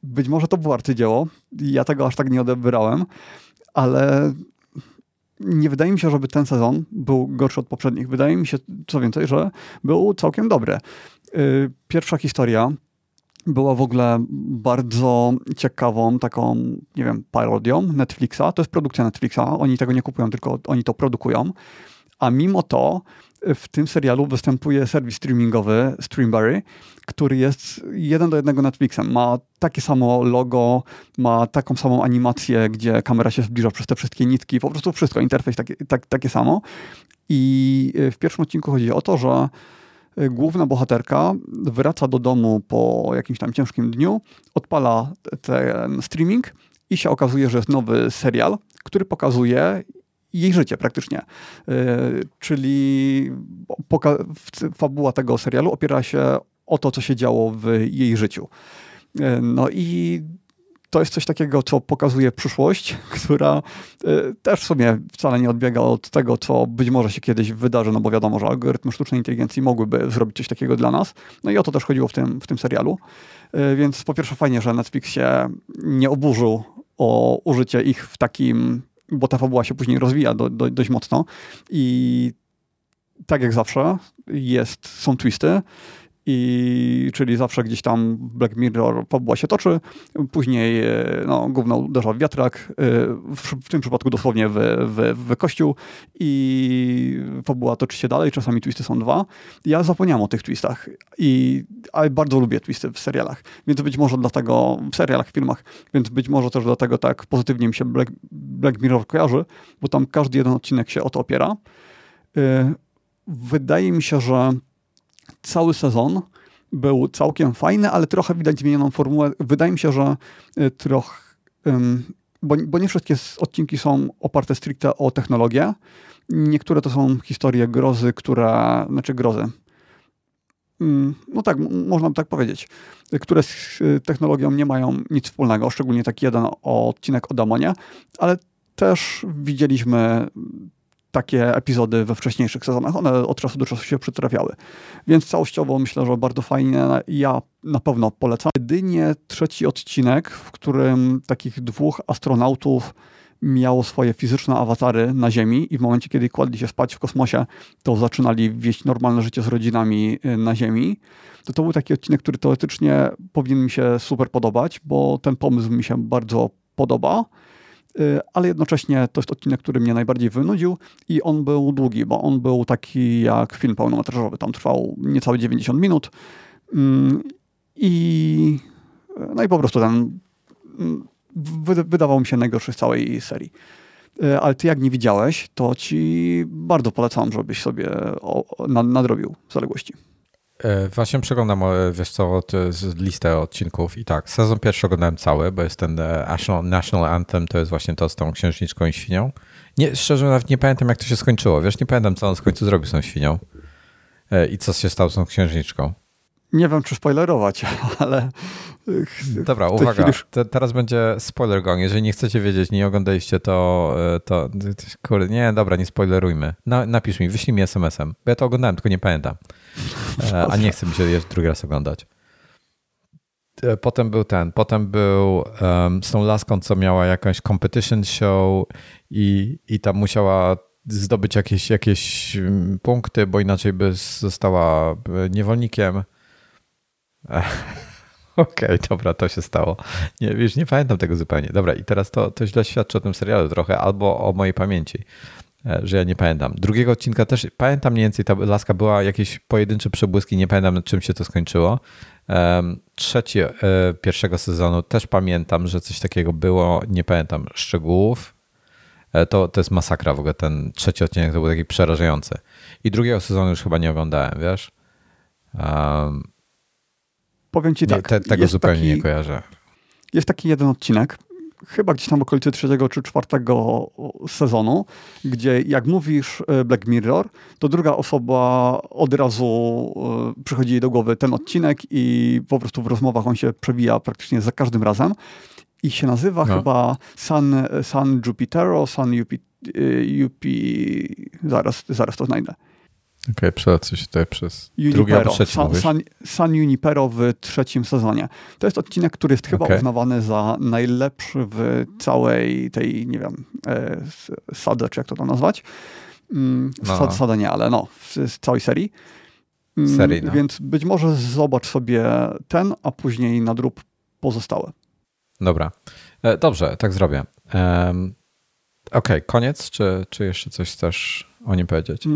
być może to było arcydzieło. Ja tego aż tak nie odebrałem, ale nie wydaje mi się, żeby ten sezon był gorszy od poprzednich. Wydaje mi się, co więcej, że był całkiem dobry. Pierwsza historia była w ogóle bardzo ciekawą taką, nie wiem, parodią Netflixa. To jest produkcja Netflixa. Oni tego nie kupują, tylko oni to produkują. A mimo to w tym serialu występuje serwis streamingowy Streamberry, który jest 1:1 Netflixem. Ma takie samo logo, ma taką samą animację, gdzie kamera się zbliża przez te wszystkie nitki, po prostu wszystko, interfejs takie samo. I w pierwszym odcinku chodzi o to, że główna bohaterka wraca do domu po jakimś tam ciężkim dniu, odpala ten streaming i się okazuje, że jest nowy serial, który pokazuje jej życie praktycznie. Czyli fabuła tego serialu opiera się o to, co się działo w jej życiu. No i to jest coś takiego, co pokazuje przyszłość, która też w sumie wcale nie odbiega od tego, co być może się kiedyś wydarzy, no bo wiadomo, że algorytmy sztucznej inteligencji mogłyby zrobić coś takiego dla nas. No i o to też chodziło w tym serialu. Więc po pierwsze fajnie, że Netflix się nie oburzył o użycie ich w takim, bo ta fabuła się później rozwija dość mocno i tak jak zawsze są twisty, czyli zawsze gdzieś tam w Black Mirror fabuła się toczy, później gówno uderza w wiatrak, w tym przypadku dosłownie w kościół i fabuła toczy się dalej, czasami twisty są 2. Ja zapomniałem o tych twistach, ale bardzo lubię twisty w serialach, więc być może dlatego, w serialach, w filmach, więc być może też dlatego tak pozytywnie mi się Black Mirror kojarzy, bo tam każdy jeden odcinek się o to opiera. Wydaje mi się, że cały sezon był całkiem fajny, ale trochę widać zmienioną formułę. Wydaje mi się, że trochę, bo nie wszystkie odcinki są oparte stricte o technologię. Niektóre to są historie grozy, grozy. No tak, można by tak powiedzieć, które z technologią nie mają nic wspólnego, szczególnie taki jeden odcinek o Damonie, ale też widzieliśmy takie epizody we wcześniejszych sezonach. One od czasu do czasu się przytrafiały. Więc całościowo myślę, że bardzo fajnie. Ja na pewno polecam. Jedynie trzeci odcinek, w którym takich 2 astronautów miało swoje fizyczne awatary na Ziemi i w momencie, kiedy kładli się spać w kosmosie, to zaczynali wieść normalne życie z rodzinami na Ziemi. To był taki odcinek, który teoretycznie powinien mi się super podobać, bo ten pomysł mi się bardzo podoba. Ale jednocześnie to jest odcinek, który mnie najbardziej wynudził i on był długi, bo on był taki jak film pełnometrażowy. Tam trwał niecałe 90 minut i po prostu ten wydawał mi się najgorszy z całej serii. Ale ty jak nie widziałeś, to ci bardzo polecam, żebyś sobie nadrobił zaległości. Właśnie przeglądam, wiesz co, listę odcinków i tak, sezon pierwszy oglądałem cały, bo jest ten National Anthem, to jest właśnie to z tą księżniczką i świnią. Nie, szczerze nawet nie pamiętam, jak to się skończyło, wiesz, nie pamiętam, co on w końcu zrobił z tą świnią i co się stało z tą księżniczką. Nie wiem, czy spoilerować, ale... Dobra, uwaga, teraz będzie spoiler gong. Jeżeli nie chcecie wiedzieć, nie oglądaliście, to kurde, nie, dobra, nie spoilerujmy. Napisz mi, wyślij mi SMS-em, bo ja to oglądałem, tylko nie pamiętam. A nie chcę mi się jeszcze drugi raz oglądać. Potem był z tą laską, co miała jakąś competition show i tam musiała zdobyć jakieś punkty, bo inaczej by została niewolnikiem. Okej, dobra, to się stało. Nie pamiętam tego zupełnie. Dobra, i teraz to źle świadczy o tym serialu trochę, albo o mojej pamięci, że ja nie pamiętam. Drugiego odcinka też pamiętam mniej więcej, ta laska była jakieś pojedyncze przebłyski, nie pamiętam, czym się to skończyło. Trzeci pierwszego sezonu też pamiętam, że coś takiego było, nie pamiętam szczegółów. To jest masakra w ogóle, ten trzeci odcinek to był taki przerażający. I drugiego sezonu już chyba nie oglądałem, wiesz? Powiem ci tak. Tego zupełnie nie kojarzę. Jest taki jeden odcinek, chyba gdzieś tam w okolicy 3. czy 4. sezonu, gdzie jak mówisz Black Mirror, to druga osoba od razu przychodzi jej do głowy ten odcinek i po prostu w rozmowach on się przewija praktycznie za każdym razem. I się nazywa chyba San Jupitero, San Zaraz to znajdę. Okej, przelecę się tutaj przez drugi albo trzeci, San Junipero w 3. sezonie. To jest odcinek, który jest chyba uznawany za najlepszy w całej tej, nie wiem, sadze, czy jak to tam nazwać. Sada nie, ale z całej serii. Więc być może zobacz sobie ten, a później nadrób pozostałe. Dobra. Dobrze, tak zrobię. Okej, koniec, czy jeszcze coś chcesz o nim powiedzieć?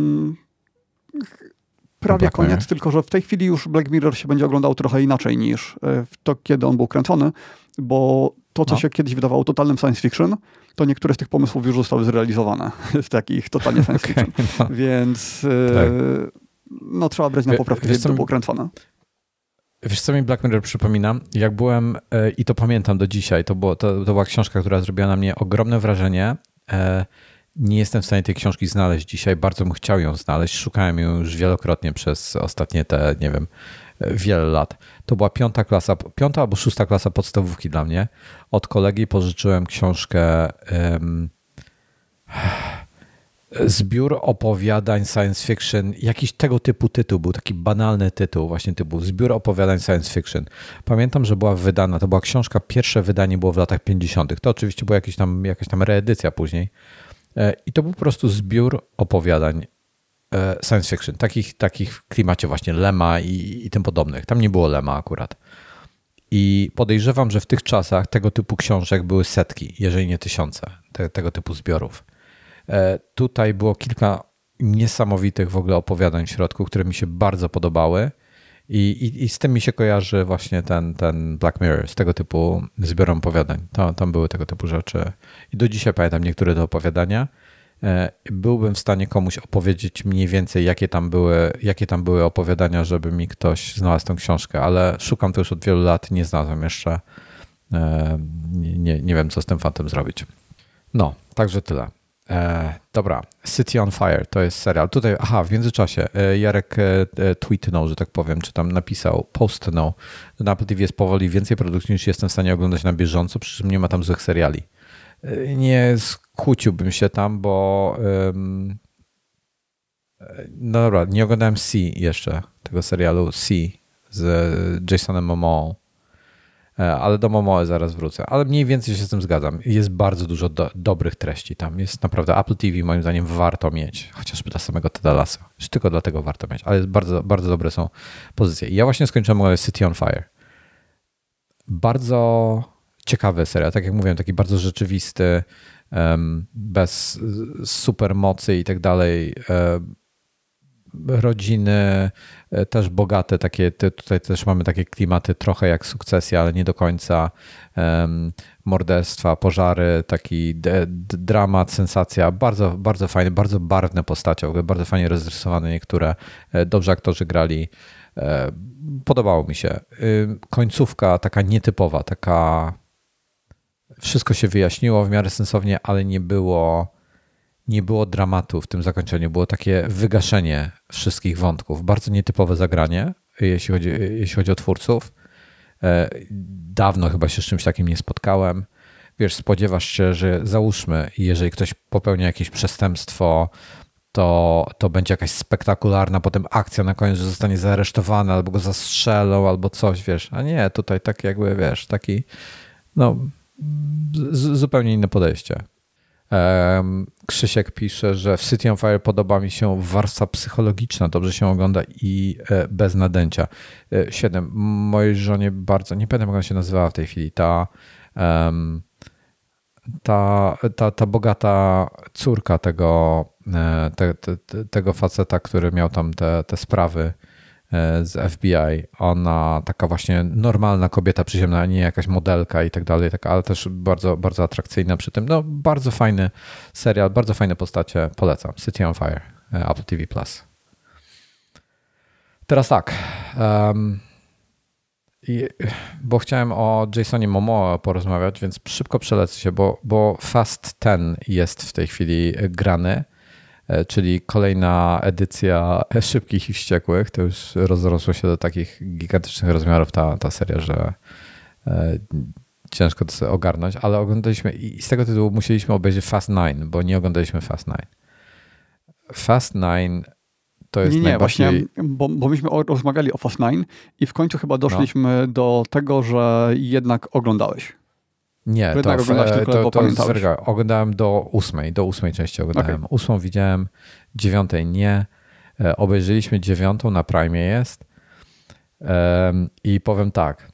Prawie koniec, tylko że w tej chwili już Black Mirror się będzie oglądał trochę inaczej niż to, kiedy on był kręcony, bo to, co się kiedyś wydawało totalnym science fiction, to niektóre z tych pomysłów już zostały zrealizowane w takich totalnie science fiction. Więc trzeba brać na poprawkę, kiedy to było kręcone. Wiesz, co mi Black Mirror przypomina? Jak byłem, i to pamiętam do dzisiaj, to była książka, która zrobiła na mnie ogromne wrażenie. Nie jestem w stanie tej książki znaleźć dzisiaj, bardzo bym chciał ją znaleźć. Szukałem ją już wielokrotnie przez ostatnie te, nie wiem, wiele lat. To była 5. albo 6. klasa podstawówki dla mnie. Od kolegi pożyczyłem książkę Zbiór opowiadań science fiction, jakiś tego typu tytuł, był taki banalny tytuł, właśnie typu Zbiór opowiadań science fiction. Pamiętam, że była wydana, to była książka, pierwsze wydanie było w latach 50. To oczywiście była jakaś tam reedycja później. I to był po prostu zbiór opowiadań science fiction, takich w klimacie właśnie Lema i tym podobnych. Tam nie było Lema akurat. I podejrzewam, że w tych czasach tego typu książek były setki, jeżeli nie tysiące tego typu zbiorów. Tutaj było kilka niesamowitych w ogóle opowiadań w środku, które mi się bardzo podobały i z tym mi się kojarzy właśnie ten Black Mirror, z tego typu zbiorem opowiadań. Tam były tego typu rzeczy i do dzisiaj pamiętam niektóre te opowiadania. Byłbym w stanie komuś opowiedzieć mniej więcej, jakie tam były opowiadania, żeby mi ktoś znalazł tę książkę, ale szukam to już od wielu lat, nie znalazłem jeszcze. Nie wiem, co z tym fantem zrobić. Także tyle. Dobra, City on Fire to jest serial. Tutaj, w międzyczasie Jarek tweetnął, że tak powiem, czy tam napisał, postnął, że na Apple TV jest powoli więcej produkcji niż jestem w stanie oglądać na bieżąco, przy czym nie ma tam złych seriali. Nie skłóciłbym się tam, bo dobra, nie oglądałem C jeszcze, tego serialu C z Jasonem Momoa. Ale do Momoe zaraz wrócę. Ale mniej więcej się z tym zgadzam. Jest bardzo dużo dobrych treści tam. Jest naprawdę Apple TV moim zdaniem warto mieć. Chociażby dla samego Teda Lasso. Już tylko dlatego warto mieć. Ale bardzo, bardzo dobre są pozycje. I ja właśnie skończyłem oglądać City on Fire. Bardzo ciekawy serial. Tak jak mówiłem, taki bardzo rzeczywisty, bez supermocy i tak dalej. Rodziny też bogate, takie, tutaj też mamy takie klimaty trochę jak Sukcesja, ale nie do końca, morderstwa, pożary, taki dramat, sensacja, bardzo, bardzo fajne, bardzo barwne postacie, bardzo fajnie rozrysowane niektóre, dobrze aktorzy grali, podobało mi się. Końcówka taka nietypowa, taka wszystko się wyjaśniło w miarę sensownie, ale nie było dramatu w tym zakończeniu. Było takie wygaszenie wszystkich wątków. Bardzo nietypowe zagranie, jeśli chodzi o twórców. Dawno chyba się z czymś takim nie spotkałem. Wiesz, spodziewasz się, że załóżmy, jeżeli ktoś popełnia jakieś przestępstwo, to będzie jakaś spektakularna potem akcja na koniec, że zostanie zaaresztowany, albo go zastrzelą, albo coś, wiesz. A nie, tutaj tak jakby, wiesz, taki zupełnie inne podejście. Krzysiek pisze, że w City on Fire podoba mi się warstwa psychologiczna, dobrze się ogląda i bez nadęcia. Świetnie. Mojej żonie bardzo, nie pamiętam jak ona się nazywała w tej chwili, ta bogata córka tego faceta, który miał tam te sprawy z FBI. Ona taka właśnie normalna kobieta przyziemna, nie jakaś modelka i tak dalej, ale też bardzo, bardzo atrakcyjna przy tym. Bardzo fajny serial, bardzo fajne postacie. Polecam. City on Fire, Apple TV+. Teraz tak, bo chciałem o Jasonie Momoa porozmawiać, więc szybko przelecę się, bo Fast 10 jest w tej chwili grany, czyli kolejna edycja Szybkich i Wściekłych. To już rozrosło się do takich gigantycznych rozmiarów ta seria, że ciężko to sobie ogarnąć, ale oglądaliśmy i z tego tytułu musieliśmy obejrzeć Fast 9, bo nie oglądaliśmy Fast 9. Fast 9 To jest nie, najbardziej... właśnie, bo myśmy rozmawiali o Fast 9 i w końcu chyba doszliśmy do tego, że jednak oglądałeś. Nie, oglądałem do 8 części oglądałem. Okay. 8 widziałem, 9 nie. Obejrzeliśmy 9, na Prime jest. I powiem tak.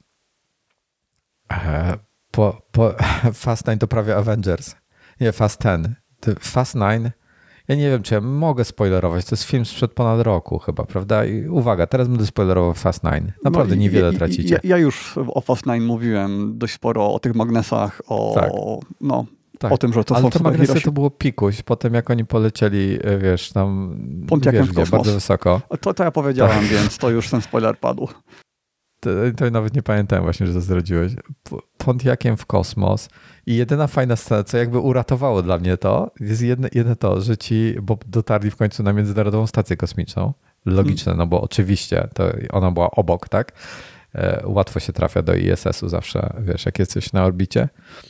Fast 9 to prawie Avengers. Nie, Fast 10. Fast 9, ja nie wiem, czy ja mogę spoilerować. To jest film sprzed ponad roku chyba, prawda? I uwaga, teraz będę spoilerował Fast 9. Naprawdę niewiele tracicie. Ja już o Fast 9 mówiłem dość sporo, o tych magnesach, o tym, że to ale są te magnesy to było pikuś. Potem jak oni polecieli, wiesz, tam bardzo wysoko. To ja powiedziałem, więc to już ten spoiler padł. To nawet nie pamiętałem właśnie, że to zdradziłeś. Pontiaciem w kosmos i jedyna fajna scena, co jakby uratowało dla mnie to, jest jedne to, że bo dotarli w końcu na Międzynarodową Stację Kosmiczną. Logiczne, no bo oczywiście to ona była obok, tak? Łatwo się trafia do ISS-u zawsze, wiesz, jak jesteś na orbicie.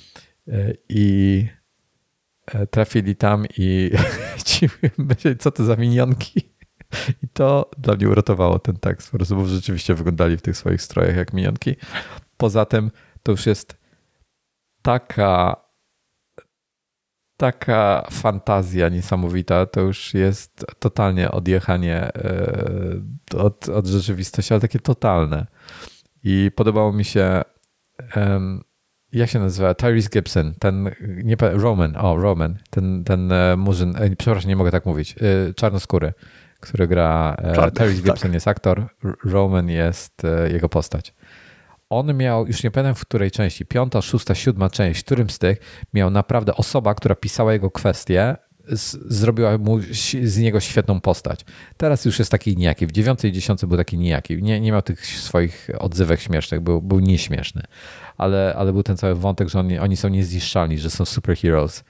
I trafili tam i ci myśleli, co to za minionki. I to dla mnie uratowało ten tekst, po prostu, bo rzeczywiście wyglądali w tych swoich strojach jak minionki. Poza tym to już jest taka fantazja niesamowita, to już jest totalnie odjechanie od rzeczywistości, ale takie totalne. I podobało mi się, jak się nazywa? Tyrese Gibson, Roman, ten murzyn, przepraszam, nie mogę tak mówić, czarnoskóry, który gra, Tyrese Gibson jest aktor, Roman jest jego postać. On miał, już nie pamiętam w której części, 5., 6., 7. część, w którym z tych miał naprawdę osoba, która pisała jego kwestie, zrobiła mu z niego świetną postać. Teraz już jest taki nijaki. W 9. i 10. był taki nijaki. Nie miał tych swoich odzywek śmiesznych, był nieśmieszny. Ale był ten cały wątek, że oni są niezniszczalni, że są superheroes.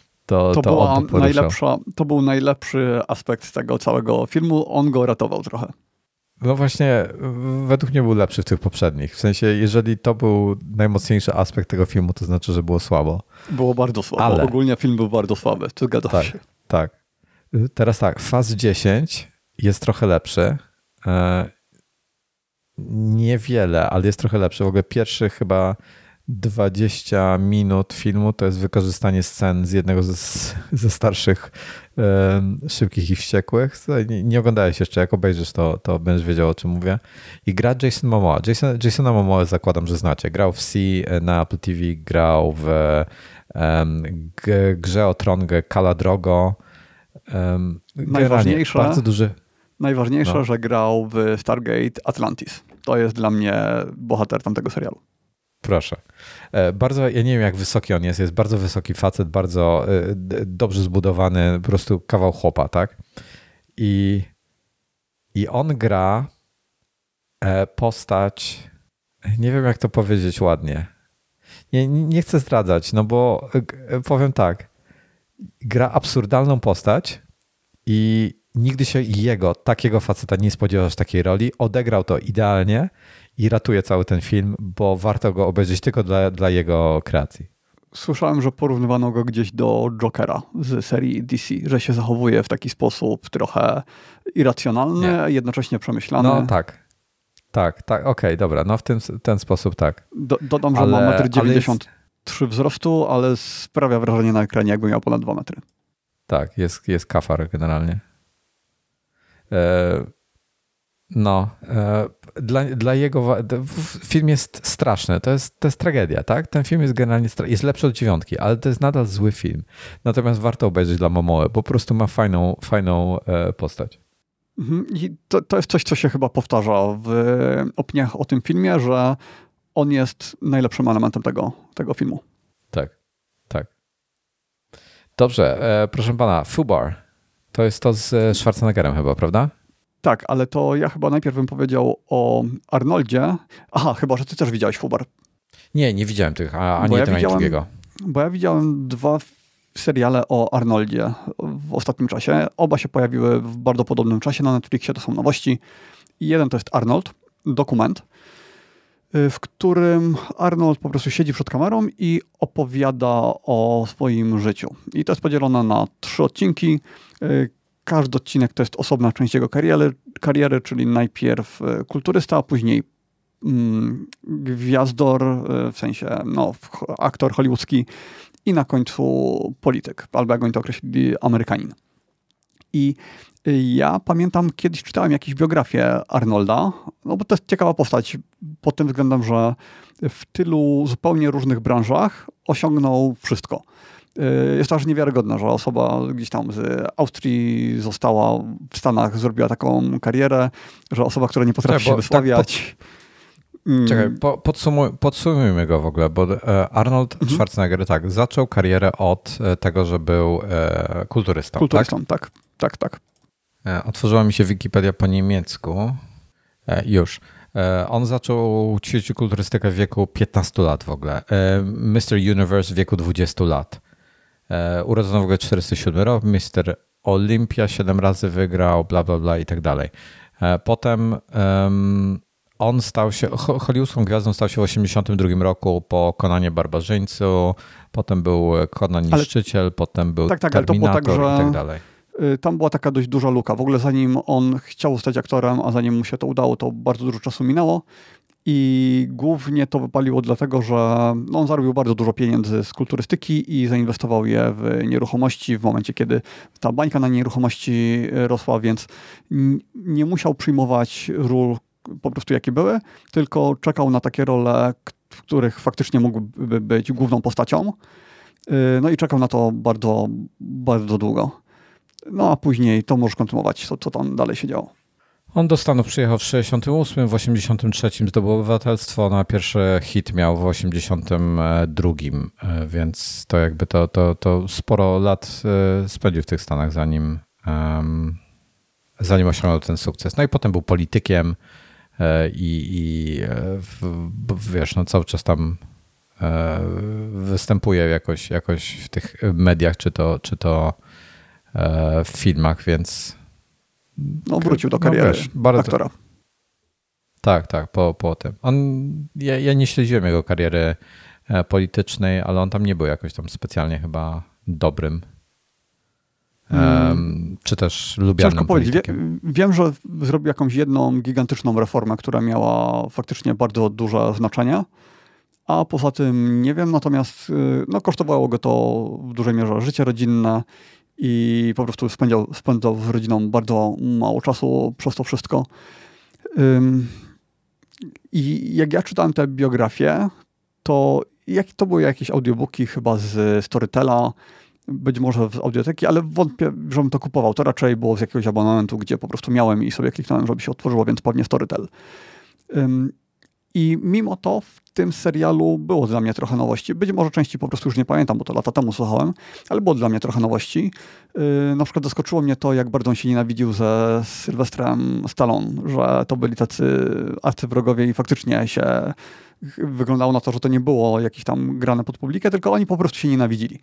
To był najlepszy aspekt tego całego filmu. On go ratował trochę. No właśnie, według mnie był lepszy w tych poprzednich. W sensie, jeżeli to był najmocniejszy aspekt tego filmu, to znaczy, że było słabo. Było bardzo słabo. Ale ogólnie film był bardzo słaby. Zgadzam się. Tak. Teraz tak, Fast 10 jest trochę lepszy. Niewiele, ale jest trochę lepszy. W ogóle pierwszy chyba 20 minut filmu to jest wykorzystanie scen z jednego ze starszych Szybkich i Wściekłych. Nie oglądałeś jeszcze, jak obejrzysz to będziesz wiedział, o czym mówię. I gra Jason Momoa. Jasona Momoa zakładam, że znacie. Grał w Sea na Apple TV, grał w grze o Tron Khal Drogo. Najważniejsze, że grał w Stargate Atlantis. To jest dla mnie bohater tamtego serialu. Proszę. Bardzo, ja nie wiem jak wysoki on jest bardzo wysoki facet, bardzo dobrze zbudowany, po prostu kawał chłopa, tak? I on gra postać, nie wiem jak to powiedzieć ładnie. Nie chcę zdradzać, no bo powiem tak, gra absurdalną postać i nigdy się takiego faceta nie spodziewasz takiej roli, odegrał to idealnie i ratuje cały ten film, bo warto go obejrzeć tylko dla jego kreacji. Słyszałem, że porównywano go gdzieś do Jokera z serii DC, że się zachowuje w taki sposób trochę irracjonalny, jednocześnie przemyślany. No tak, okej, dobra, no w ten sposób tak. Dodam, że ma 1,93 m wzrostu, ale sprawia wrażenie na ekranie, jakby miał ponad 2 metry. Tak, jest kafar generalnie. Dla jego film jest straszny, to jest tragedia, tak? Ten film jest generalnie jest lepszy od 9, ale to jest nadal zły film. Natomiast warto obejrzeć dla Momoe, po prostu ma fajną postać. I to jest coś, co się chyba powtarza w opiniach o tym filmie, że on jest najlepszym elementem tego filmu. Tak. Dobrze, proszę pana, Fubar. To jest to z Schwarzeneggerem chyba, prawda? Tak, ale to ja chyba najpierw bym powiedział o Arnoldzie. Aha, chyba, że ty też widziałeś Fubar. Nie widziałem tych, ani jednego, ani drugiego. Bo ja widziałem 2 seriale o Arnoldzie w ostatnim czasie. Oba się pojawiły w bardzo podobnym czasie na Netflixie, to są nowości. I jeden to jest Arnold, dokument, w którym Arnold po prostu siedzi przed kamerą i opowiada o swoim życiu. I to jest podzielone na 3 odcinki. każdy odcinek to jest osobna część jego kariery, czyli najpierw kulturysta, a później gwiazdor, w sensie aktor hollywoodzki i na końcu polityk, albo jak oni to określili, Amerykanin. I ja pamiętam, kiedyś czytałem jakąś biografię Arnolda, no bo to jest ciekawa postać pod tym względem, że w tylu zupełnie różnych branżach osiągnął wszystko. Jest to aż niewiarygodne, że osoba gdzieś tam z Austrii została w Stanach, zrobiła taką karierę, że osoba, która nie potrafi się wysławiać... Czekaj, podsumujmy go w ogóle, bo Arnold Schwarzenegger zaczął karierę od tego, że był kulturystą. Kulturystą, tak. Otworzyła mi się Wikipedia po niemiecku. Już. On zaczął ćwiczyć kulturystykę w wieku 15 lat w ogóle. Mr. Universe w wieku 20 lat. Urodzony w ogóle 47 rok. Mr. Olympia 7 razy wygrał, bla, bla, bla i tak dalej. Potem on stał się, hollywoodzką gwiazdą stał się w 1982 roku po Konanie Barbarzyńcu, potem był Conan Niszczyciel, potem był Terminator i tak dalej. Tam była taka dość duża luka. W ogóle zanim on chciał zostać aktorem, a zanim mu się to udało, to bardzo dużo czasu minęło i głównie to wypaliło dlatego, że on zarobił bardzo dużo pieniędzy z kulturystyki i zainwestował je w nieruchomości w momencie, kiedy ta bańka na nieruchomości rosła, więc nie musiał przyjmować ról po prostu jakie były, tylko czekał na takie role, w których faktycznie mógłby być główną postacią. No i czekał na to bardzo, bardzo długo. No a później to możesz kontynuować, co tam dalej się działo. On do Stanów przyjechał w 1968, w 1983 zdobył obywatelstwo, na pierwszy hit miał w 1982, więc to jakby to sporo lat spędził w tych Stanach, zanim osiągnął ten sukces. No i potem był politykiem wiesz, no cały czas tam występuje jakoś w tych mediach, czy to w filmach, więc no wrócił do kariery aktora. Tak, po tym. Ja nie śledziłem jego kariery politycznej, ale on tam nie był jakoś tam specjalnie chyba dobrym. Czy też lubianym politykiem. Wiem, że zrobił jakąś jedną gigantyczną reformę, która miała faktycznie bardzo duże znaczenie, a poza tym nie wiem, natomiast kosztowało go to w dużej mierze życie rodzinne i po prostu spędzał z rodziną bardzo mało czasu przez to wszystko. I jak ja czytałem tę biografię, to były jakieś audiobooki chyba z Storytela, być może z audioteki, ale wątpię, żebym to kupował. To raczej było z jakiegoś abonamentu, gdzie po prostu miałem i sobie kliknąłem, żeby się otworzyło, więc pewnie Storytel. I mimo to w tym serialu było dla mnie trochę nowości. Być może części po prostu już nie pamiętam, bo to lata temu słuchałem, ale było dla mnie trochę nowości. Na przykład zaskoczyło mnie to, jak bardzo on się nienawidził ze Sylwestrem Stallone, że to byli tacy arcywrogowie i faktycznie się wyglądało na to, że to nie było jakieś tam grane pod publikę, tylko oni po prostu się nienawidzili.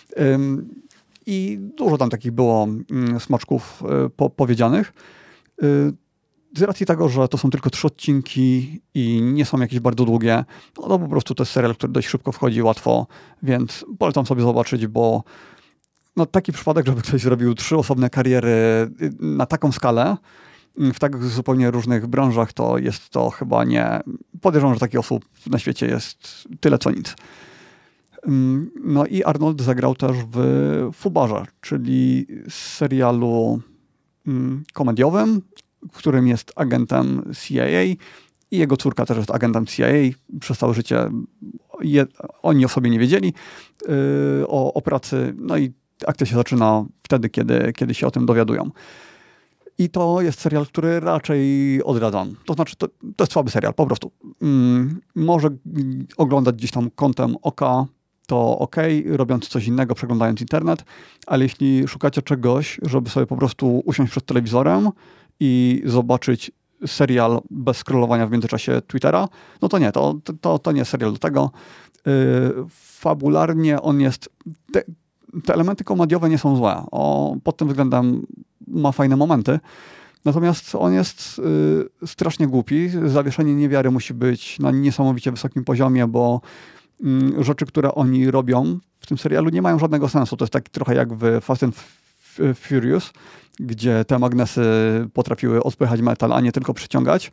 I dużo tam takich było smaczków powiedzianych. Z racji tego, że to są tylko 3 odcinki i nie są jakieś bardzo długie, no to po prostu to jest serial, który dość szybko wchodzi, łatwo, więc polecam sobie zobaczyć, bo taki przypadek, żeby ktoś zrobił 3 osobne kariery na taką skalę, w tak zupełnie różnych branżach, to jest to chyba nie... Podejrzewam, że takich osób na świecie jest tyle co nic. No i Arnold zagrał też w Fubarze, czyli serialu komediowym, w którym jest agentem CIA i jego córka też jest agentem CIA. Przez całe życie oni o sobie nie wiedzieli, o pracy. No i akcja się zaczyna wtedy, kiedy się o tym dowiadują. I to jest serial, który raczej odradzam. To znaczy, to jest słaby serial, po prostu. Może oglądać gdzieś tam kątem oka, to okej, robiąc coś innego, przeglądając internet, ale jeśli szukacie czegoś, żeby sobie po prostu usiąść przed telewizorem i zobaczyć serial bez scrollowania w międzyczasie Twittera, no to nie, to nie jest serial do tego. Fabularnie on jest... Te elementy komediowe nie są złe. Pod tym względem ma fajne momenty. Natomiast on jest strasznie głupi. Zawieszenie niewiary musi być na niesamowicie wysokim poziomie, bo rzeczy, które oni robią w tym serialu, nie mają żadnego sensu. To jest tak trochę jak w Fast and Furious, gdzie te magnesy potrafiły odpychać metal, a nie tylko przyciągać.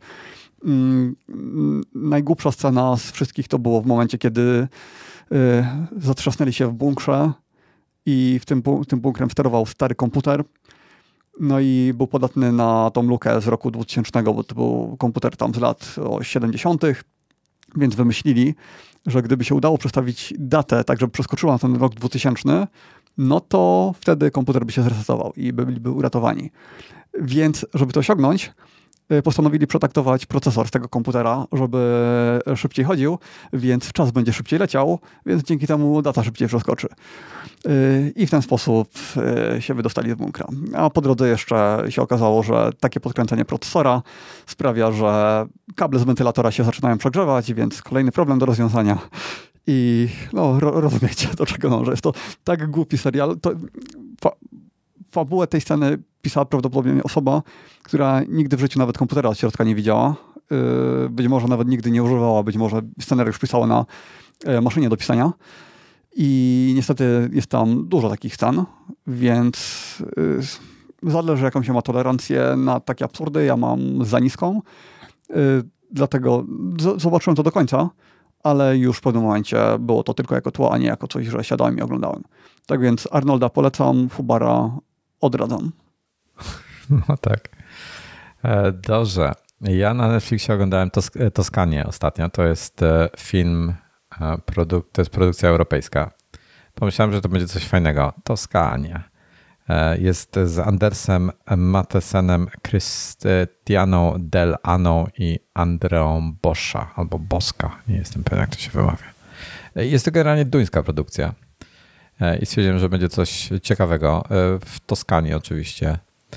Najgłupsza scena z wszystkich to było w momencie, kiedy zatrzasnęli się w bunkrze i tym bunkrem sterował stary komputer. No i był podatny na tą lukę z roku 2000, bo to był komputer tam z lat 70., więc wymyślili, że gdyby się udało przestawić datę tak, żeby przeskoczyła na ten rok 2000, no to wtedy komputer by się zresetował i byliby uratowani. Więc, żeby to osiągnąć, postanowili przetaktować procesor z tego komputera, żeby szybciej chodził, więc czas będzie szybciej leciał, więc dzięki temu data szybciej przeskoczy. I w ten sposób się wydostali z bunkra. A po drodze jeszcze się okazało, że takie podkręcenie procesora sprawia, że kable z wentylatora się zaczynają przegrzewać, więc kolejny problem do rozwiązania. I no, rozumiecie, do czego że jest to tak głupi serial. Fabułę tej sceny pisała prawdopodobnie osoba, która nigdy w życiu nawet komputera od środka nie widziała. Być może nawet nigdy nie używała, być może scenariusz pisała na maszynie do pisania. I niestety jest tam dużo takich scen, więc zależy jaką się ma tolerancję na takie absurdy. Ja mam za niską, dlatego zobaczyłem to do końca, ale już w pewnym momencie było to tylko jako tło, a nie jako coś, że siadałem i oglądałem. Tak więc Arnolda polecam, Fubara odradzam. No tak. Dobrze. Ja na Netflixie oglądałem Toskanię ostatnio. To jest film, to jest produkcja europejska. Pomyślałem, że to będzie coś fajnego. Toskania. Jest z Andersem Mattesenem, Krystianą Del Anną i Andreą Boscha, albo Boska. Nie jestem pewien, jak to się wymawia. Jest to generalnie duńska produkcja. I stwierdziłem, że będzie coś ciekawego. W Toskanii oczywiście.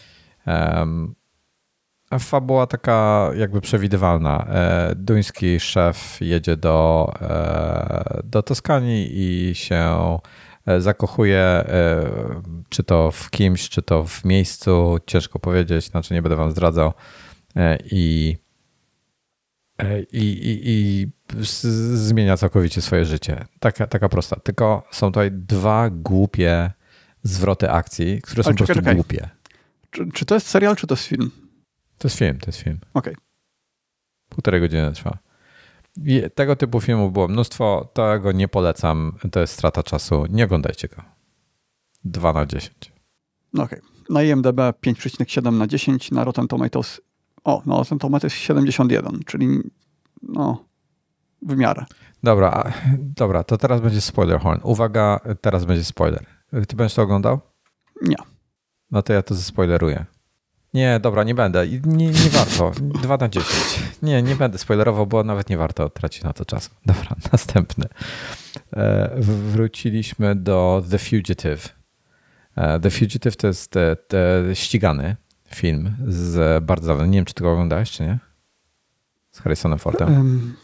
Fabuła taka jakby przewidywalna. Duński szef jedzie do Toskanii i się zakochuje, czy to w kimś, czy to w miejscu. Ciężko powiedzieć, znaczy nie będę wam zdradzał. I zmienia całkowicie swoje życie. Taka prosta. Tylko są tutaj dwa głupie zwroty akcji, które są po prostu głupie. Czy to jest serial, czy to jest film? To jest film. Okej. 1,5 godziny trwa. Tego typu filmów było mnóstwo. Tego nie polecam. To jest strata czasu. Nie oglądajcie go. 2 na 10. Okej. Na IMDb 5,7 na 10. Na Rotten Tomatoes na Rotten Tomatoes 71, czyli w miarę. Dobra, to teraz będzie spoiler horn. Uwaga, teraz będzie spoiler. Ty będziesz to oglądał? Nie. No to ja to zaspoileruję. Nie, dobra, nie będę. Nie warto. 2 na 10. Nie będę spoilerował, bo nawet nie warto tracić na to czasu. Dobra, następny. Wróciliśmy do The Fugitive. The Fugitive to jest ścigany film z bardzo dawno. Nie wiem, czy ty go oglądałeś, czy nie? Z Harrisonem Fordem.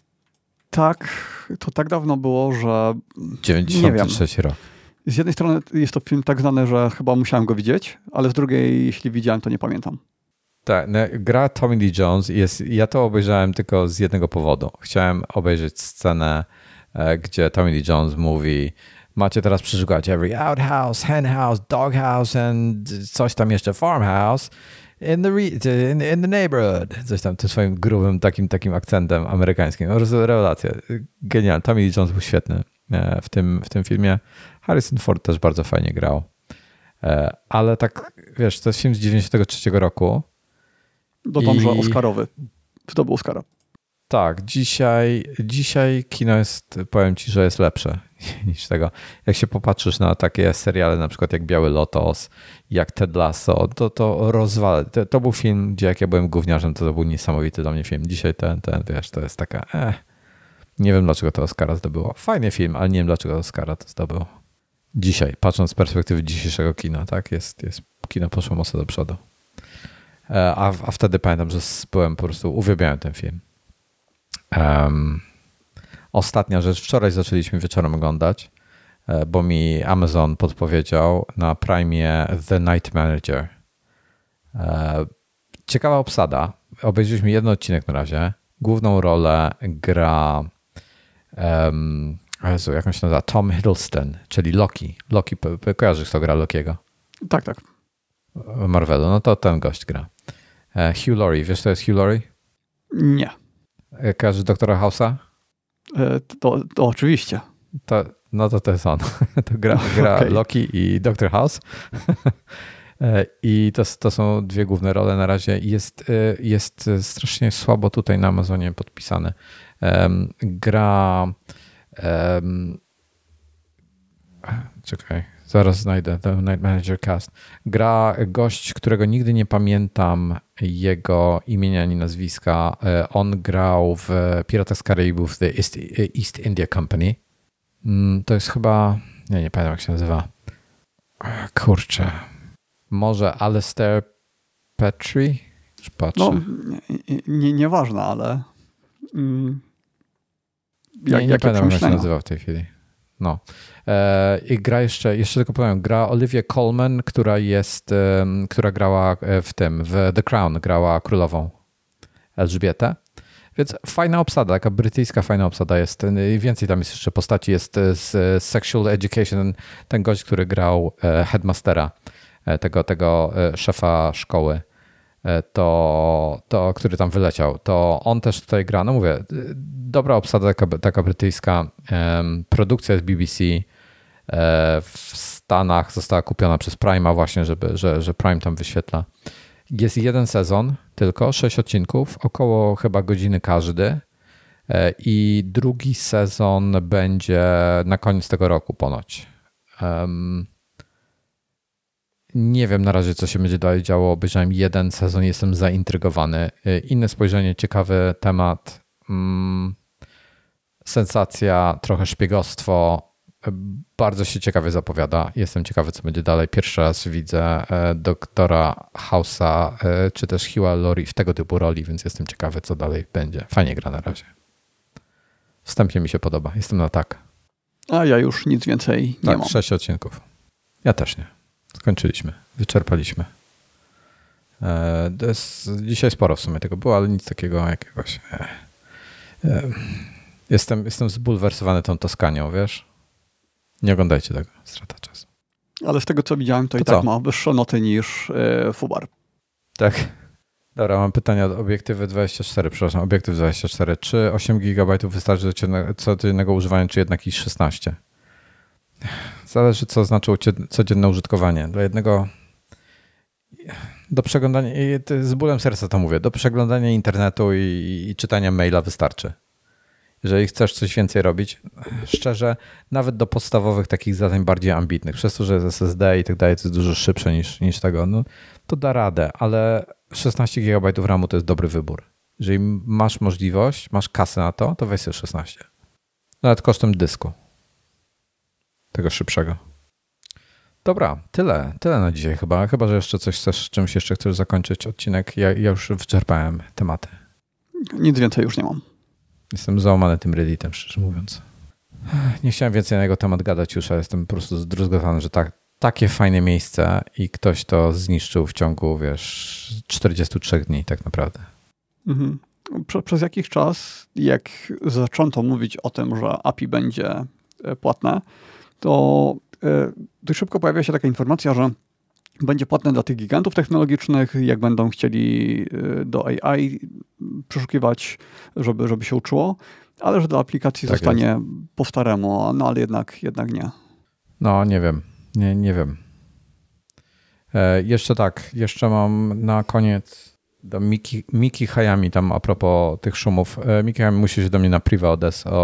To tak dawno było, że 93 rok. Z jednej strony jest to film tak znany, że chyba musiałem go widzieć, ale z drugiej, jeśli widziałem, to nie pamiętam. Tak, gra Tommy Lee Jones ja to obejrzałem tylko z jednego powodu. Chciałem obejrzeć scenę, gdzie Tommy Lee Jones mówi: macie teraz przeszukać every outhouse, hen house, dog house and coś tam jeszcze, farmhouse in the neighborhood. Coś tam tym swoim grubym takim akcentem amerykańskim. Po prostu rewelacja. Genialnie. Tommy Lee Jones był świetny w tym filmie. Harrison Ford też bardzo fajnie grał. Ale tak, wiesz, to jest film z 93 roku. Dodam, że Oscarowy. Zdobył Oscara. Tak, dzisiaj kino jest, powiem ci, że jest lepsze niż tego. Jak się popatrzysz na takie seriale, na przykład jak Biały Lotos, jak Ted Lasso, to rozwala. To był film, gdzie jak ja byłem gówniarzem, to był niesamowity dla mnie film. Dzisiaj ten wiesz, to jest taka nie wiem, dlaczego to Oscara zdobyło. Fajny film, ale nie wiem, dlaczego Oscara to zdobyło. Dzisiaj, patrząc z perspektywy dzisiejszego kina, tak, kino poszło mocno do przodu. A wtedy pamiętam, że byłem po prostu, uwielbiałem ten film. Ostatnia rzecz, wczoraj zaczęliśmy wieczorem oglądać, bo mi Amazon podpowiedział na Prime'ie The Night Manager. Ciekawa obsada. Obejrzeliśmy jeden odcinek na razie. Główną rolę gra jak on się nazywa? Tom Hiddleston, czyli Loki. Loki, kojarzysz, kto gra Lokiego? Tak, tak. Marvelu, no to ten gość gra. Hugh Laurie, wiesz, to jest Hugh Laurie? Nie. Kojarzysz Doktora House'a? To oczywiście. To jest on. To gra okay. Loki i Dr. House. I to są dwie główne role na razie. Jest strasznie słabo tutaj na Amazonie podpisane. Gra... Czekaj, zaraz znajdę The Night Manager Cast. Gra gość, którego nigdy nie pamiętam jego imienia ani nazwiska. On grał w Piratach z Karaibów The East India Company. To jest chyba... Nie pamiętam jak się nazywa. Kurczę. Może Alistair Petrie? Już patrzę. No, nieważne, ale... Nie pamiętam jak się nazywa w tej chwili. No. I gra jeszcze tylko powiem, gra Olivia Colman, która grała w The Crown, grała królową Elżbietę. Więc fajna obsada, taka brytyjska fajna obsada jest. Więcej tam jest jeszcze postaci. Jest z Sexual Education ten gość, który grał headmastera, tego szefa szkoły, który tam wyleciał. To on też tutaj gra. No mówię, dobra obsada, taka brytyjska. Produkcja jest BBC. W Stanach została kupiona przez Prime'a właśnie, że Prime tam wyświetla. Jest jeden sezon tylko, 6 odcinków, około chyba godziny każdy i drugi sezon będzie na koniec tego roku ponoć. Nie wiem na razie, co się będzie dalej działo. Obejrzałem jeden sezon, jestem zaintrygowany. Inne spojrzenie, ciekawy temat, sensacja, trochę szpiegostwo. Bardzo się ciekawie zapowiada. Jestem ciekawy, co będzie dalej. Pierwszy raz widzę doktora House'a, czy też Hugha Laurie w tego typu roli, więc jestem ciekawy, co dalej będzie. Fajnie gra na razie. Wstępnie mi się podoba. Jestem na tak. A ja już nic więcej nie mam. 6 odcinków. Ja też nie. Skończyliśmy. Wyczerpaliśmy. Dzisiaj sporo w sumie tego było, ale nic takiego jakiegoś... Jestem zbulwersowany tą Toskanią, wiesz? Nie oglądajcie tego. Strata czasu. Ale z tego, co widziałem, to i tak ma wyższe noty niż Fubar. Tak. Dobra, mam pytanie od Obiektywy 24. Przepraszam, Obiektyw 24. Czy 8 GB wystarczy do codziennego używania, czy jednak i 16? Zależy, co znaczy codzienne użytkowanie. Dla jednego do przeglądania, z bólem serca to mówię, do przeglądania internetu i czytania maila wystarczy. Jeżeli chcesz coś więcej robić, szczerze, nawet do podstawowych takich zadań bardziej ambitnych, przez to, że jest SSD i tak dalej, to jest dużo szybsze niż tego, no to da radę, ale 16 GB RAMu to jest dobry wybór. Jeżeli masz możliwość, masz kasę na to weź sobie 16. Nawet kosztem dysku. Tego szybszego. Dobra, tyle na dzisiaj chyba. Chyba, że jeszcze coś chcesz, czymś jeszcze chcesz zakończyć odcinek. Ja już wyczerpałem tematy. Nic więcej już nie mam. Jestem załamany tym Redditem, szczerze mówiąc. Nie chciałem więcej na jego temat gadać już, ale jestem po prostu zdruzgotany, że takie fajne miejsce i ktoś to zniszczył w ciągu, 43 dni tak naprawdę. Mhm. Przez jakiś czas, jak zaczęto mówić o tym, że API będzie płatne, to dość szybko pojawia się taka informacja, że będzie płatne dla tych gigantów technologicznych, jak będą chcieli do AI przeszukiwać, żeby się uczyło, ale że dla aplikacji tak zostanie jest. Po staremu, no ale jednak nie. No nie wiem, nie wiem. Jeszcze mam na koniec do Miki Hayami tam a propos tych szumów. Miki Hayami musi się do mnie na priwa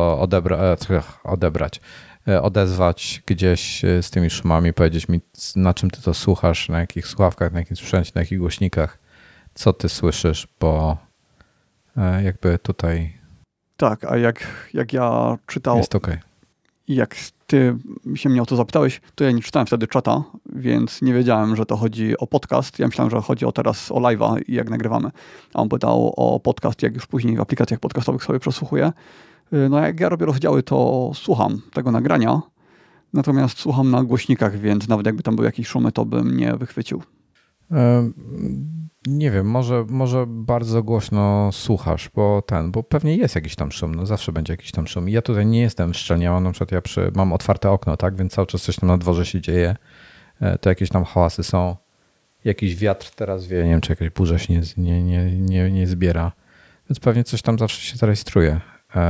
odezwać gdzieś z tymi szumami, powiedzieć mi, na czym ty to słuchasz, na jakich słuchawkach, na jakim sprzęcie, na jakich głośnikach, co ty słyszysz, bo jakby tutaj... Tak, a jak ja czytałem... Jest okej. Jak ty się mnie o to zapytałeś, to ja nie czytałem wtedy czata, więc nie wiedziałem, że to chodzi o podcast. Ja myślałem, że chodzi teraz o live'a i jak nagrywamy. A on pytał o podcast, jak już później w aplikacjach podcastowych sobie przesłuchuję. No jak ja robię rozdziały, to słucham tego nagrania, natomiast słucham na głośnikach, więc nawet jakby tam były jakieś szumy, to bym nie wychwycił. Nie wiem, może bardzo głośno słuchasz, bo pewnie jest jakiś tam szum, no zawsze będzie jakiś tam szum. I ja tutaj nie jestem szczelnie, mam na przykład mam otwarte okno, tak, więc cały czas coś tam na dworze się dzieje. to jakieś tam hałasy są. Jakiś wiatr teraz wie, nie wiem, czy jakaś burza się nie zbiera. Więc pewnie coś tam zawsze się zarejestruje.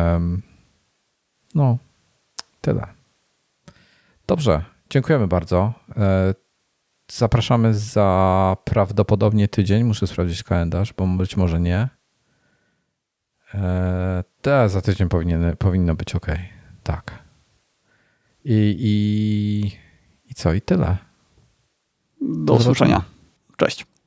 No, tyle. Dobrze, dziękujemy bardzo. Zapraszamy za prawdopodobnie tydzień. Muszę sprawdzić kalendarz, bo być może nie. Za tydzień powinno być ok. Tak. I co? I tyle. Do usłyszenia. Cześć.